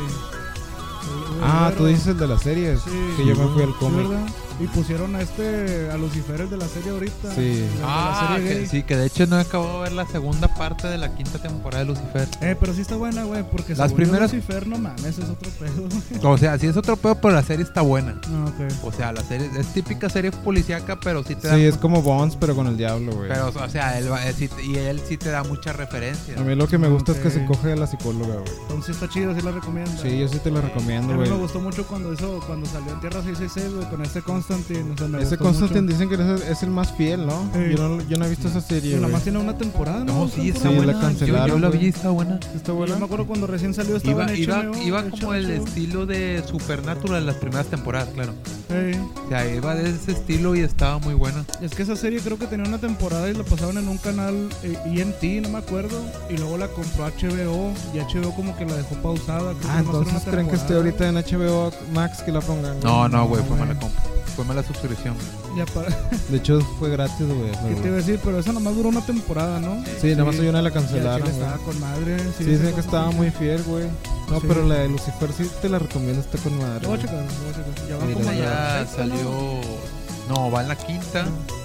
El- el Ah, güero. tú dices el de las series. Sí. Que yo me fui al Sí, cómic. ¿verdad? Y pusieron a este, a Lucifer, el de la serie ahorita. Sí. el de la Ah, serie que, gay. sí, que de hecho no acabo de ver la segunda parte de la quinta temporada de Lucifer. Eh, pero sí está buena, güey, porque Las según yo, primeras- Lucifer, no mames, es otro pedo. O sea, sí es otro pedo, pero la serie está buena. Ah, ok. O sea, la serie es típica serie policíaca, pero sí te da. Sí, es como Bones, pero con el diablo, güey. Pero, o sea, él, va- eh, sí te- y él sí te da muchas referencias. A mí lo que me gusta es que Ok. se coge a la psicóloga, güey. Entonces está chido, sí la recomiendo. Sí, yo sí te lo A recomiendo, mí güey. me gustó mucho cuando hizo, cuando salió en Tierra seiscientos sesenta y seis, güey, con este Constantine. O sea, me Ese gustó Constantine mucho. dicen que es, es el más fiel, ¿no? Sí. Yo no, yo no he visto esa Y serie, nada güey. más tiene una temporada, ¿no? No, Dos sí, está Sí, la buena. Yo, cancelaron, yo la güey. vi, está buena. ¿Está Y buena? Yo me acuerdo cuando recién salió estaba Iba, en iba, H B O, iba de como hecho, el H B O. estilo de Supernatural en las primeras temporadas, claro. Ey. O sea, iba de ese estilo y estaba muy buena. Es que esa serie creo que tenía una temporada y la pasaban en un canal eh, E N T, no me acuerdo. Y luego la compró H B O y H B O como que la dejó pausada. creo que Ah, nomás era entonces una creen que esté temporada. ahorita en H B O Max que la pongan. No, no, güey, fue güey. mala compra. Fue mala suscripción. Ya para... De hecho, fue gratis, güey. ¿Qué te iba a decir? Pero esa nomás duró una temporada, ¿no? Sí, nada más hay una la Y al cancelaron, chile güey. estaba con madre. Sí, ese dicen que Constantine. estaba muy fiel, güey. No, Sí. pero la de Lucifer sí te la recomiendo, está con madre. Lo voy a güey. checar, lo voy a checar. Ya van Mira, como en la Ya sexta, ¿no? salió. No, va en la quinta.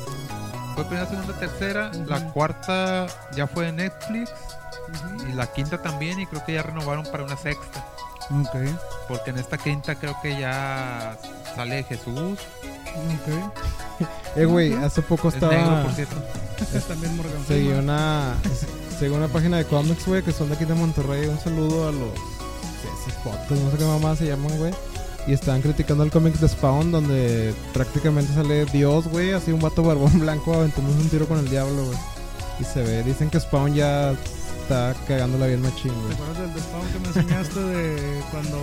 Fue primera, segunda, tercera. La cuarta ya fue en Netflix. Ujú. Y la quinta también. Y creo que ya renovaron para una sexta. Ok, Porque en esta quinta creo que ya sale Jesús. ok. Eh, güey, hace poco Es negro, estaba. por cierto. También Morgan Seguí Freeman. una. Seguí una página de cómics, güey, que son de aquí de Monterrey. Un saludo a los. Esos fotos, no sé qué mamá se llaman, güey. Y estaban criticando el cómic de Spawn, donde prácticamente sale Dios, güey, así un vato barbón blanco aventándose un tiro con el diablo, güey. Y se ve, dicen que Spawn ya está cagándola bien machín, ¿Te güey. acuerdas del Spawn que me enseñaste de cuando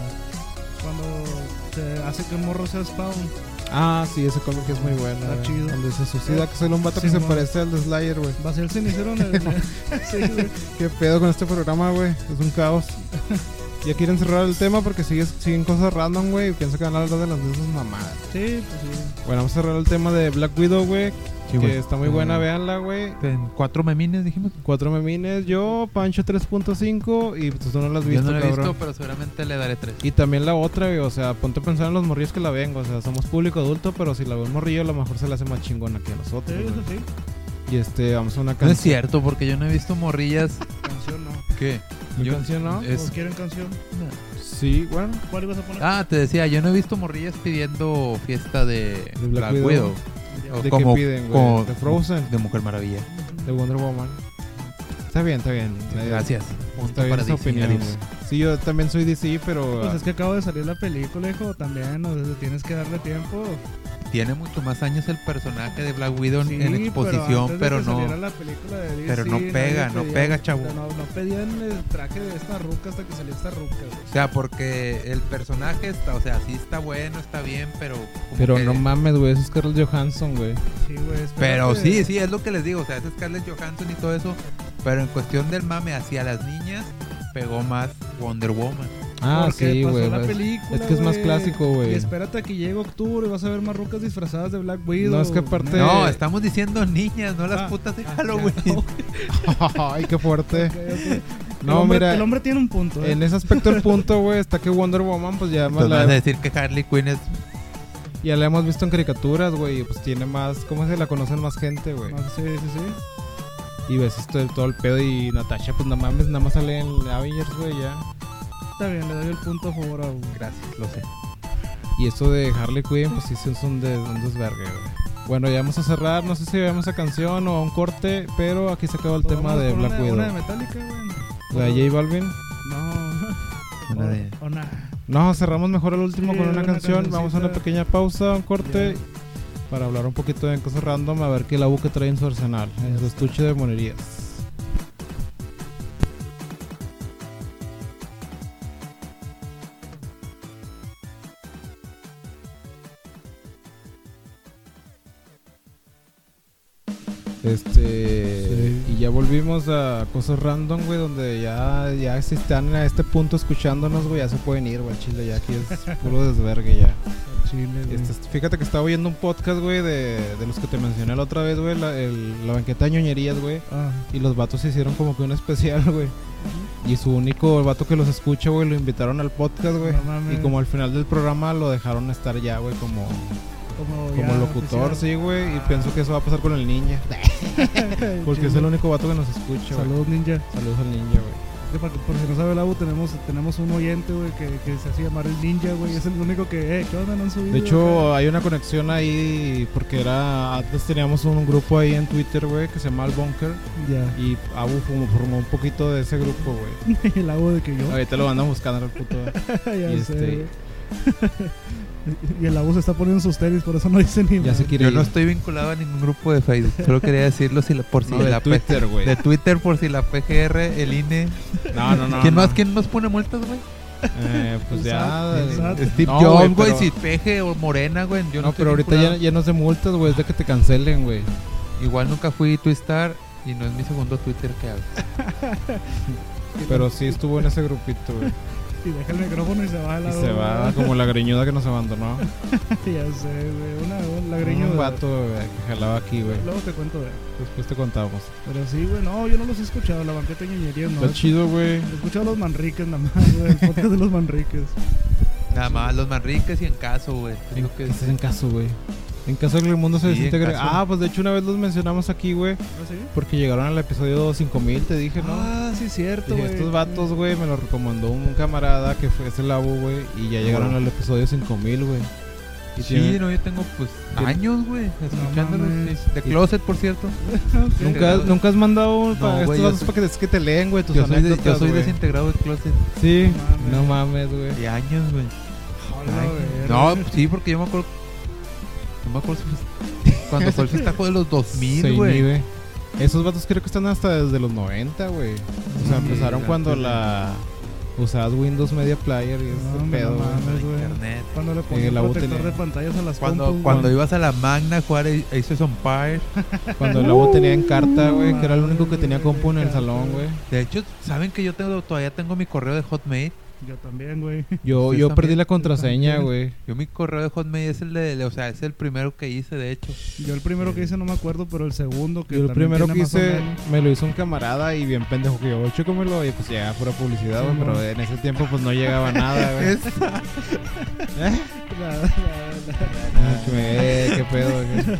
cuando se hace que un morro sea Spawn? Ah, sí, ese cómic es muy bueno, Está güey. chido. Donde se suicida, que solo un vato Sí, que se mon. parece al de Slayer, güey. Va a ser el cenicero en el... sí, güey. ¿Qué pedo con este programa, güey? Es un caos. Ya quieren cerrar el tema porque sigue, siguen cosas random, güey. Y pienso que van a hablar de las mismas mamadas. Sí, pues sí. Bueno, vamos a cerrar el tema de Black Widow, güey. Sí, que güey. está muy buena, Mm. véanla, güey. En cuatro memines dijimos. Cuatro memines, yo, Pancho tres punto cinco y pues, tú no las has Yo visto, no la he cabrón. visto, pero seguramente le daré tres. Y también la otra, güey, o sea, ponte a pensar en los morrillos que la ven, o sea, somos público adulto, pero si la ve un morrillo a lo mejor se le hace más chingona que a Sí, nosotros, eso güey. sí. Y este, vamos a una No canción. es cierto, porque yo no he visto morrillas. Canción no. ¿Qué? ¿Mi Yo- canción, no? es- ¿O quieren canción? Sí, bueno. ¿Cuál ibas a poner? Ah, te decía, yo no he visto morrillas pidiendo fiesta de, De Black Black, Widow. Widow. Ya. O ¿De como- qué piden, güey? como- ¿De Frozen? De Mujer Maravilla. ¿De Wonder Woman? Está bien, está bien. Eh, Gracias. Está Punto bien para esa D C. opinión, Adiós. güey. Sí, yo también soy D C, pero... Pues es que acaba de salir la película, hijo, también, o sea, tienes que darle tiempo. Tiene mucho más años el personaje de Black Widow Sí, en exposición, antes de pero que no. saliera la película de D C, pero no nadie pega, no pedía- pega, chavo. No, no pedían el traje de esta ruca hasta que salió esta ruca, güey. O sea, porque el personaje está, o sea, sí está bueno, está bien, pero. como Pero que- no mames, güey, eso es Scarlett Johansson, güey. Sí, güey. espérate. Pero sí, sí, es lo que les digo. O sea, es Scarlett Johansson y todo eso. Pero en cuestión del mame hacia las niñas, pegó más Wonder Woman. Ah, Porque sí, pasó güey. la pues, película, es que es más güey. clásico, güey. Y espérate a que llegue octubre y vas a ver más rucas disfrazadas de Black Widow. No, es que aparte- No, estamos diciendo niñas, no las Ah, putas de ah, Halloween. ya, ok, Ay, qué fuerte. ok. El No, hombre- mira, El hombre tiene un punto, ¿eh? en ese aspecto el punto, güey, está que Wonder Woman, pues ya, más Entonces la- vas a decir que Harley Quinn es. ya la hemos visto en caricaturas, güey, y pues tiene más, ¿cómo se la conocen más gente, güey? Ah, sí, sí, sí. Y ves esto, todo el pedo y Natasha, pues no mames, nada más sale en Avengers, güey, ya. Está bien, le doy el punto a favor a Hugo. Gracias, lo sé. Y eso de Harley Quinn, pues sí son de un desvergue, güey. Bueno, ya vamos a cerrar. No sé si vemos a canción o a un corte, pero aquí se acabó el tema Vamos de con Black una, Widow. una de Metallica, güey. La de J Balvin. No. Una de- O, o nada. No, cerramos mejor el último Sí, con una una canción. Vamos a una cancioncita. pequeña pausa, un corte, Ya. para hablar un poquito de cosas random, a ver qué la U que trae en su arsenal, en su estuche de monerías. Este Sí. y ya volvimos a cosas random, güey, donde ya ya si están a este punto escuchándonos, güey, ya se pueden ir, güey, Chile, ya aquí es puro desvergue ya. Chile, güey. Este, fíjate que estaba oyendo un podcast, güey, de, de los que te mencioné la otra vez, güey, la, el- la banqueta de ñoñerías, güey. Ah. Y los vatos se hicieron como que un especial, güey. Y su único vato que los escucha, güey, lo invitaron al podcast, güey. No mames. Y como al final del programa lo dejaron estar ya, güey, como, Como, como ya locutor, sí, oficial. güey. Y pienso que eso va a pasar con el ninja. Porque es el único vato que nos escucha, güey. Saludos, ninja. Saludos al ninja, güey. Que Por, por si no sabe el Abu, tenemos, tenemos un oyente, güey, que, que se hace llamar el ninja, güey. Es el único que, eh, ¿qué onda? ¿No han subido? De hecho, acá? hay una conexión ahí porque era antes teníamos un grupo ahí en Twitter, güey, que se llama El Bunker. Ya. Y Abu formó, formó un poquito de ese grupo, güey. el Abu de que yo. Ahorita lo andan buscando el puto. ya y sé, este- güey. Y el Abu se está poniendo sus tenis, por eso no dice ni Ya madre. se quiere Yo ir. no estoy vinculado a ningún grupo de Facebook. Solo quería decirlo si la- por si No, de la P- Twitter, güey. de Twitter por si la P G R, el I N E. No, no, no. ¿Quién no. más? ¿Quién más pone multas, güey? Eh, pues El ya. SAT, el eh, SAT. Steve no, Jobs, güey. pero- Si P G o Morena, güey. Yo no, No, estoy pero ahorita ya, vinculado. ya no se multas, güey. Es de que te cancelen, güey. Igual nunca fui Twistar y no es mi segundo Twitter que hago. Pero sí estuvo en ese grupito, güey. Y deja el micrófono y se va el Y Abu. se va como la greñuda que nos abandonó. ya sé, güey. Una, un lagreño. Un vato, güey, que jalaba aquí, güey. Luego te cuento de él. Después te contamos. Pero sí, güey. No, yo no los he escuchado. La banqueta de ñoñerías, no. Está chido, güey. He escuchado a los Manriques nada más, güey. El podcast de los Manriques. Nada más, los Manriques y en caso, güey. Es En, lo que es en caso, güey. En caso de que el mundo se Sí, en desintegre. caso. Ah, pues de hecho una vez los mencionamos aquí, güey. ¿Ah, sí? Porque llegaron al episodio cinco mil, te dije, ¿no? Ah, sí, cierto, Dije, güey. estos vatos, güey, me lo recomendó un camarada que fue ese Labo, güey. Y ya llegaron al episodio cinco mil, güey. Y Sí, tiene- no, yo tengo pues tiene- años, güey, escuchándolos. mames. sí. De Closet, por cierto. Ok. ¿Nunca, nunca has mandado un No, para güey, estos yo vatos soy- para que, es que te leen, güey, tus Yo soy, de- anécdotas, yo soy güey. desintegrado de Closet. Sí, No no mames. mames, güey. De años, güey. Hola, Ay, güey. No, sí, porque yo me acuerdo. No me acuerdo si- cuando fue el festejo de los dos mil, Se güey. inhibe. Esos vatos creo que están hasta desde los noventa, güey. O sea, Sí, empezaron cuando antes de- la usabas Windows Media Player y ese No, hombre, pedo, no güey. mames, güey. Internet. Cuando le Eh, ponían la protector botelera. de pantallas a las Cuando, compus, cuando güey. ibas a la Magna a jugar a Aces of Empires. Cuando el Labo tenía en carta, güey, que era el mames, único que tenía güey, compu en el carta, salón, güey. De hecho, ¿saben que yo tengo, todavía tengo mi correo de Hotmail? Yo también, güey. Yo, Ustedes yo perdí también, la contraseña, también. güey. Yo mi correo de Hotmail es el de, o sea, es el primero que hice, de hecho. Yo el primero que hice no me acuerdo, pero el segundo que Yo el también primero que tiene más o hice menos. me lo hizo un camarada y bien pendejo que yo, chécamelo, y pues ya, pura publicidad, Sí, güey, pero no. en ese tiempo pues no llegaba nada, güey. Es- ¿Eh? La- la- Ah, que me- eh, qué pedo, güey.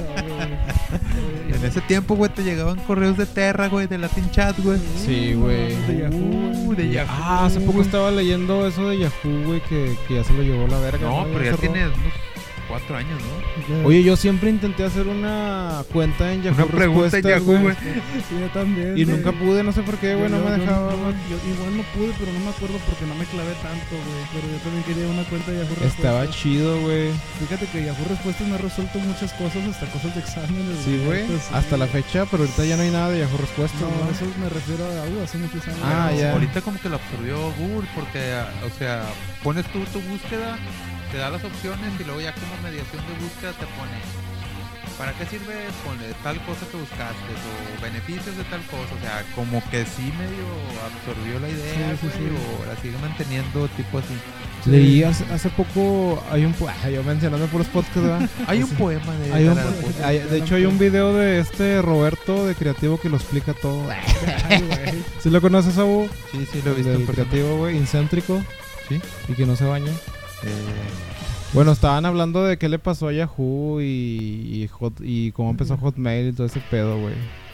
la- En ese tiempo, güey, te llegaban correos de Terra, güey, de Latin Chat, güey. Sí, güey. De Yahoo. Uh, de Yahoo. Ah, hace poco estaba leyendo eso de Yahoo, güey, que, que ya se lo llevó la verga. No, pero ya cerró. tiene unos cuatro años, ¿no? Oye, yo siempre intenté hacer una cuenta en Yahoo Una pregunta en Respuestas, Yahoo, güey. Sí, yo también. Y güey. nunca pude, no sé por qué, güey, no Yo- me yo- dejaba, yo- güey. yo igual no pude, pero no me acuerdo porque no me clavé tanto, güey. Pero yo también quería una cuenta de Yahoo Estaba Respuestas. chido, güey. Fíjate que Yahoo Respuestas me ha resuelto muchas cosas, hasta cosas de exámenes. Sí, güey. Neta, sí. Hasta la fecha, pero ahorita ya no hay nada de Yahoo Respuestas, No, ¿no? eso me refiero a uh, hace muchos años. Ah, Pero- ya. Ahorita como que lo absorbió Google porque, ah, o sea, pones tú tu búsqueda, te da las opciones y luego ya como mediación de búsqueda te pone ¿para qué sirve? Pone tal cosa que buscaste o beneficios de tal cosa, o sea, como que sí medio absorbió la idea, Sí, sí, güey, sí. o la sigue manteniendo tipo así. Leí hace, hace poco, hay un... po- ah, yo mencionando puros podcasts, ¿verdad? Hay un poema de Hay un- Edgar Allan Poe. hay- de hecho hay un video de este Roberto de Creativo que lo explica todo. Ay, güey. ¿Sí lo conoces, Abu? Sí, sí, lo he El visto en del persona. Creativo, güey, incéntrico. Sí. Y que no se baña. Eh, Bueno, estaban hablando de qué le pasó a Yahoo y, y, Hot- y cómo empezó Hotmail y todo ese pedo, güey.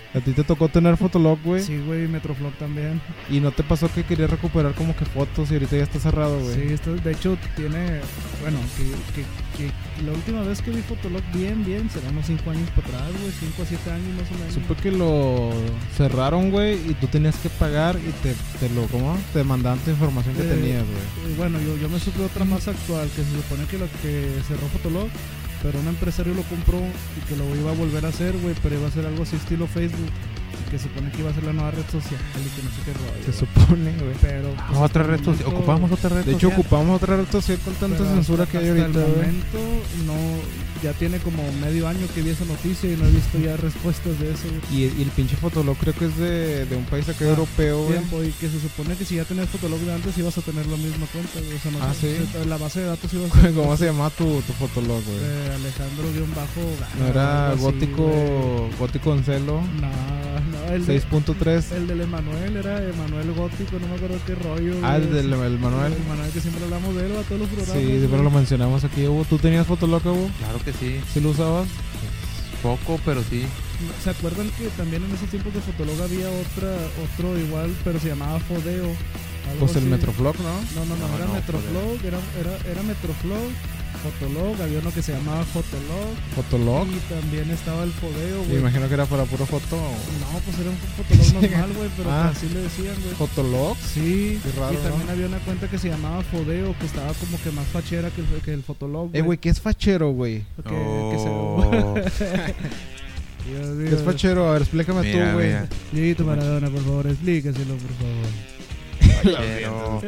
A ti te tocó tener Fotolog, güey. Sí, güey, Metroflog también. Y no te pasó que querías recuperar como que fotos y ahorita ya está cerrado, güey. Sí, esto, de hecho tiene, bueno, que, que, que la última vez que vi Fotolog bien, bien, será unos cinco años para atrás, güey, cinco a siete años más o menos. Supe que lo cerraron, güey, y tú tenías que pagar y te, te lo, ¿cómo? Te mandaban tu información que Eh, tenías, güey. Eh, Bueno, yo, yo me supe otra más actual, que se supone que lo que cerró Fotolog, pero un empresario lo compró y que lo iba a volver a hacer, güey, pero iba a hacer algo así estilo Facebook, y que se supone que iba a ser la nueva red social y que no sé qué rollo. Se güey. supone, güey. Pero Ah, pues, otra hasta red el social. momento- Ocupamos otra red De hecho, social. ocupamos otra red social con tanta pero censura hasta- que hay hasta ahorita, el güey. momento no, ya tiene como medio año que vi esa noticia y no he visto ya respuestas de eso, güey. Y, y el pinche Fotolog creo que es de, de un país acá Ah, europeo, güey. Tiempo, y que se supone que si ya tenías Fotolog de antes ibas a tener la misma cuenta, güey. O sea, no Ah, sé, ¿sí? la base de datos iba a ser ¿Cómo se llama tu, tu Fotolog, güey? eh, Alejandro-bajo. ¿No era algo así, güey. gótico, gótico en celo? No, no, el, de, seis punto tres. el del Emanuel era Emanuel Gótico, no me acuerdo qué rollo. Ah, el güey. del el Manuel. El Manuel que siempre hablamos de él a todos los programas. Sí, güey. siempre lo mencionamos aquí, Hugo. ¿Tú tenías Fotolog, Hugo? Claro que sí. ¿Sí lo usabas? Poco, pero sí. ¿Se acuerdan que también en esos tiempos de Fotolog había otra, otro igual, pero se llamaba Fodeo? Algo Pues el así. Metroflog, ¿no? No, no, no, No, era no, Metroflog, era, era, era Metroflog, Fotolog, había uno que se llamaba Fotolog. Fotolog. Y también estaba el Fodeo, Me güey. imagino que era para puro foto. No, pues era un Fotolog normal, güey, pero Ah. así le decían, güey. ¿Fotolog? Sí, Qué raro, y también ¿no? había una cuenta que se llamaba Fodeo, que estaba como que más fachera que el, que el Fotolog, Eh, güey, ¿qué es fachero, güey? Que, que se- Oh. Dios ¿Qué mío. es fachero? A ver, explícame Mira, tú, güey. mira. Dieguito Maradona, por favor, explícaselo, por favor. Pero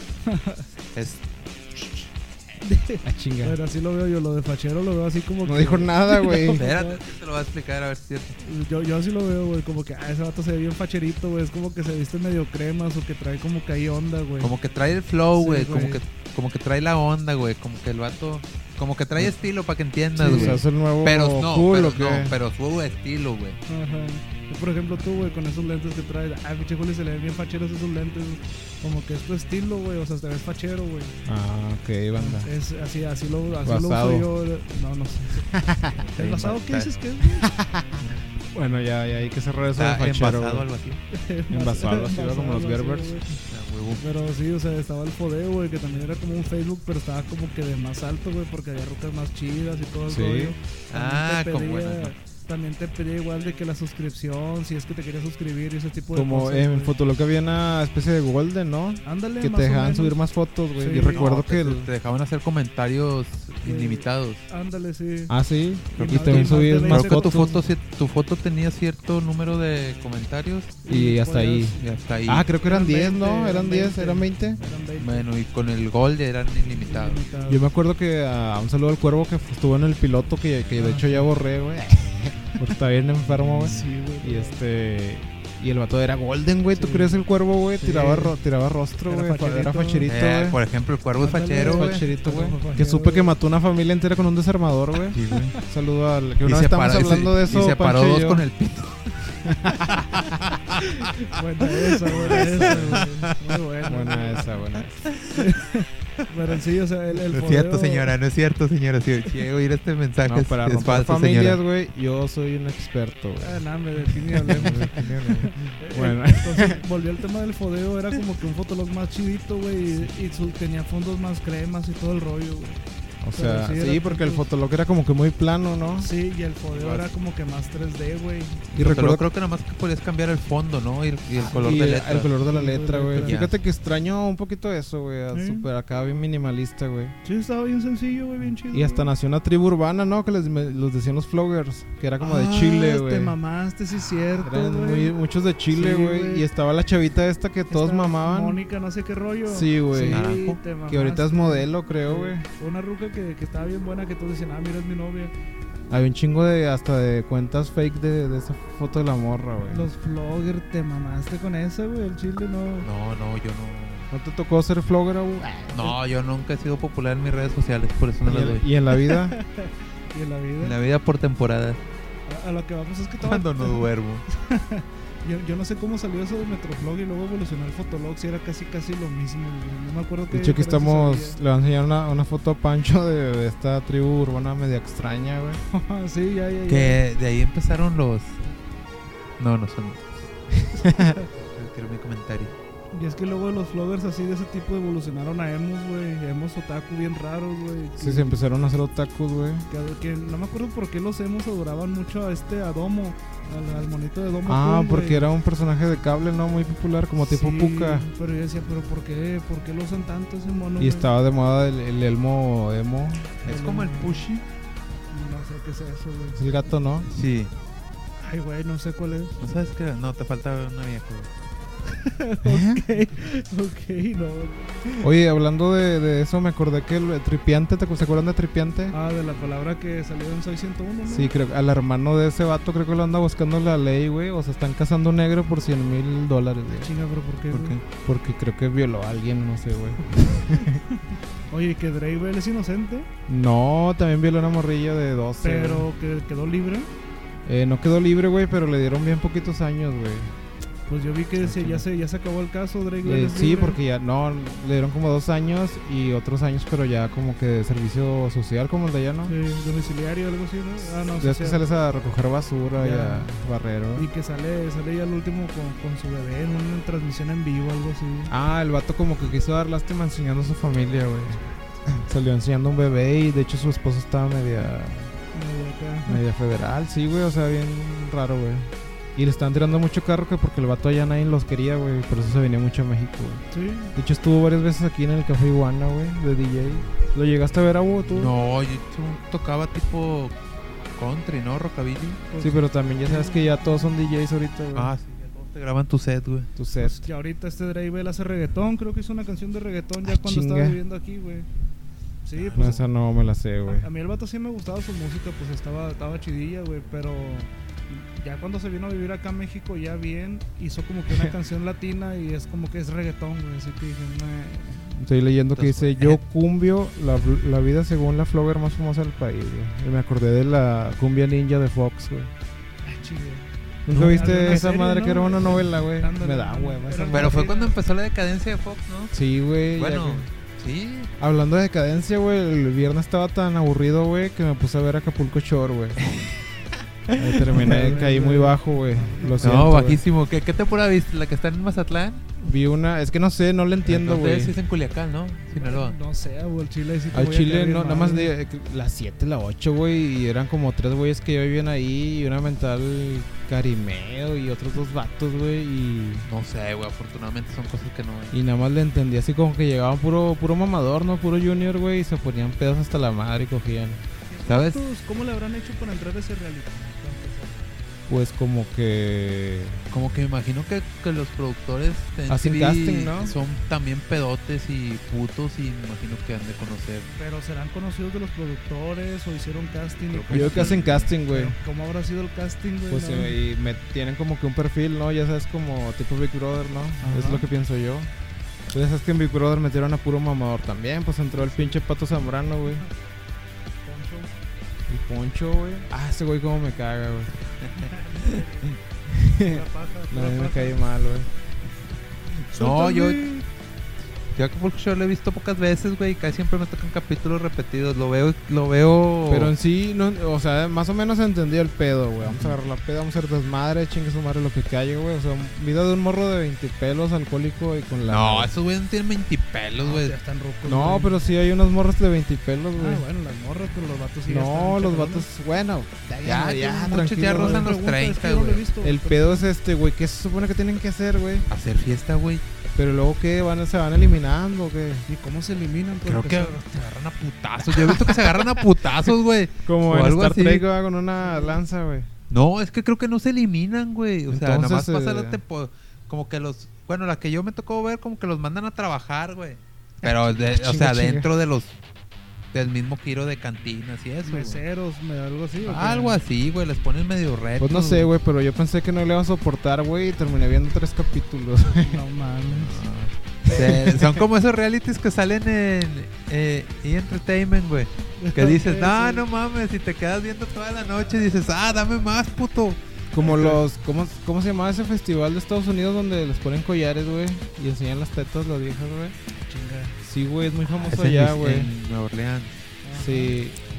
es Ah, chinga. Bueno, así lo veo yo, lo de fachero lo veo así como No que... dijo nada, güey. Espérate, te lo voy a explicar a ver si es cierto. Yo, yo así lo veo, güey, como que ah, ese vato se ve bien facherito, güey, es como que se viste medio cremas o que trae como que hay onda, güey. Como que trae el flow, Sí, güey. güey. como que como que trae la onda, güey. Como que el vato. Como que trae estilo para que entiendas, O güey. sea, es el nuevo pero no, cool, pero ¿o qué? no, pero su estilo, güey. Ajá. Y, por ejemplo, tú, güey, con esos lentes que traes, ah, pinche Juli, se le ven bien facheros esos lentes, como que es tu estilo, güey, o sea, te ves fachero, güey. Ah, ok, banda. Es así, así lo, así Basado. lo uso yo. No, no sé. ¿El Sí, basado qué está- dices que es, güey? Bueno, ya, ya hay que cerrar eso de Está fachero. envasado güey. algo así. Envasado, así, Envasado, como los así, Gerbers. güey. Ah, huevo. Pero sí, o sea, estaba el Fodeo, güey, que también era como un Facebook, pero estaba como que de más alto, güey, porque había rucas más chidas y todo el Sí. rollo. Ah, También te como pedía- bueno. También te pedía igual de que la suscripción, si es que te querías suscribir y ese tipo de Como cosas. en güey. Fotolog había una especie de Golden, ¿no? Ándale, Que más te o dejaban menos. subir más fotos, güey. Sí. Yo recuerdo No, que te, el... te dejaban hacer comentarios Sí. ilimitados. Ándale, sí. Ah, sí. Y Y más- y también más subías de más Creo que tu fotos. foto, sí- tu foto tenía cierto número de comentarios. Y hasta ahí. Y hasta ahí. Ah, creo que eran Eran diez, veinte, ¿no? Eran eran diez, veinte. eran veinte. Eran veinte. Bueno, y con el gol ya eran ilimitados. Ilimitado. Yo me acuerdo que a un saludo al cuervo que estuvo en el piloto, que, que de Ah, hecho ya borré, güey. Porque está bien enfermo, güey. Sí, güey. Y este. Y el vato era Golden, güey. ¿Tú Sí. crees el cuervo, güey? Sí. Tiraba, ro- tiraba rostro, Era güey. Era facherito. facherito, Eh, güey. por ejemplo, el cuervo es Ándale, fachero, güey. Facherito, güey. Fachero, Que supe que güey. mató una familia entera con un desarmador, güey. Sí, güey. Saludo al. Que Y una vez estamos separó- y se- hablando de eso. Y separó Pancho y dos yo. con el pito. Buena esa, buena esa, güey. Muy buena. Buena esa, buena esa. Pero sí, o sea, el, el No es fodeo- cierto, señora, no es cierto, señora. Si si llego a oír este mensaje, No, es, para es romper falso, familias, señora. güey. Yo soy un experto, güey. Ah, no, hombre, de ti ni hablemos. Bueno. Entonces, volvió al tema del fodeo, era como que un fotolog más chidito, güey, y, y su- tenía fondos más cremas y todo el rollo, güey. O sea, Pero sí, sí, era porque el tipo- fotolog era como que muy plano, ¿no? Sí, y el fodeo era como que más tres D, güey. Y Pero recuerdo creo que nada más que podías cambiar el fondo, ¿no? Y el, y el color y de el- letra. el color de la El color de letra, güey. letra. Fíjate que extraño un poquito eso, güey. Sí. Super acá, bien minimalista, güey. Sí, estaba bien sencillo, güey, bien chido. Y hasta güey. nació una tribu urbana, ¿no? Que les me- los decían los floggers, que era como de Ah, Chile, güey. Te mamaste, sí, es cierto, Eran güey. muy, muchos de Chile, Sí, güey. güey. Y estaba la chavita esta que todos Esta mamaban. Mónica, no sé qué rollo. Sí, güey. Sí, Naranjo. te Que ahorita es mamaste. modelo, creo, güey. Una ruca que, que estaba bien buena, que todos decían, ah, mira, es mi novia. Había un chingo de hasta de cuentas fake de, de esa foto de la morra, güey. Los vloggers, te mamaste con esa, güey. El chile no. No, no, yo no. ¿No te tocó ser flogger, güey? No, yo nunca he sido popular en mis redes sociales, por eso no ¿Y, las en- doy. y en la vida? Y en la vida. En la vida por temporada. A, a lo que vamos es que estaba. Cuando no duermo. Yo, yo no sé cómo salió eso de Metroflog y luego evolucionó el Fotolog. Si era casi casi lo mismo, güey. No me acuerdo qué. De hecho, aquí diferencias estamos. Le voy a enseñar una, una foto a Pancho de, de esta tribu urbana media extraña, güey. había. Sí, ya, ya, ya. Que de ahí empezaron los No, no son míos. Quiero mi comentario. Y es que luego los floggers así de ese tipo evolucionaron a emos, güey. Emos otaku bien raros, güey. Sí, Que- se empezaron a hacer otakus, güey. Que, que no me acuerdo por qué los emos adoraban mucho a este, a Domo, al, al monito de Domo. Ah, Kun, porque güey. era un personaje de cable, ¿no? Muy popular, como tipo Sí, Puka. Pero yo decía, ¿pero por qué? ¿Por qué lo usan tanto ese mono? Y güey? estaba de moda el, el elmo emo. Es como el Pushy. No sé qué es eso, güey. Es el gato, ¿no? Sí. Ay, güey, no sé cuál es. ¿No sabes qué? No, te falta una vieja, güey. ¿Eh? Ok, no. Oye, hablando de, de eso, me acordé que el Tripiante, ¿te se acuerdan de Tripiante? Ah, de la palabra que salió en Soy ciento uno, ¿no? Sí, creo que al hermano de ese vato creo que lo anda buscando la ley, güey. O sea, están cazando negro por cien mil dólares, güey. Chinga, pero ¿por qué? ¿Por güey? qué? Porque creo que violó a alguien, no sé, güey. Oye, que Drake es inocente, No, también violó a una morrilla de doce. pero que quedó libre. Eh, no quedó libre, güey, pero le dieron bien poquitos años, güey. Pues yo vi que se- ya, se, ya se acabó el caso, Drake Bell Eh, es sí, libre. porque ya, no, le dieron como dos años y otros años, pero ya como que de servicio social, como el de allá, ¿no? Sí, domiciliario, algo así, ¿no? Ah, no, Ya es que social. sales a recoger basura y Ya. a barrero. Y que sale, sale ya el último con, con su bebé en una transmisión en vivo, algo así. Ah, el vato como que quiso dar lástima enseñando a su familia, güey. Salió enseñando a un bebé y de hecho su esposa estaba media, Medio acá. media federal, sí, güey, o sea, bien raro, güey. Y le estaban tirando mucho carro que porque el vato allá nadie los quería, güey, por eso se venía mucho a México, güey. Sí. De hecho estuvo varias veces aquí en el Café Iguana, güey, de D J. ¿Lo llegaste a ver a Hugo, tú? No, yo yo tocaba tipo country, ¿no? Rockabilly. Sí, pero también ya sabes que ya todos son D Js ahorita, güey. Ah, sí, ya todos te graban tu set, güey. Tu set. Y ahorita este Drake Bell hace reggaetón, creo que hizo una canción de reggaetón ya Ah, cuando chinga. estaba viviendo aquí, güey. Sí, No, pues esa no me la sé, güey. a mí el vato sí me gustaba su música, pues estaba, estaba chidilla, güey, pero ya cuando se vino a vivir acá a México ya bien, hizo como que una canción latina y es como que es reggaetón, güey, así que dije, "Meh". Estoy leyendo que Entonces, dice, yo cumbio la, la vida según la flogger más famosa del país, güey. Y me acordé de la cumbia ninja de Fox, güey. Ah, chido. ¿Nunca No, viste había una esa serie, madre ¿no? que era una novela, güey? Ándale. Me da, güey. Era esa una Pero fue serie. cuando empezó la decadencia de Fox, ¿no? Sí, güey. ya Bueno, que- sí. Hablando de decadencia, güey, el viernes estaba tan aburrido, güey, que me puse a ver Acapulco Shore, güey. Ahí terminé, caí muy bajo, güey. Lo siento, No, güey. bajísimo. ¿Qué, ¿Qué temporada viste? ¿La que está en Mazatlán? Vi una, es que no sé, no le entiendo, Entonces, güey. sí es en Culiacán, ¿no? Sinaloa. No sé, güey, el Chile ahí sí te Al voy a Chile, caer bien no, nada mal, más güey. de eh, las siete, la ocho, güey, y eran como tres güeyes que ya vivían ahí, y una mental carimeo, y otros dos vatos, güey, y, No sé, güey. Afortunadamente son cosas que no... y nada más le entendí así como que llegaban puro puro mamador, ¿no? Puro junior, güey, y se ponían pedos hasta la madre y cogían. ¿Sabes? Estos, ¿Cómo le habrán hecho para entrar a ese reality? Pues como que... Como que me imagino que, que los productores de Hacen M T V casting, ¿no? son también pedotes y putos y me imagino que han de conocer. Pero serán conocidos de los productores o hicieron casting. Creo y que Yo creo que hacen casting, güey. Pero ¿Cómo habrá sido el casting, güey? Pues No. eh, y me tienen como que un perfil, ¿no? Ya sabes, como tipo Big Brother, ¿no? Es Ajá. lo que pienso yo. Pues ya sabes que en Big Brother metieron a puro mamador también. Pues entró el pinche Pato Zambrano, güey. El Poncho, güey. Ah, ese güey como me caga, güey. Pura paja, No, pura a mí me paja. cae mal, güey. No, yo, Suéltame. yo Acapulco Shore lo he visto pocas veces, güey. Casi siempre me tocan capítulos repetidos. Lo veo, lo veo. Pero en sí, no, o sea, más o menos entendí el pedo, güey. Vamos a agarrar la peda, vamos a hacer desmadre, chingue su madre lo que caiga, güey. O sea, vida de un morro de veinte pelos, alcohólico y con la... No, esos güeyes no tienen veintipelos, No, güey. ya están rucos, No, güey. pero sí hay unos morros de veinte pelos, güey. Ah, bueno, las morras, pero los vatos sí ya No, están los cabrones. vatos, bueno, Ya, ya, ya, muchos tranquilo, ya güey. rozan los Pregunta, es que treinta, yo no lo he güey. visto, El pero- pedo es este, güey, ¿qué se supone que tienen que hacer, güey? Hacer fiesta, güey. Pero luego, ¿qué? ¿Van, ¿Se van eliminando o qué? ¿Y cómo se eliminan? Por Creo que empezar? se agarran a putazos. Yo he visto que se agarran a putazos, güey. Como O en algo Star así. Trek, güey, con una lanza, güey. No, es que creo que no se eliminan, güey. O sea, nada más Entonces, pasa eh, la tempo- como que los... Bueno, la que yo me tocó ver, como que los mandan a trabajar, güey. Pero, de- o Chinga, sea, chinga. dentro de los... Del mismo giro de cantinas y eso, güey. Meseros, me- algo así. ¿o qué? Algo así, güey. Les ponen medio retos. Pues no sé, güey, pero yo pensé que no le iba a soportar, güey, y terminé viendo tres capítulos. No mames. Se- son como esos realities que salen en eh, E! Entertainment, güey. Que dices, Sí, no, sí. no mames, si te quedas viendo toda la noche y dices, ah, dame más, puto. Como los... ¿cómo, ¿Cómo se llamaba ese festival de Estados Unidos donde les ponen collares, güey? Y enseñan las tetas las viejas, güey. Chinga. Sí, güey, es muy famoso Es en allá, Luis- güey. En Nueva Orleans. Sí.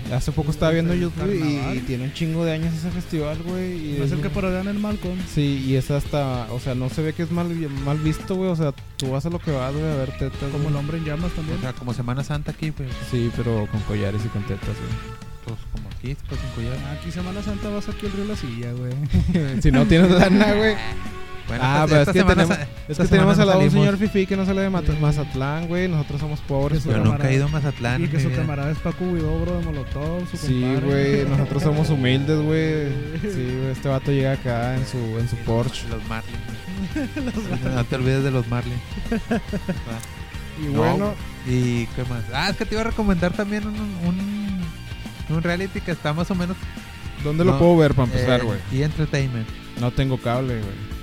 Hace poco estaba viendo El YouTube y, carnaval. y tiene un chingo de años ese festival, güey. y ¿No es el un- que parodian el Malcolm? Sí, y es hasta, o sea, no se ve que es mal, mal visto, güey. O sea, tú vas a lo que vas, güey, a ver tetas. Como güey. el hombre en llamas también. O sea, como Semana Santa aquí, pues. Sí, pero con collares y con tetas, güey. Pues como aquí, pues sin collar. Ah, aquí Semana Santa vas aquí al río La Silla, güey. Si no tienes lana, güey. Bueno, Ah, esta- pero es esta que semana tenemos, sa- es esta que tenemos semana al lado un salimos. señor Fifi que no sale de Mat- Mazatlán, güey. Nosotros somos pobres. Yo Yo pero- no- nunca he ido a Mazatlán. Y en que mi su vida. camarada es Paco Huidobro de Molotov, su Sí, compadre. güey. Nosotros somos humildes, güey. Sí, güey. Este vato llega acá en su, en su Porsche. Los Marlins. No te olvides de los Marlins. Y No, bueno, ¿Y qué más? Ah, es que te iba a recomendar también un, un, un reality que está más o menos. ¿dónde lo no, puedo ver para empezar, eh, güey? Y Entertainment. No tengo cable, güey.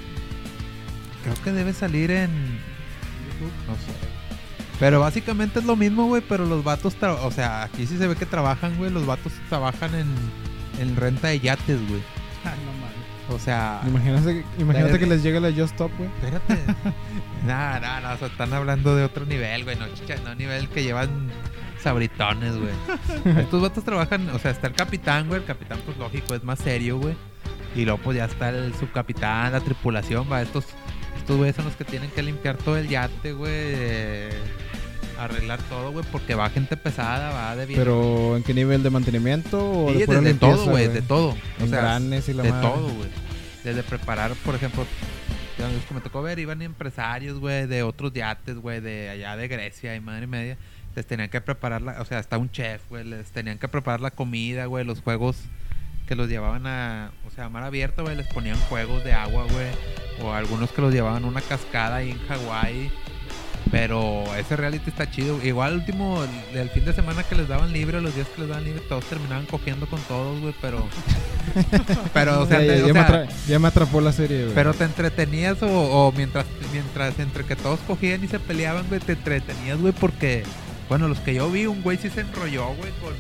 Creo que debe salir en YouTube, no sé. Pero básicamente es lo mismo, güey, pero los vatos, tra- o sea, aquí sí se ve que trabajan, güey, los vatos trabajan en, en renta de yates, güey. Ay, no mames. O sea, Imagínate, imagínate Verga. que les llegue la Just Stop, güey. espérate. Nah, nah, no, o sea, están hablando de otro nivel, güey, no, chicha, no nivel que llevan sabritones, güey. Estos vatos trabajan, o sea, está el capitán, güey, el capitán, pues lógico, es más serio, güey. Y luego, pues ya está el subcapitán, la tripulación, va, estos, estos güeyes son los que tienen que limpiar todo el yate, güey, eh, arreglar todo, güey, porque va gente pesada, va de bien. Pero, ¿en qué nivel de mantenimiento o Sí, de pura desde limpieza, todo, güey, de todo. O sea, Engranes y la de madre. todo, güey. Desde preparar, por ejemplo, ya ves que me tocó ver, iban empresarios, güey, de otros yates, güey, de allá de Grecia y madre y media. Les tenían que preparar, la, o sea, hasta un chef, güey, les tenían que preparar la comida, güey, los juegos que los llevaban a, o sea, a mar abierto, güey, les ponían juegos de agua, güey, o algunos que los llevaban a una cascada ahí en Hawái. Pero ese reality está chido. Igual el último, el, el fin de semana que les daban libre, los días que les daban libre, todos terminaban cogiendo con todos, güey, pero... pero, o sea, ya, te- ya o me sea, atra- ya me atrapó la serie, güey. pero te entretenías o, o mientras, mientras entre que todos cogían y se peleaban, güey, te entretenías, güey, porque... Bueno, los que yo vi, un güey sí se enrolló, güey, con...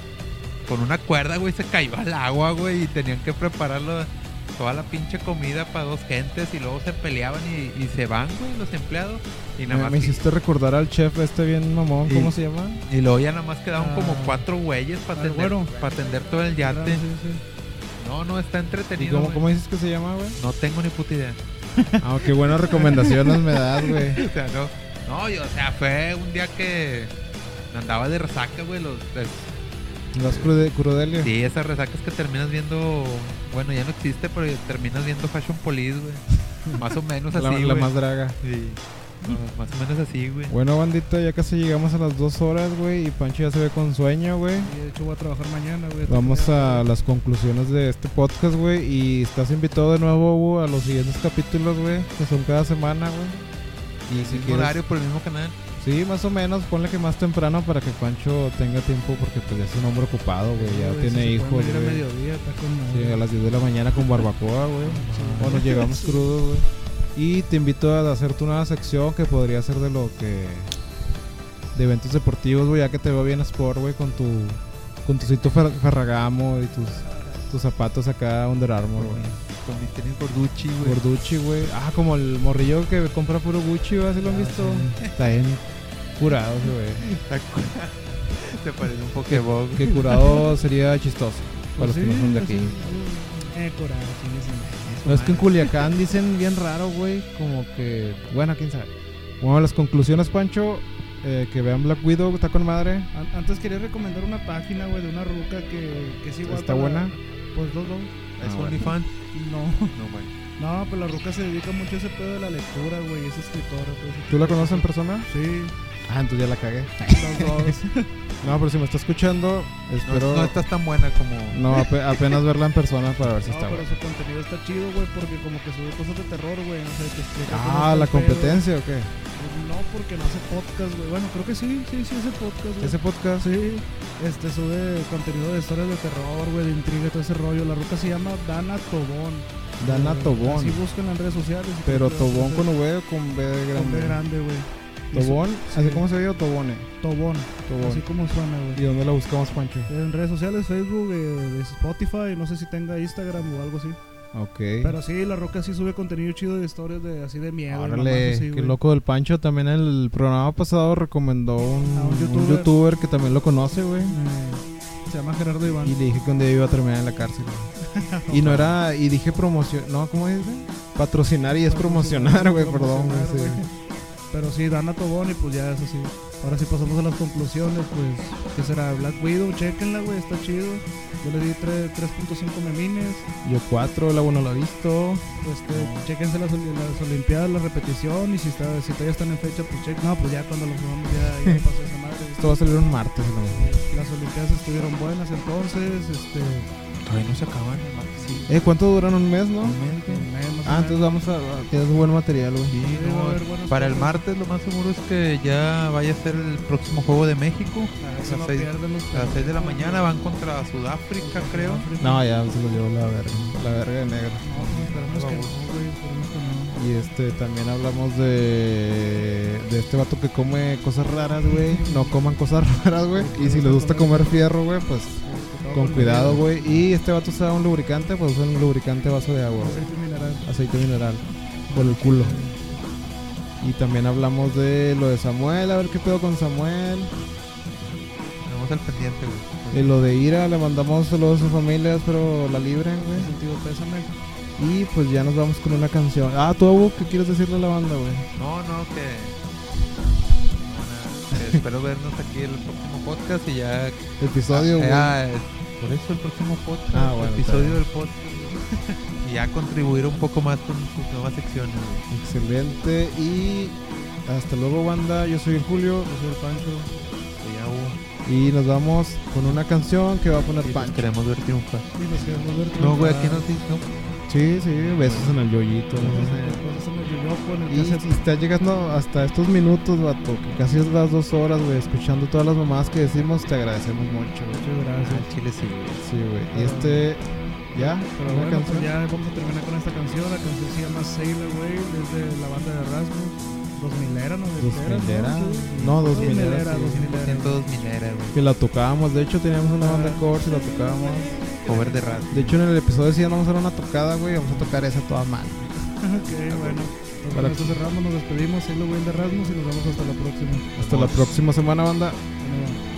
Con una cuerda, güey, se cayó al agua, güey, y tenían que prepararlo... Toda la pinche comida para dos gentes y luego se peleaban y, y se van, güey, los empleados. Y nada me, más me que- hiciste recordar al chef este bien mamón, Y- ¿cómo se llama? Y luego ya nada más quedaban Ah. como cuatro güeyes para Ah, atender, güero. para atender todo el Ah, yate. sí, sí. No, no, está ¿Y entretenido. cómo, güey. cómo dices que se llama, güey? No tengo ni puta idea. Ah, qué buenas recomendaciones me das, güey. O sea, no. No, yo, o sea, fue un día que andaba de resaca, güey. Los, es- Las crude, crudelia. sí, esas resacas que terminas viendo. Bueno, ya no existe, pero terminas viendo Fashion Police, güey. Más o menos así, la, güey. la más draga. Sí. No, más o menos así, güey. Bueno, bandita, ya casi llegamos a las dos horas, güey. Y Pancho ya se ve con sueño, güey. Y de hecho voy a trabajar mañana, güey. Vamos a las conclusiones de este podcast, güey. Y estás invitado de nuevo, Hugo, a los siguientes capítulos, güey. Que son cada semana, güey. Y si Mismo quieres... horario por el mismo canal. Sí, más o menos. Ponle que más temprano para que Pancho tenga tiempo. Porque pues ya es un hombre ocupado, güey. Ya Güey, tiene si se hijos, pueden venir a güey. mediodía, está con Sí, madre. a las diez de la mañana con barbacoa, güey. O nos llegamos crudos, güey. Y te invito a hacer tu nueva sección que podría ser de lo que... De eventos deportivos, güey. Ya que te veo bien sport, güey. Con tu... Con tu cito Fer- Ferragamo y tus... Tus zapatos acá Under Armour, güey. Con mis tenis Gorducci, güey. Gorducci, güey. Ah, como el morrillo que compra puro Gucci, güey. ¿Sí lo han visto? Está bien curado, ese güey. Te parece un Pokéball. Que curado sería chistoso. Para los Pues que no son de sí, aquí. sí. Eh, coraje, chingue su madre. No, es que en Culiacán dicen bien raro, güey. Como que. Bueno, quién sabe. Bueno, las conclusiones, Pancho. Eh, que vean Black Widow, está con madre. An- Antes quería recomendar una página, güey, de una ruca que, que es igual. ¿Está para- buena? Pues dos, dos. ¿Es Ah, bueno. OnlyFans? No, No, güey. no, pues la ruca se dedica mucho a ese pedo de la lectura, güey. Es escritora. Pues, ¿Tú la conoces en persona? Sí, Ah, entonces ya la cagué. los dos. No, pero si me está escuchando, No, espero. no estás tan buena como. No, ape- apenas verla en persona para ver si No, está pero buena. su contenido está chido, güey, porque como que sube cosas de terror, güey. No sé, te explica cómo Ah, está la el pedo. competencia o qué? No, porque no hace podcast, güey. Bueno, creo que sí, sí, sí hace podcast, güey. Ese podcast. Sí, este sube contenido de historias de terror, güey, de intriga y todo ese rollo. La ruca se llama Dana Tobón. Dana Eh, Tobón. Así buscan en redes sociales. y Pero creo que Tobón va a con V o con B de ser- grande. con B grande, güey. Y su- Tobón, sí. ¿así cómo se ve o Tobone? Tobón. Tobón. Así como suena, ¿Y güey. dónde la buscamos, Pancho? En redes sociales, Facebook, eh, Spotify, no sé si tenga Instagram o algo así. Ok. Pero sí, la roca sí sube contenido chido de historias de así de miedo. y mamás Órale, así, qué güey. loco del Pancho. También el programa pasado recomendó un, A un un youtuber. youtuber que también lo conoce, güey. Eh, Se llama Gerardo Iván. Y le dije que un día iba a terminar en la cárcel, güey. Y no era, y dije promoción, no, ¿cómo es? güey? Patrocinar y es promocionar, güey, perdón, güey. Promocionar, Sí. güey. Pero sí, Dana Tobón y pues ya eso sí. Ahora sí pasamos a las conclusiones, pues, ¿qué será? Black Widow, chequenla, güey, está chido. Yo le di tres punto cinco memines. Yo cuatro, la uno lo he visto. Este, chequense las, oli- las Olimpiadas, la repetición. Y si, está, si todavía están en fecha, pues chequen. No, pues ya cuando lo jugamos ya, ya pasó esa madre. Esto va a salir un martes, ¿no? Las Olimpiadas estuvieron buenas entonces. Este, Todavía no se acaban. Sí. Eh, ¿cuánto duran? Un mes, ¿no? Un mes, güey. un mes más o Ah, entonces menos. vamos a... Tienes buen material, güey. Sí, Sí, no, va a haber buenas para el cosas. martes lo más seguro es que ya vaya a ser el próximo juego de México. A ver si a no las seis- pierden los- A las seis de la mañana van contra Sudáfrica, creo. No, ya se lo llevó la verga. La verga de negro. No, pues esperemos que no, güey, esperemos que no. Y este, también hablamos de... De este vato que come cosas raras, güey. No coman cosas raras, güey. Y si les gusta comer fierro, güey, pues... Con cuidado, güey. Y este vato usa un lubricante, pues usa un lubricante a vaso de agua, güey. Aceite mineral. Aceite mineral. Por el culo. Y también hablamos de lo de Samuel, a ver qué pedo con Samuel. Tenemos al pendiente, güey. Y lo de Ira, le mandamos saludos a su familia, espero la libren, En güey. sentido, pésame. Y pues ya nos vamos con una canción. Ah, tú, Abu, ¿qué quieres decirle a la banda, güey? No, no, que... no, nada, que espero vernos aquí el próximo podcast y ya... Episodio, güey. Ah, eh, por eso el próximo podcast. Ah, bueno, el está episodio bien. del podcast. Y ya contribuir un poco más con sus nuevas secciones, güey. Excelente. Y hasta luego, banda. Yo soy el Julio. Yo soy el Pancho. Y ya, güey. Y nos vamos con una canción que va a poner Y los Pancho. queremos ver triunfar. Y los queremos ver No, güey, aquí triunfar. nos dice... No. Sí, sí, besos en el yoyito. no sé. Cosas en el yoyopo, en el Y cassette. si estás llegando hasta estos minutos, vato, que casi es las dos horas, güey, escuchando todas las mamadas que decimos, te agradecemos mucho, güey. Muchas gracias. Ah, Chile sí, güey. Sí, güey. Y este, ya, Pero una bueno, canción. pues ya vamos a terminar con esta canción. La canción se llama Sailor Way, es de la banda de Rasmus. Dos milera, ¿no? Dos milera. Sí. No, dos Sí, milera, milera, sí. dos milera. ciento dos milera, güey. Que la tocábamos, de hecho teníamos una banda de covers y la tocábamos. Cover de rat. De hecho en el episodio sí vamos a hacer una tocada, güey, vamos a tocar esa toda mal. Ok, bueno. Pues Para- con esto cerramos, nos despedimos. Sailor Way de Rasmus y nos vemos hasta la próxima. Hasta la próxima semana, banda. Bueno,